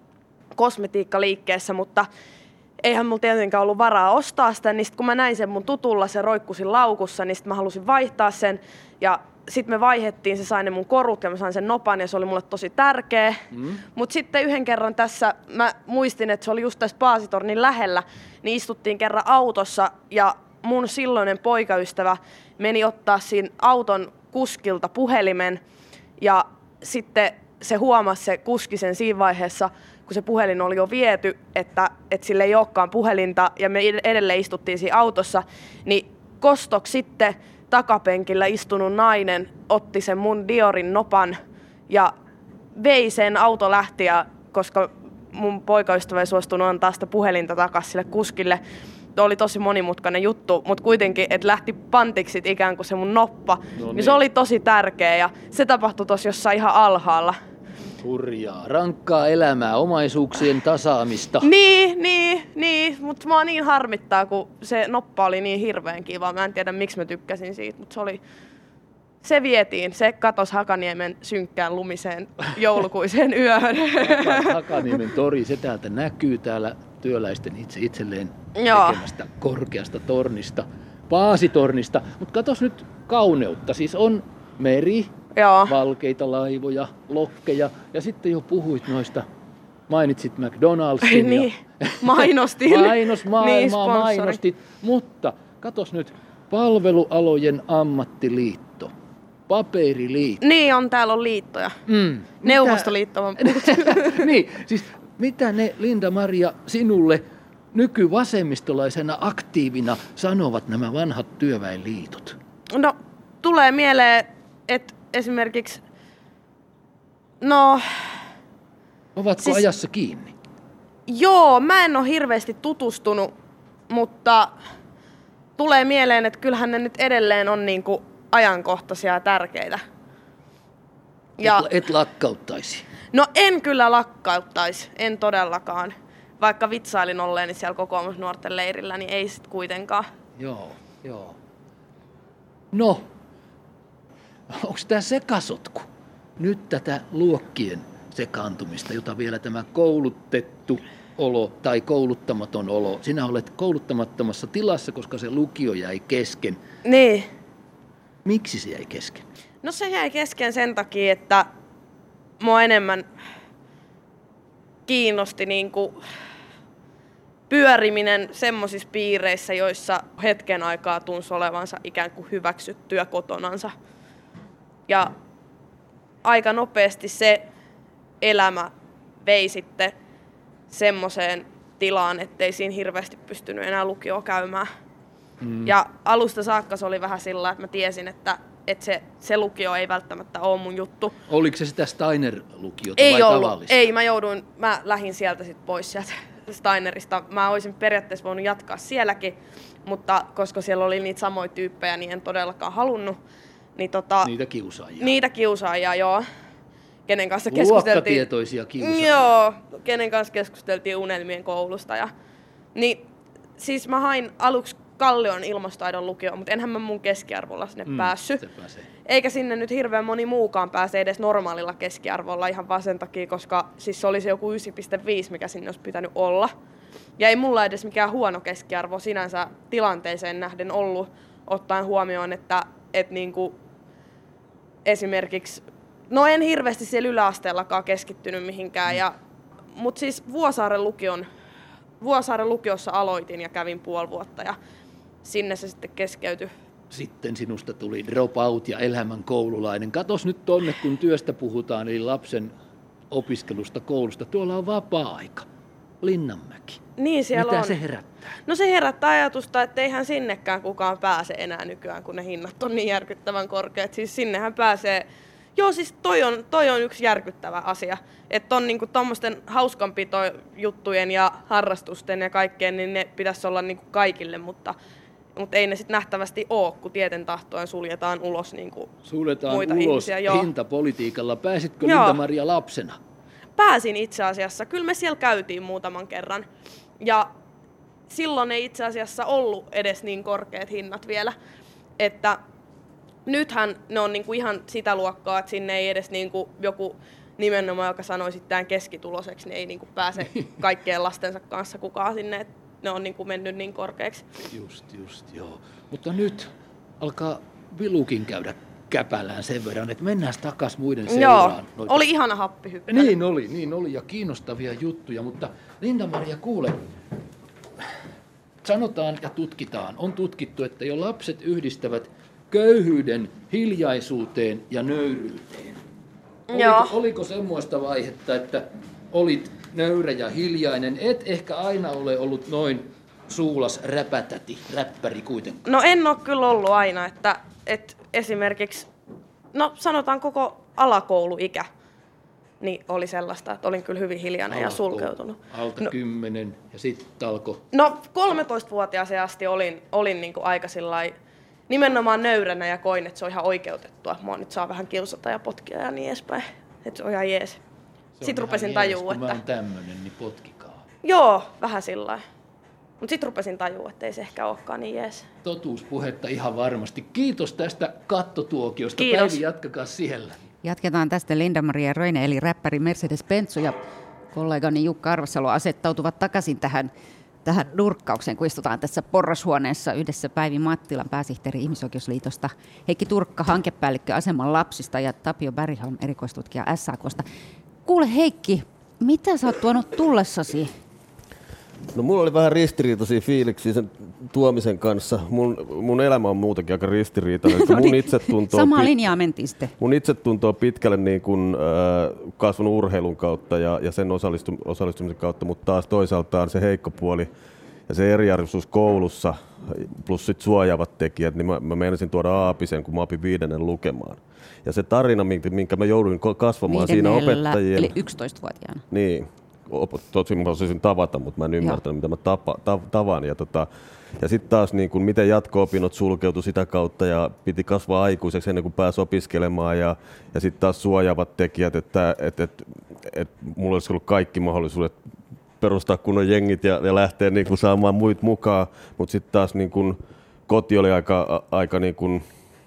kosmetiikkaliikkeessä, mutta eihän mulla tietenkään ollut varaa ostaa sitä, niin sit kun mä näin sen mun tutulla, se roikkusin laukussa, niin sit mä halusin vaihtaa sen, ja sit me vaihettiin, se sai ne mun korut, ja mä sain sen nopan, ja se oli mulle tosi tärkeä. Mm. Mut sitten yhden kerran tässä, mä muistin, että se oli just tässä Paasitornin lähellä, niin istuttiin kerran autossa, ja mun silloinen poikaystävä meni ottaa siinä auton kuskilta puhelimen, ja sitten se huomasi se kuski sen siinä vaiheessa, kun se puhelin oli jo viety, että, että sille ei olekaan puhelinta ja me edelleen istuttiin siinä autossa, niin kostoksi sitten takapenkillä istunut nainen otti sen mun Diorin nopan ja vei sen, auto lähti, ja koska mun poikaystävä ei suostunut antaa sitä puhelinta takaisin sille kuskille. Tuo oli tosi monimutkainen juttu, mutta kuitenkin, että lähti pantiksi ikään kuin se mun noppa, no niin. niin se oli tosi tärkeä ja se tapahtui tossa jossain ihan alhaalla. Hurjaa, rankkaa elämää, omaisuuksien tasaamista. Niin, niin, niin, mutta mua niin harmittaa, kun se noppa oli niin hirveän kiva. Mä en tiedä, miksi mä tykkäsin siitä, mutta se oli... Se vietiin, se katosi Hakaniemen synkkään lumiseen joulukuiseen yöhön. Hakaniemen tori, se täältä näkyy täällä työläisten itse itselleen Joo. tekemästä korkeasta tornista, paasitornista. Mutta katos nyt kauneutta, siis on meri, Joo. valkeita laivoja, lokkeja ja sitten jo puhuit noista, mainitsit McDonald'sin. Niin, ja mainostin. Mainosmaailmaa niin, mainostit, mutta katos nyt, palvelualojen ammattiliitto. Paperiliitto. Niin on, täällä on liittoja. Mm. Neuvostoliitto on puhuttu. Niin, siis mitä ne, Linda-Maria, sinulle nykyvasemmistolaisena aktiivina sanovat nämä vanhat työväenliitot? No, tulee mieleen, että esimerkiksi, no... Ovatko siis, ajassa kiinni? Joo, mä en ole hirveästi tutustunut, mutta tulee mieleen, että kyllähän ne nyt edelleen on niinku ajankohtaisia ja tärkeitä. Ja, et, et lakkauttaisi? No en kyllä lakkauttaisi, en todellakaan. Vaikka vitsailin olleeni siellä kokoomusnuorten leirillä, niin ei sit kuitenkaan. Joo, joo. No, onko tämä sekasotku nyt tätä luokkien sekaantumista, jota vielä tämä koulutettu olo tai kouluttamaton olo. Sinä olet kouluttamattomassa tilassa, koska se lukio jäi kesken. Niin. Miksi se jäi kesken? No se jäi kesken sen takia, että mua enemmän kiinnosti niinku pyöriminen semmoisissa piireissä, joissa hetken aikaa tunsi olevansa ikään kuin hyväksyttyä kotonansa. Ja aika nopeasti se elämä vei sitten semmoiseen tilaan, ettei siinä hirveästi pystynyt enää lukioon käymään. Mm. Ja alusta saakka se oli vähän sillä, että mä tiesin, että, että se, se lukio ei välttämättä ole mun juttu. Oliko se sitä Steiner-lukiota ei vai ollut. tavallista? Ei, mä jouduin, mä lähdin sieltä sit pois sieltä Steinerista. Mä olisin periaatteessa voinut jatkaa sielläkin, mutta koska siellä oli niitä samoja tyyppejä, niin en todellakaan halunnut. Niin tota, niitä kiusaajia. Niitä kiusaajia, joo. Kenen kanssa keskusteltiin. Luokkatietoisia kiusaajia. Joo, kenen kanssa keskusteltiin unelmien koulusta. Ja, niin, siis mä hain aluksi Kallion ilmastotaidon lukioon, mutta enhän mä mun keskiarvolla sinne mm, päässyt. Eikä sinne nyt hirveän moni muukaan pääse edes normaalilla keskiarvolla ihan vaan sen takia, koska siis se olisi joku yhdeksän pilkku viisi, mikä sinne olisi pitänyt olla. Ja ei mulla edes mikään huono keskiarvo sinänsä tilanteeseen nähden ollut, ottaen huomioon, että et niinku esimerkiksi, no en hirveästi siellä yläasteellakaan keskittynyt mihinkään, ja, mutta siis Vuosaaren, lukion, Vuosaaren lukiossa aloitin ja kävin puoli vuotta ja sinne se sitten keskeytyi. Sitten sinusta tuli dropout ja elämän koululainen. Katos nyt tonne, kun työstä puhutaan, eli lapsen opiskelusta, koulusta. Tuolla on vapaa-aika. Linnanmäki. Niin siellä Mitä on. se herättää? No se herättää ajatusta, että eihän sinnekään kukaan pääse enää nykyään, kun ne hinnat on niin järkyttävän korkeat. Siis sinnehän pääsee. Joo, siis toi on, toi on yksi järkyttävä asia. Että on niinku tommosten hauskanpitojuttujen ja harrastusten ja kaikkeen, niin ne pitäisi olla niinku kaikille, mutta, mutta ei ne sitten nähtävästi ole, kun tieten tahtoen suljetaan ulos niinku suljetaan muita ulos ihmisiä. Joo. Hintapolitiikalla. Pääsitkö Joo. Linda-Maria lapsena? Pääsin itse asiassa. Kyllä me siellä käytiin muutaman kerran. Ja silloin ei itse asiassa ollut edes niin korkeat hinnat vielä. Että nythän ne on niinku ihan sitä luokkaa, että sinne ei edes niinku joku nimenomaan, joka sanoisi tämän keskituloseksi, niin ei niinku pääse kaikkien lastensa kanssa kukaan sinne. Et ne on niinku mennyt niin korkeaksi. Just, just, joo. Mutta nyt alkaa Vilukin käydä käpälään sen verran, että mennään takaisin muiden seuraan. Joo, oli ihana happihyppely. Niin oli, niin oli ja kiinnostavia juttuja, mutta Linda-Maria, kuule, sanotaan ja tutkitaan, on tutkittu, että jo lapset yhdistävät köyhyyden hiljaisuuteen ja nöyryyteen. Oliko, oliko semmoista vaihetta, että olit nöyrä ja hiljainen, et ehkä aina ole ollut noin suulas räpätäti, räppäri kuitenkaan? No en ole kyllä ollut aina, että että esimerkiksi, no sanotaan koko alakouluikä, niin oli sellaista, että olin kyllä hyvin hiljainen Alakoulu. ja sulkeutunut. Alta no, kymmenen ja sitten alkoi? No kolmetoistavuotiaaseen asti olin, olin niin kuin aika sillai, nimenomaan nöyränä ja koin, että se on ihan oikeutettua. Mua nyt saa vähän kiusata ja potkia ja niin edespäin. Että se on ihan jees. Sitten rupesin tajua, että... Kun mä oon tämmönen, niin potkikaa. Joo, vähän sillai. Mutta sitten rupesin tajua, että ei se ehkä olekaan niin jees. Totuuspuhetta ihan varmasti. Kiitos tästä kattotuokiosta. Kiitos. Päivi, jatkakaa siellä. Jatketaan tästä. Linda-Maria Röine eli räppäri Mercedes-Benz ja kollegani Jukka Arvosalo asettautuvat takaisin tähän, tähän nurkkaukseen, kun istutaan tässä porrashuoneessa yhdessä Päivi Mattilan, pääsihteeri Ihmisoikeusliitosta, Heikki Turkka, hankepäällikkö Aseman lapsista ja Tapio Bergholm, erikoistutkija S A K:sta. Kuule Heikki, mitä sä oot tuonut tullessasi? No mulla oli vähän ristiriitaisia fiiliksiä sen tuomisen kanssa. Mun, mun elämä on muutenkin aika ristiriitainen. No niin, mun itsetunto samaa pit... linjaa mentiin sitten. Mun itsetunto on pitkälle niin kuin, äh, kasvanut urheilun kautta ja, ja sen osallistum, osallistumisen kautta, mutta taas toisaaltaan se heikko puoli ja se eriarvoisuus koulussa plus sit suojaavat tekijät, niin mä, mä meinasin tuoda aapisen, kun mä opin viidennen lukemaan. Ja se tarina, minkä mä jouduin kasvamaan Viidennellä, siinä opettajien... eli yksitoistavuotiaana. Niin. Tosi mä osaisin tavata, mutta mä en ymmärtänyt, mitä mä tapa, ta, tavan. Ja, tota, ja sitten taas niin kun, miten jatko-opinnot sulkeutui sitä kautta ja piti kasvaa aikuiseksi ennen kuin pääsi opiskelemaan. Ja, ja sitten taas suojaavat tekijät, että et, et, et, mulla olisi ollut kaikki mahdollisuudet perustaa kunnon jengit ja, ja lähteä niin kun, saamaan muut mukaan. Mutta sitten taas niin kun, koti oli aika, aika niin kun,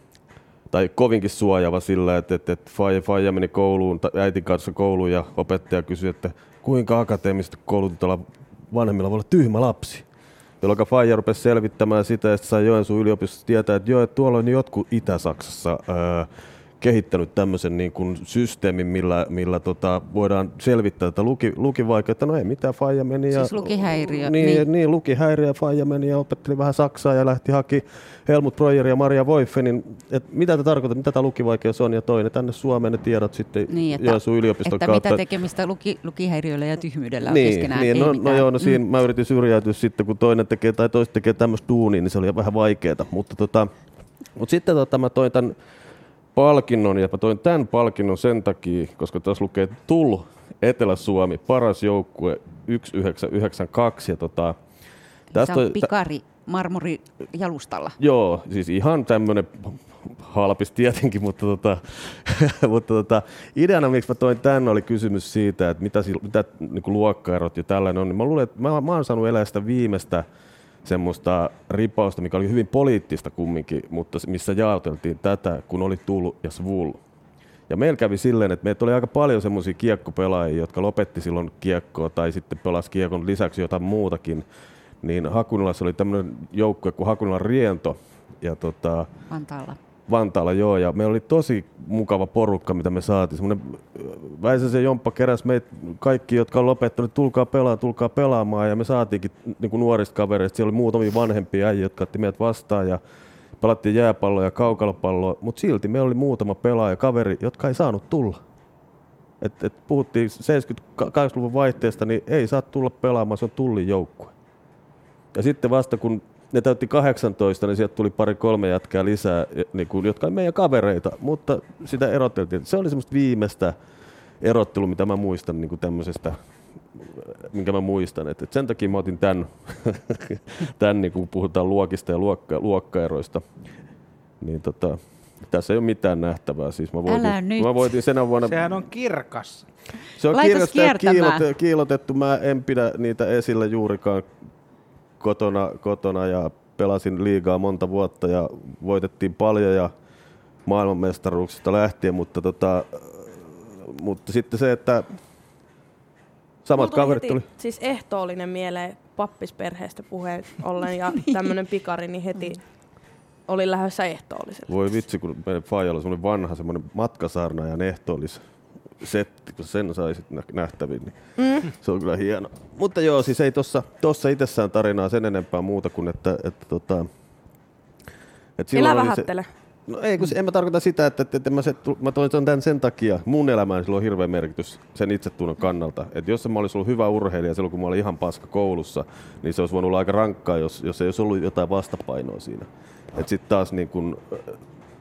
tai kovinkin suojaava sillä, että, että, että faija, faija meni kouluun, äitin kanssa kouluun ja opettaja kysyi, että kuinka akateemisesti koulutetulla vanhemmilla voi olla tyhmä lapsi. Jolloin faija rupesi selvittämään sitä ja sai Joensuun yliopistossa tietää, että joo, että tuolla on jotkut Itä-Saksassa ää, kehittänyt tämmöisen niin kuin systeemin, millä, millä tota, voidaan selvittää tätä luki, lukivaikeutta. No ei mitään, faija meni. Ja, siis lukihäiriö. Niin, niin. niin lukihäiriö, faija meni ja opetteli vähän saksaa ja lähti haki Helmut Breuer ja Maria Voifenin, että mitä tämä tarkoittaa, mitä tämä lukivaikeus on ja toinen tänne Suomeen ne tiedot sitten niin, Joensuun yliopiston että kautta. Mitä tekemistä luki, lukihäiriöllä ja tyhmyydellä on niin, keskenään? Niin, ei no, mitään. no joo, no siinä mm. mä yritin syrjäytyä sitten, kun toinen tekee tai toiset tekee tämmöistä duunia, niin se oli vähän vaikeaa. Mutta, tota, mutta sitten tota, mä toin tämän palkinnon, ja mä toin tämän palkinnon sen takia, koska tässä lukee T U L Etelä-Suomi, paras joukkue yksi yhdeksän yhdeksän kaksi. Ja tota, tästä se on pikari marmorijalustalla. Joo, siis ihan tämmöinen halpis tietenkin, mutta, tota, mutta tota, ideana, miksi mä toin tämän, oli kysymys siitä, että mitä, mitä niin kuin luokkaerot ja tällainen on. Niin mä luulen, että mä, mä oon saanut elää sitä viimeistä semmoista ripausta, mikä oli hyvin poliittista kumminkin, mutta missä jaoteltiin tätä, kun oli T U L ja S V U L. Ja meillä kävi silleen, että meitä oli aika paljon semmoisia kiekkopelaajia, jotka lopetti silloin kiekkoa tai sitten pelasi kiekon lisäksi jotain muutakin. Niin Hakunilassa oli tämmöinen joukkue kuin Hakunilan Riento. Ja tota, Vantaalla. Vantaalla, joo. Ja meillä oli tosi mukava porukka, mitä me saatiin. Semmoinen Väisäsen Jomppa keräsi meitä kaikki, jotka on lopettanut, tulkaa pelaamaan, tulkaa pelaamaan. Ja me saatiinkin niin kuin nuorista kavereista. Siellä oli muutamia vanhempia äijä, jotka otti meidät vastaan. Ja pelattiin jääpalloa ja kaukalopalloa. Mutta silti meillä oli muutama pelaaja kaveri, jotka ei saanut tulla. Et, et puhuttiin seitsemänkymmentäkahdeksanluvun vaihteesta, niin ei saa tulla pelaamaan, se on Tullin joukkue. Ja sitten vasta kun ne täytti kahdeksantoista, niin sieltä tuli pari kolme jätkää lisää, niin kuin, jotka on meidän kavereita, mutta sitä eroteltiin. Se oli semmoista viimeistä erottelua, mitä mä muistan niin kuin tämmöisestä, minkä mä muistan. Et, et sen takia mä otin tämän, tämän niin kun puhutaan luokista ja luokka, luokkaeroista. Niin tota, tässä ei ole mitään nähtävää. Siis mä voitin, Älä nyt. Mä voitin senä vuonna. Sehän on kirkas. Se on Laitas kirkasta ja kiilotettu, kiilotettu. Mä en pidä niitä esillä juurikaan. Kotona, kotona ja pelasin liigaa monta vuotta ja voitettiin paljon ja maailmanmestaruuksista lähtien, mutta, tota, mutta sitten se, että samat kaverit heti, tuli. Siis ehtoollinen mieleen pappisperheestä puheen ollen ja tämmönen pikari, niin heti olin lähdössä ehtoolliselle. Voi vitsi, kun meidän faijalla oli vanha semmoinen matkasaarnaajan ehtoollis setti, kun sen saisit nähtäviin, niin mm. se on kyllä hieno. Mutta joo, siis ei tossa, tossa itsessään tarinaa sen enempää muuta kuin, että... että, tota, että Elä vähättele. Se, no ei, kun en mä tarkoita sitä, että, että, että mä, se, mä toin sen tämän sen takia. Mun elämään sillä on hirveä merkitys sen itsetunnon kannalta. Että jos mä olisin ollut hyvä urheilija silloin, kun mä olin ihan paska koulussa, niin se olisi voinut olla aika rankkaa, jos, jos ei olisi ollut jotain vastapainoa siinä. Että sitten taas niin kun,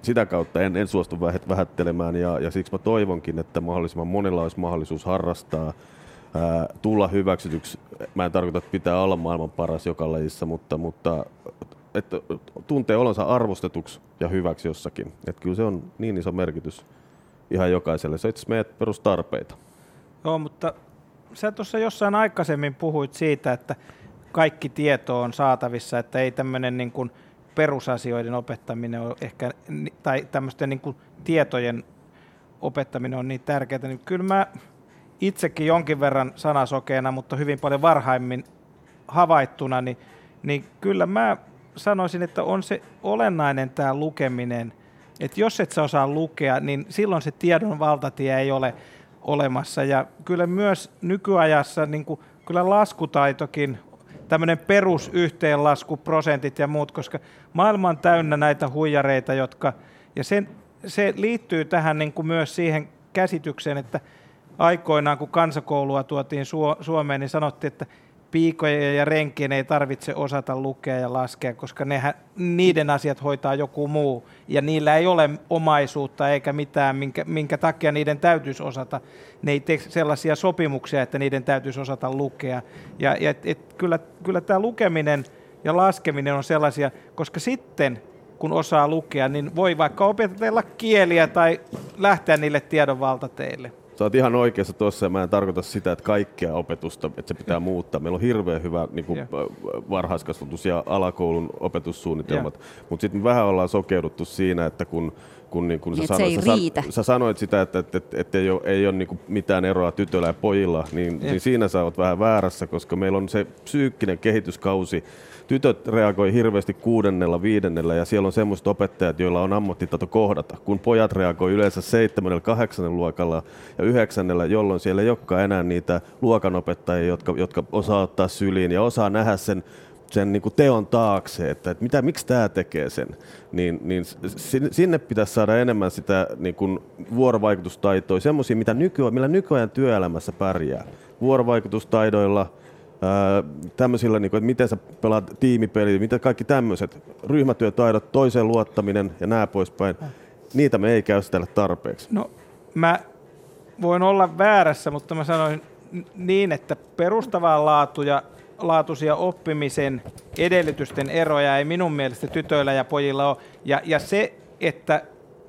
sitä kautta en, en suostu vähättelemään ja, ja siksi mä toivonkin, että mahdollisimman monella olisi mahdollisuus harrastaa, ää, tulla hyväksytyksi. Mä en tarkoita, että pitää olla maailman paras joka lajissa, mutta, mutta että tuntee olonsa arvostetuksi ja hyväksi jossakin. Että kyllä se on niin iso merkitys ihan jokaiselle. Se on itse asiassa meidän perustarpeita. Joo, mutta sä tuossa jossain aikaisemmin puhuit siitä, että kaikki tieto on saatavissa, että ei tämmöinen niin kuin perusasioiden opettaminen on ehkä, tai tämmöisten niin kuin tietojen opettaminen on niin tärkeää, niin kyllä mä itsekin jonkin verran sanasokeena, mutta hyvin paljon varhaimmin havaittuna, niin, niin kyllä mä sanoisin, että on se olennainen tämä lukeminen, että jos et sä osaa lukea, niin silloin se tiedon valtatie ei ole olemassa, ja kyllä myös nykyajassa niin kuin, kyllä laskutaitokin, tämmöinen perusyhteenlasku, prosentit ja muut, koska maailma on täynnä näitä huijareita, jotka, ja sen, se liittyy tähän niin kuin myös siihen käsitykseen, että aikoinaan kun kansakoulua tuotiin Suomeen, niin sanottiin, että piikojen ja renkien ei tarvitse osata lukea ja laskea, koska nehän, niiden asiat hoitaa joku muu, ja niillä ei ole omaisuutta eikä mitään, minkä, minkä takia niiden täytyisi osata. Ne ei tee sellaisia sopimuksia, että niiden täytyisi osata lukea. Ja, ja et, et, kyllä, kyllä tämä lukeminen ja laskeminen on sellaisia, koska sitten kun osaa lukea, niin voi vaikka opetella kieliä tai lähteä niille tiedonvaltateille. Sä oot ihan oikeassa tuossa, ja mä en tarkoita sitä, että kaikkea opetusta, että se pitää muuttaa. Meillä on hirveän hyvä niin kuin, yeah. varhaiskasvatus ja alakoulun opetussuunnitelmat, mutta sitten me vähän ollaan sokeuduttu siinä, että kun, kun, niin kun sä, sano, sä, san, sä sanoit sitä, että, että, että, että ei ole, ei ole niin kuin mitään eroa tytöillä ja pojilla, niin, yeah. niin siinä sä oot vähän väärässä, koska meillä on se psyykkinen kehityskausi. Tytöt reagoi hirveästi kuudennella, viidennellä ja siellä on semmoiset opettajat, joilla on ammattitaito kohdata, kun pojat reagoi yleensä seitsemännellä, kahdeksannella luokalla ja yhdeksännellä, jolloin siellä ei olekaan enää niitä luokanopettajia, jotka, jotka osaa ottaa syliin ja osaa nähdä sen, sen niin kuin teon taakse, että, että mitä, miksi tämä tekee sen, niin, niin sinne pitäisi saada enemmän sitä niin kuin vuorovaikutustaitoa, semmoisia, mitä nyky, millä nykyajan työelämässä pärjää, vuorovaikutustaidoilla, Öö, tämmöisillä, niin kuin, että miten sä pelaat tiimipeliä, mitä kaikki tämmöiset, ryhmätyötaidot, toiseen luottaminen ja nää poispäin, niitä me ei käytetä tarpeeksi. No, mä voin olla väärässä, mutta mä sanoin niin, että perustavaa laatuja, laatuisia oppimisen edellytysten eroja ei minun mielestä tytöillä ja pojilla ole. Ja, ja se, että,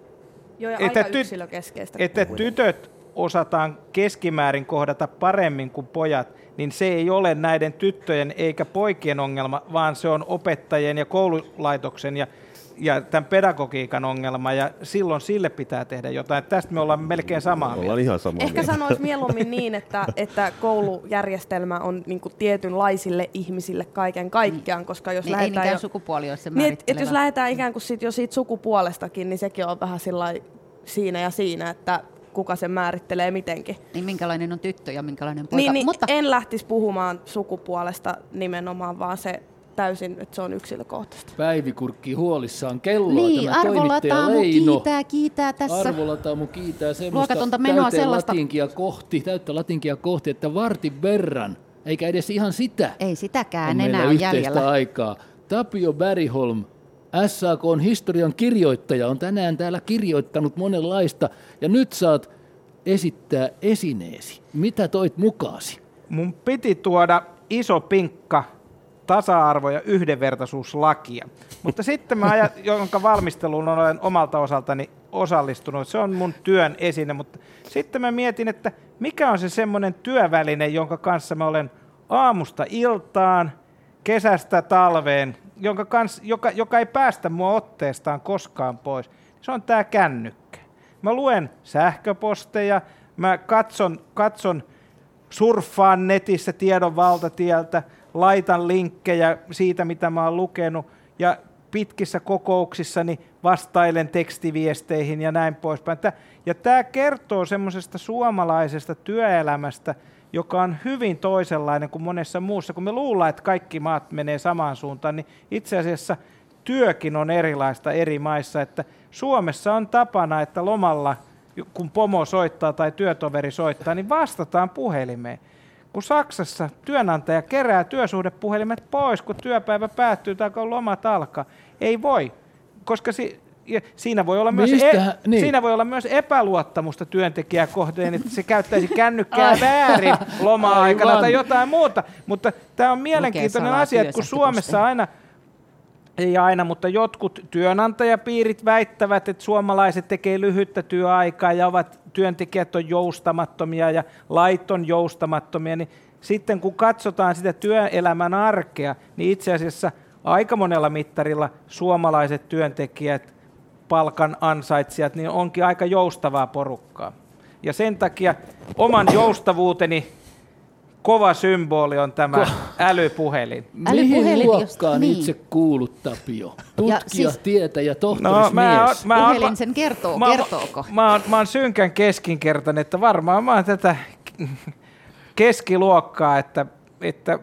Joo, ja että, aika tyt, että tytöt osataan keskimäärin kohdata paremmin kuin pojat, niin se ei ole näiden tyttöjen eikä poikien ongelma, vaan se on opettajien ja koululaitoksen ja, ja tämän pedagogiikan ongelma, ja silloin sille pitää tehdä jotain. Tästä me ollaan melkein samaa mieltä. Ollaan ihan samaa Ehkä sanoisi mieluummin niin, että, että koulujärjestelmä on niin kuin tietynlaisille ihmisille kaiken kaikkiaan, koska jos niin lähdetään... Ei jo, sukupuoli ole se niin, et, et jos lähdetään ikään kuin sit jo siitä sukupuolestakin, niin sekin on vähän sillai siinä ja siinä, että kuka sen määrittelee mitenkin. Niin minkälainen on tyttö ja minkälainen poika. Niin, niin Mutta en lähtisi puhumaan sukupuolesta nimenomaan, vaan se täysin, että se on yksilökohtaista. Päivi kurkkii huolissaan kelloa. Niin, tämä Arvolataamu Leino. kiitää, kiitää tässä. Arvolataamu kiitää semmoista Luokatonta menoa täyteen sellaista. latinkia kohti, täyttä latinkia kohti, että vartin verran, eikä edes ihan sitä. Ei sitäkään on enää meillä on yhteistä jäljellä. aikaa. Tapio Bergholm, S A K:n historian kirjoittaja, on tänään täällä kirjoittanut monenlaista, ja nyt saat esittää esineesi. Mitä toit mukaasi? Mun piti tuoda iso pinkka tasa-arvo- ja yhdenvertaisuuslakia, mutta sitten mä ajat, jonka valmisteluun olen omalta osaltani osallistunut, se on mun työn esine, mutta sitten mä mietin, että mikä on se semmoinen työväline, jonka kanssa mä olen aamusta iltaan, kesästä talveen, jonka kanssa, joka, joka ei päästä mua otteestaan koskaan pois. Se on tää kännykkä. Mä luen sähköposteja, mä katson, katson surffaan netissä tiedon valtatieltä, laitan linkkejä siitä, mitä mä oon lukenut, ja pitkissä kokouksissani vastailen tekstiviesteihin ja näin poispäin. Ja tämä kertoo semmoisesta suomalaisesta työelämästä, joka on hyvin toisenlainen kuin monessa muussa. Kun me luullaan, että kaikki maat menee samaan suuntaan, niin itse asiassa työkin on erilaista eri maissa. Että Suomessa on tapana, että lomalla, kun pomo soittaa tai työtoveri soittaa, niin vastataan puhelimeen. Kun Saksassa työnantaja kerää työsuhdepuhelimet pois, kun työpäivä päättyy tai kun lomat alkaa, ei voi, koska si- siinä voi olla myös, Mistähän, e- niin. siinä voi olla myös epäluottamusta työntekijää kohteen, että se käyttäisi kännykkää väärin loma-aikana Aivan. tai jotain muuta. Mutta tämä on mielenkiintoinen asia, että kun Suomessa aina, ei aina, mutta jotkut työnantajapiirit väittävät, että suomalaiset tekee lyhyttä työaikaa ja ovat, työntekijät on joustamattomia ja lait on joustamattomia, niin sitten kun katsotaan sitä työelämän arkea, niin itse asiassa aika monella mittarilla suomalaiset työntekijät, palkan ansaitsijat, niin onkin aika joustavaa porukkaa. Ja sen takia oman joustavuuteni kova symboli on tämä Ko- älypuhelin. Mihin luokkaan niin. itse kuulut, Tapio? Tutkija, siis, tietäjä, tohtorismies. No, mä, mä, puhelin sen kertoo, mä, kertooko? Mä, mä, mä oon synkän keskinkertainen, että varmaan mä oon tätä keskiluokkaa, että, että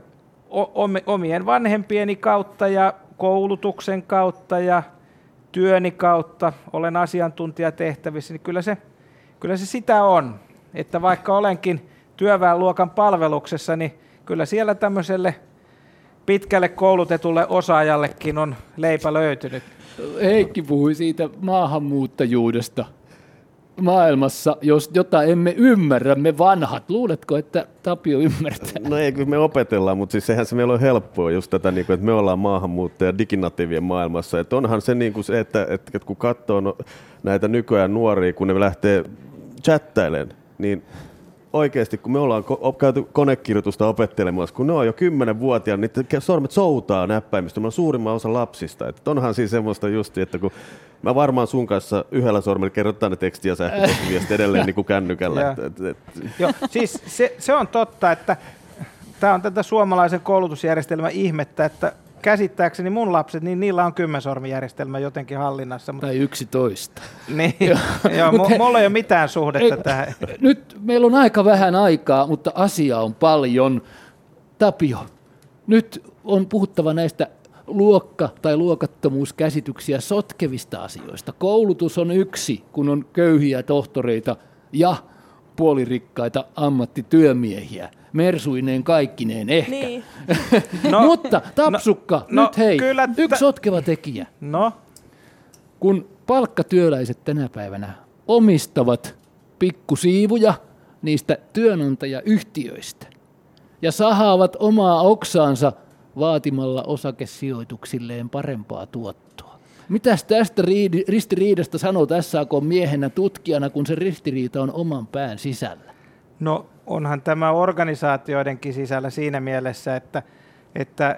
omien vanhempieni kautta ja koulutuksen kautta ja työni kautta olen asiantuntijatehtävissä, niin kyllä se, kyllä se sitä on. Että vaikka olenkin työväenluokan palveluksessa, niin kyllä siellä tämmöiselle pitkälle koulutetulle osaajallekin on leipä löytynyt. Heikki puhui siitä maahanmuuttajuudesta maailmassa, jos, jota emme ymmärrä, me vanhat. Luuletko, että Tapio ymmärtää? No ei, kyllä me opetellaan, mutta siis sehän se meillä on helppoa just tätä, että me ollaan maahanmuuttajia diginatiivien maailmassa. Että onhan se, niin kuin se että, että kun katsoo no, näitä nykyajan nuoria, kun ne lähtee chattailemaan, niin oikeasti, kun me ollaan ko- käyty konekirjoitusta opettelemassa, kun ne on jo kymmenvuotiaana, niin sormet soutaa näppäimistä, me on suurimman osa lapsista. Että onhan siis semmoista justi, että kun mä varmaan sun kanssa yhdellä sormella kerrotaan ne teksti- ja sähköpostiviestit edelleen niin kuin kännykällä. Et, et, et. Joo, siis se, se on totta, että tämä on tätä suomalaisen koulutusjärjestelmän ihmettä, että käsittääkseni mun lapset, niin niillä on kymmensormijärjestelmä jotenkin hallinnassa. Mutta tai yksitoista. Niin, joo, m- mulla ei ole mitään suhdetta ei, tähän. Nyt meillä on aika vähän aikaa, mutta asiaa on paljon. Tapio, nyt on puhuttava näistä luokka- tai luokattomuuskäsityksiä sotkevista asioista. Koulutus on yksi, kun on köyhiä tohtoreita ja puolirikkaita ammattityömiehiä. Mersuineen kaikkineen ehkä. Niin. No, mutta Tapsukka, no, nyt hei, kyllä t- yksi sotkeva tekijä. No? Kun palkkatyöläiset tänä päivänä omistavat pikkusiivuja niistä työnantajayhtiöistä ja sahaavat omaa oksaansa vaatimalla osakesijoituksilleen parempaa tuottoa. Mitäs tästä riidi, ristiriidasta sanoo S A K:n miehenä tutkijana, kun se ristiriita on oman pään sisällä? No onhan tämä organisaatioidenkin sisällä siinä mielessä, että, että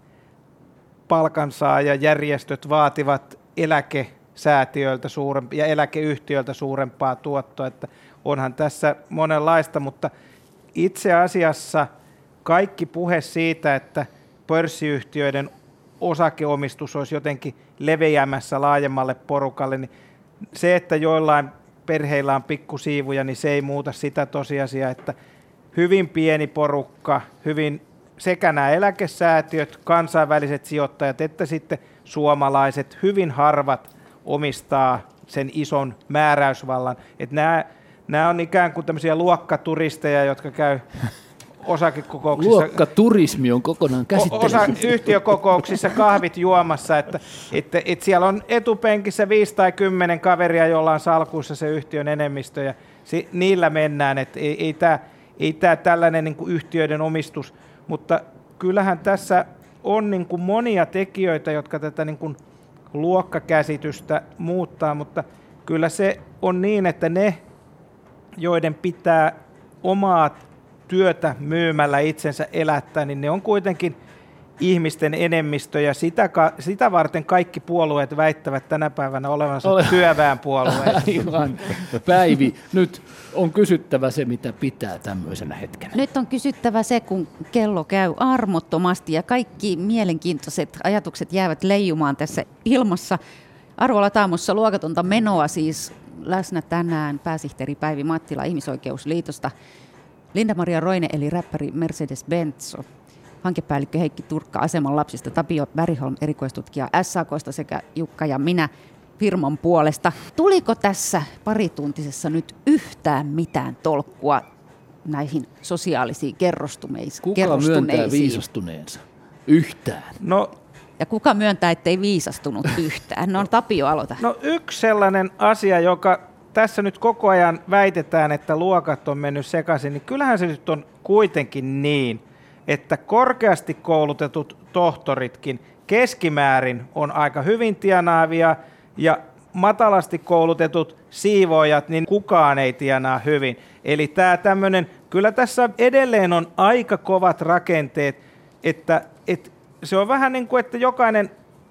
palkansaajajärjestöt vaativat eläkesäätiöiltä suurempi, ja eläkeyhtiöiltä suurempaa tuottoa, että onhan tässä monenlaista, mutta itse asiassa kaikki puhe siitä, että pörssiyhtiöiden osakeomistus olisi jotenkin leveämässä laajemmalle porukalle, niin se, että joillain perheillä on pikkusiivuja, niin se ei muuta sitä tosiasiaa, että hyvin pieni porukka, hyvin sekä nämä eläkesäätiöt, kansainväliset sijoittajat, että sitten suomalaiset, hyvin harvat omistaa sen ison määräysvallan. Että nämä, nämä on ikään kuin tämmöisiä luokkaturisteja, jotka käy osakekokouksissa. Luokkaturismi on kokonaan käsittely. Osa yhtiökokouksissa kahvit juomassa, että, että, että siellä on etupenkissä viisi tai kymmenen kaveria, jolla on salkuissa se yhtiön enemmistö, ja si, niillä mennään, että ei, ei tämä ei tämä tällainen niin kuin yhtiöiden omistus, mutta kyllähän tässä on niin kuin monia tekijöitä, jotka tätä niin kuin luokkakäsitystä muuttaa, mutta kyllä se on niin, että ne, joiden pitää omaa työtä myymällä itsensä elättää, niin ne on kuitenkin ihmisten enemmistö, ja sitä, sitä varten kaikki puolueet väittävät tänä päivänä olevansa Ole. työväenpuolueita. Aivan. Päivi, nyt on kysyttävä se, mitä pitää tämmöisenä hetkenä. Nyt on kysyttävä se, kun kello käy armottomasti ja kaikki mielenkiintoiset ajatukset jäävät leijumaan tässä ilmassa. Arvolla Taamossa luokatonta menoa siis läsnä tänään pääsihteeri Päivi Mattila Ihmisoikeusliitosta, Linda-Maria Roine eli räppäri Mercedes-Benz, hankepäällikkö Heikki Turkka Aseman lapsista, Tapio Bergholm erikoistutkija S A K:sta sekä Jukka ja minä firman puolesta. Tuliko tässä parituntisessa nyt yhtään mitään tolkkua näihin sosiaalisiin kerrostumeisiin? Kuka myöntää viisastuneensa? Yhtään. No Ja kuka myöntää, ettei viisastunut yhtään? No Tapio, aloita. No yksi sellainen asia, joka tässä nyt koko ajan väitetään, että luokat on mennyt sekaisin, niin kyllähän se nyt on kuitenkin niin, että korkeasti koulutetut tohtoritkin keskimäärin on aika hyvin tienaavia ja matalasti koulutetut siivoojat, niin kukaan ei tienaa hyvin. Eli tämä tämmöinen, kyllä tässä edelleen on aika kovat rakenteet, että, että se on vähän niin kuin, että jokainen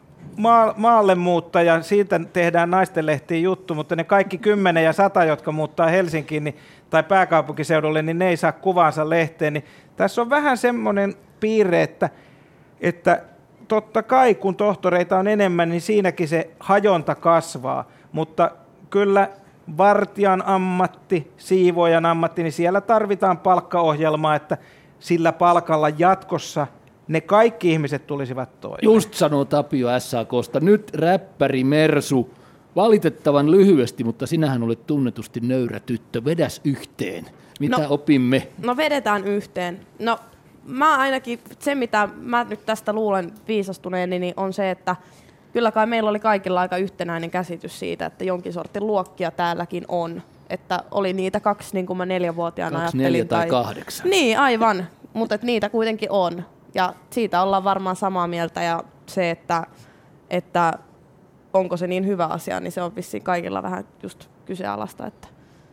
maa, maalle muuttaja, siitä tehdään naistenlehtiin juttu, mutta ne kaikki kymmenen ja sata, jotka muuttaa Helsinkiin niin, tai pääkaupunkiseudulle, niin ne ei saa kuvaansa lehteen. Niin tässä on vähän semmoinen piirre, että, että totta kai kun tohtoreita on enemmän, niin siinäkin se hajonta kasvaa, mutta kyllä vartijan ammatti, siivoojan ammatti, niin siellä tarvitaan palkkaohjelmaa, että sillä palkalla jatkossa ne kaikki ihmiset tulisivat toimeen. Just sanoo Tapio S A K:sta. Nyt räppäri Mersu. Valitettavan lyhyesti, mutta sinähän olet tunnetusti nöyrä tyttö. Vedäs yhteen. Mitä no, opimme? No vedetään yhteen. No mä ainakin, se mitä mä nyt tästä luulen viisastuneeni, niin on se, että kyllä kai meillä oli kaikilla aika yhtenäinen käsitys siitä, että jonkin sortin luokkia täälläkin on. Että oli niitä kaksi, niin kuin mä neljänvuotiaana kaksi, ajattelin. neljä tai kahdeksan. Niin, aivan. Mutta niitä kuitenkin on. Ja siitä ollaan varmaan samaa mieltä. Ja se, että, että onko se niin hyvä asia, niin se on vissiin kaikilla vähän just kyseenalaista. Että.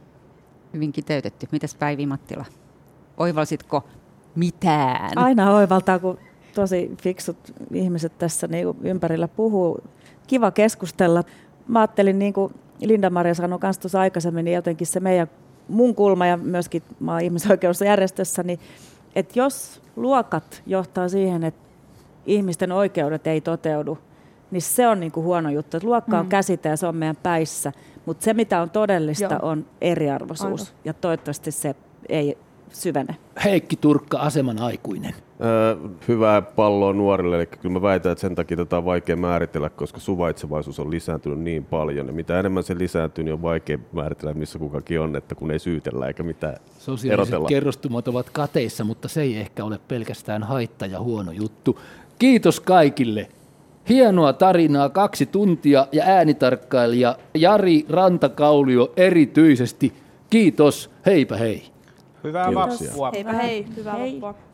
Hyvin kiteytetty. Mitäs Päivi Mattila? Oivalsitko mitään? Aina oivaltaa, kun tosi fiksut ihmiset tässä niin ympärillä puhuu. Kiva keskustella. Mä ajattelin, niin kuin Linda-Maria sanoi myös tuossa aikaisemmin, niin jotenkin se meidän, mun kulma ja myöskin mä oon ihmisoikeusjärjestössä, niin että jos luokat johtaa siihen, että ihmisten oikeudet ei toteudu, niin se on niin kuin huono juttu. Että luokka on mm. käsite ja se on meidän päissä, mutta se mitä on todellista Joo. on eriarvoisuus. Aivan. Ja toivottavasti se ei syvene. Heikki Turkka, aseman aikuinen. Öö, hyvää palloa nuorille, eli kyllä mä väitän, että sen takia tätä on vaikea määritellä, koska suvaitsevaisuus on lisääntynyt niin paljon, ja mitä enemmän se lisääntyy, niin on vaikea määritellä, missä kukakin on, että kun ei syytellä eikä mitään sosiaaliset erotella. Kerrostumat ovat kateissa, mutta se ei ehkä ole pelkästään haitta ja huono juttu. Kiitos kaikille. Hienoa tarinaa, kaksi tuntia, ja äänitarkkailija Jari Rantakaulio erityisesti. Kiitos, heipä hei. Hyvää vappua. Heipä hei, hyvää hei. vappua.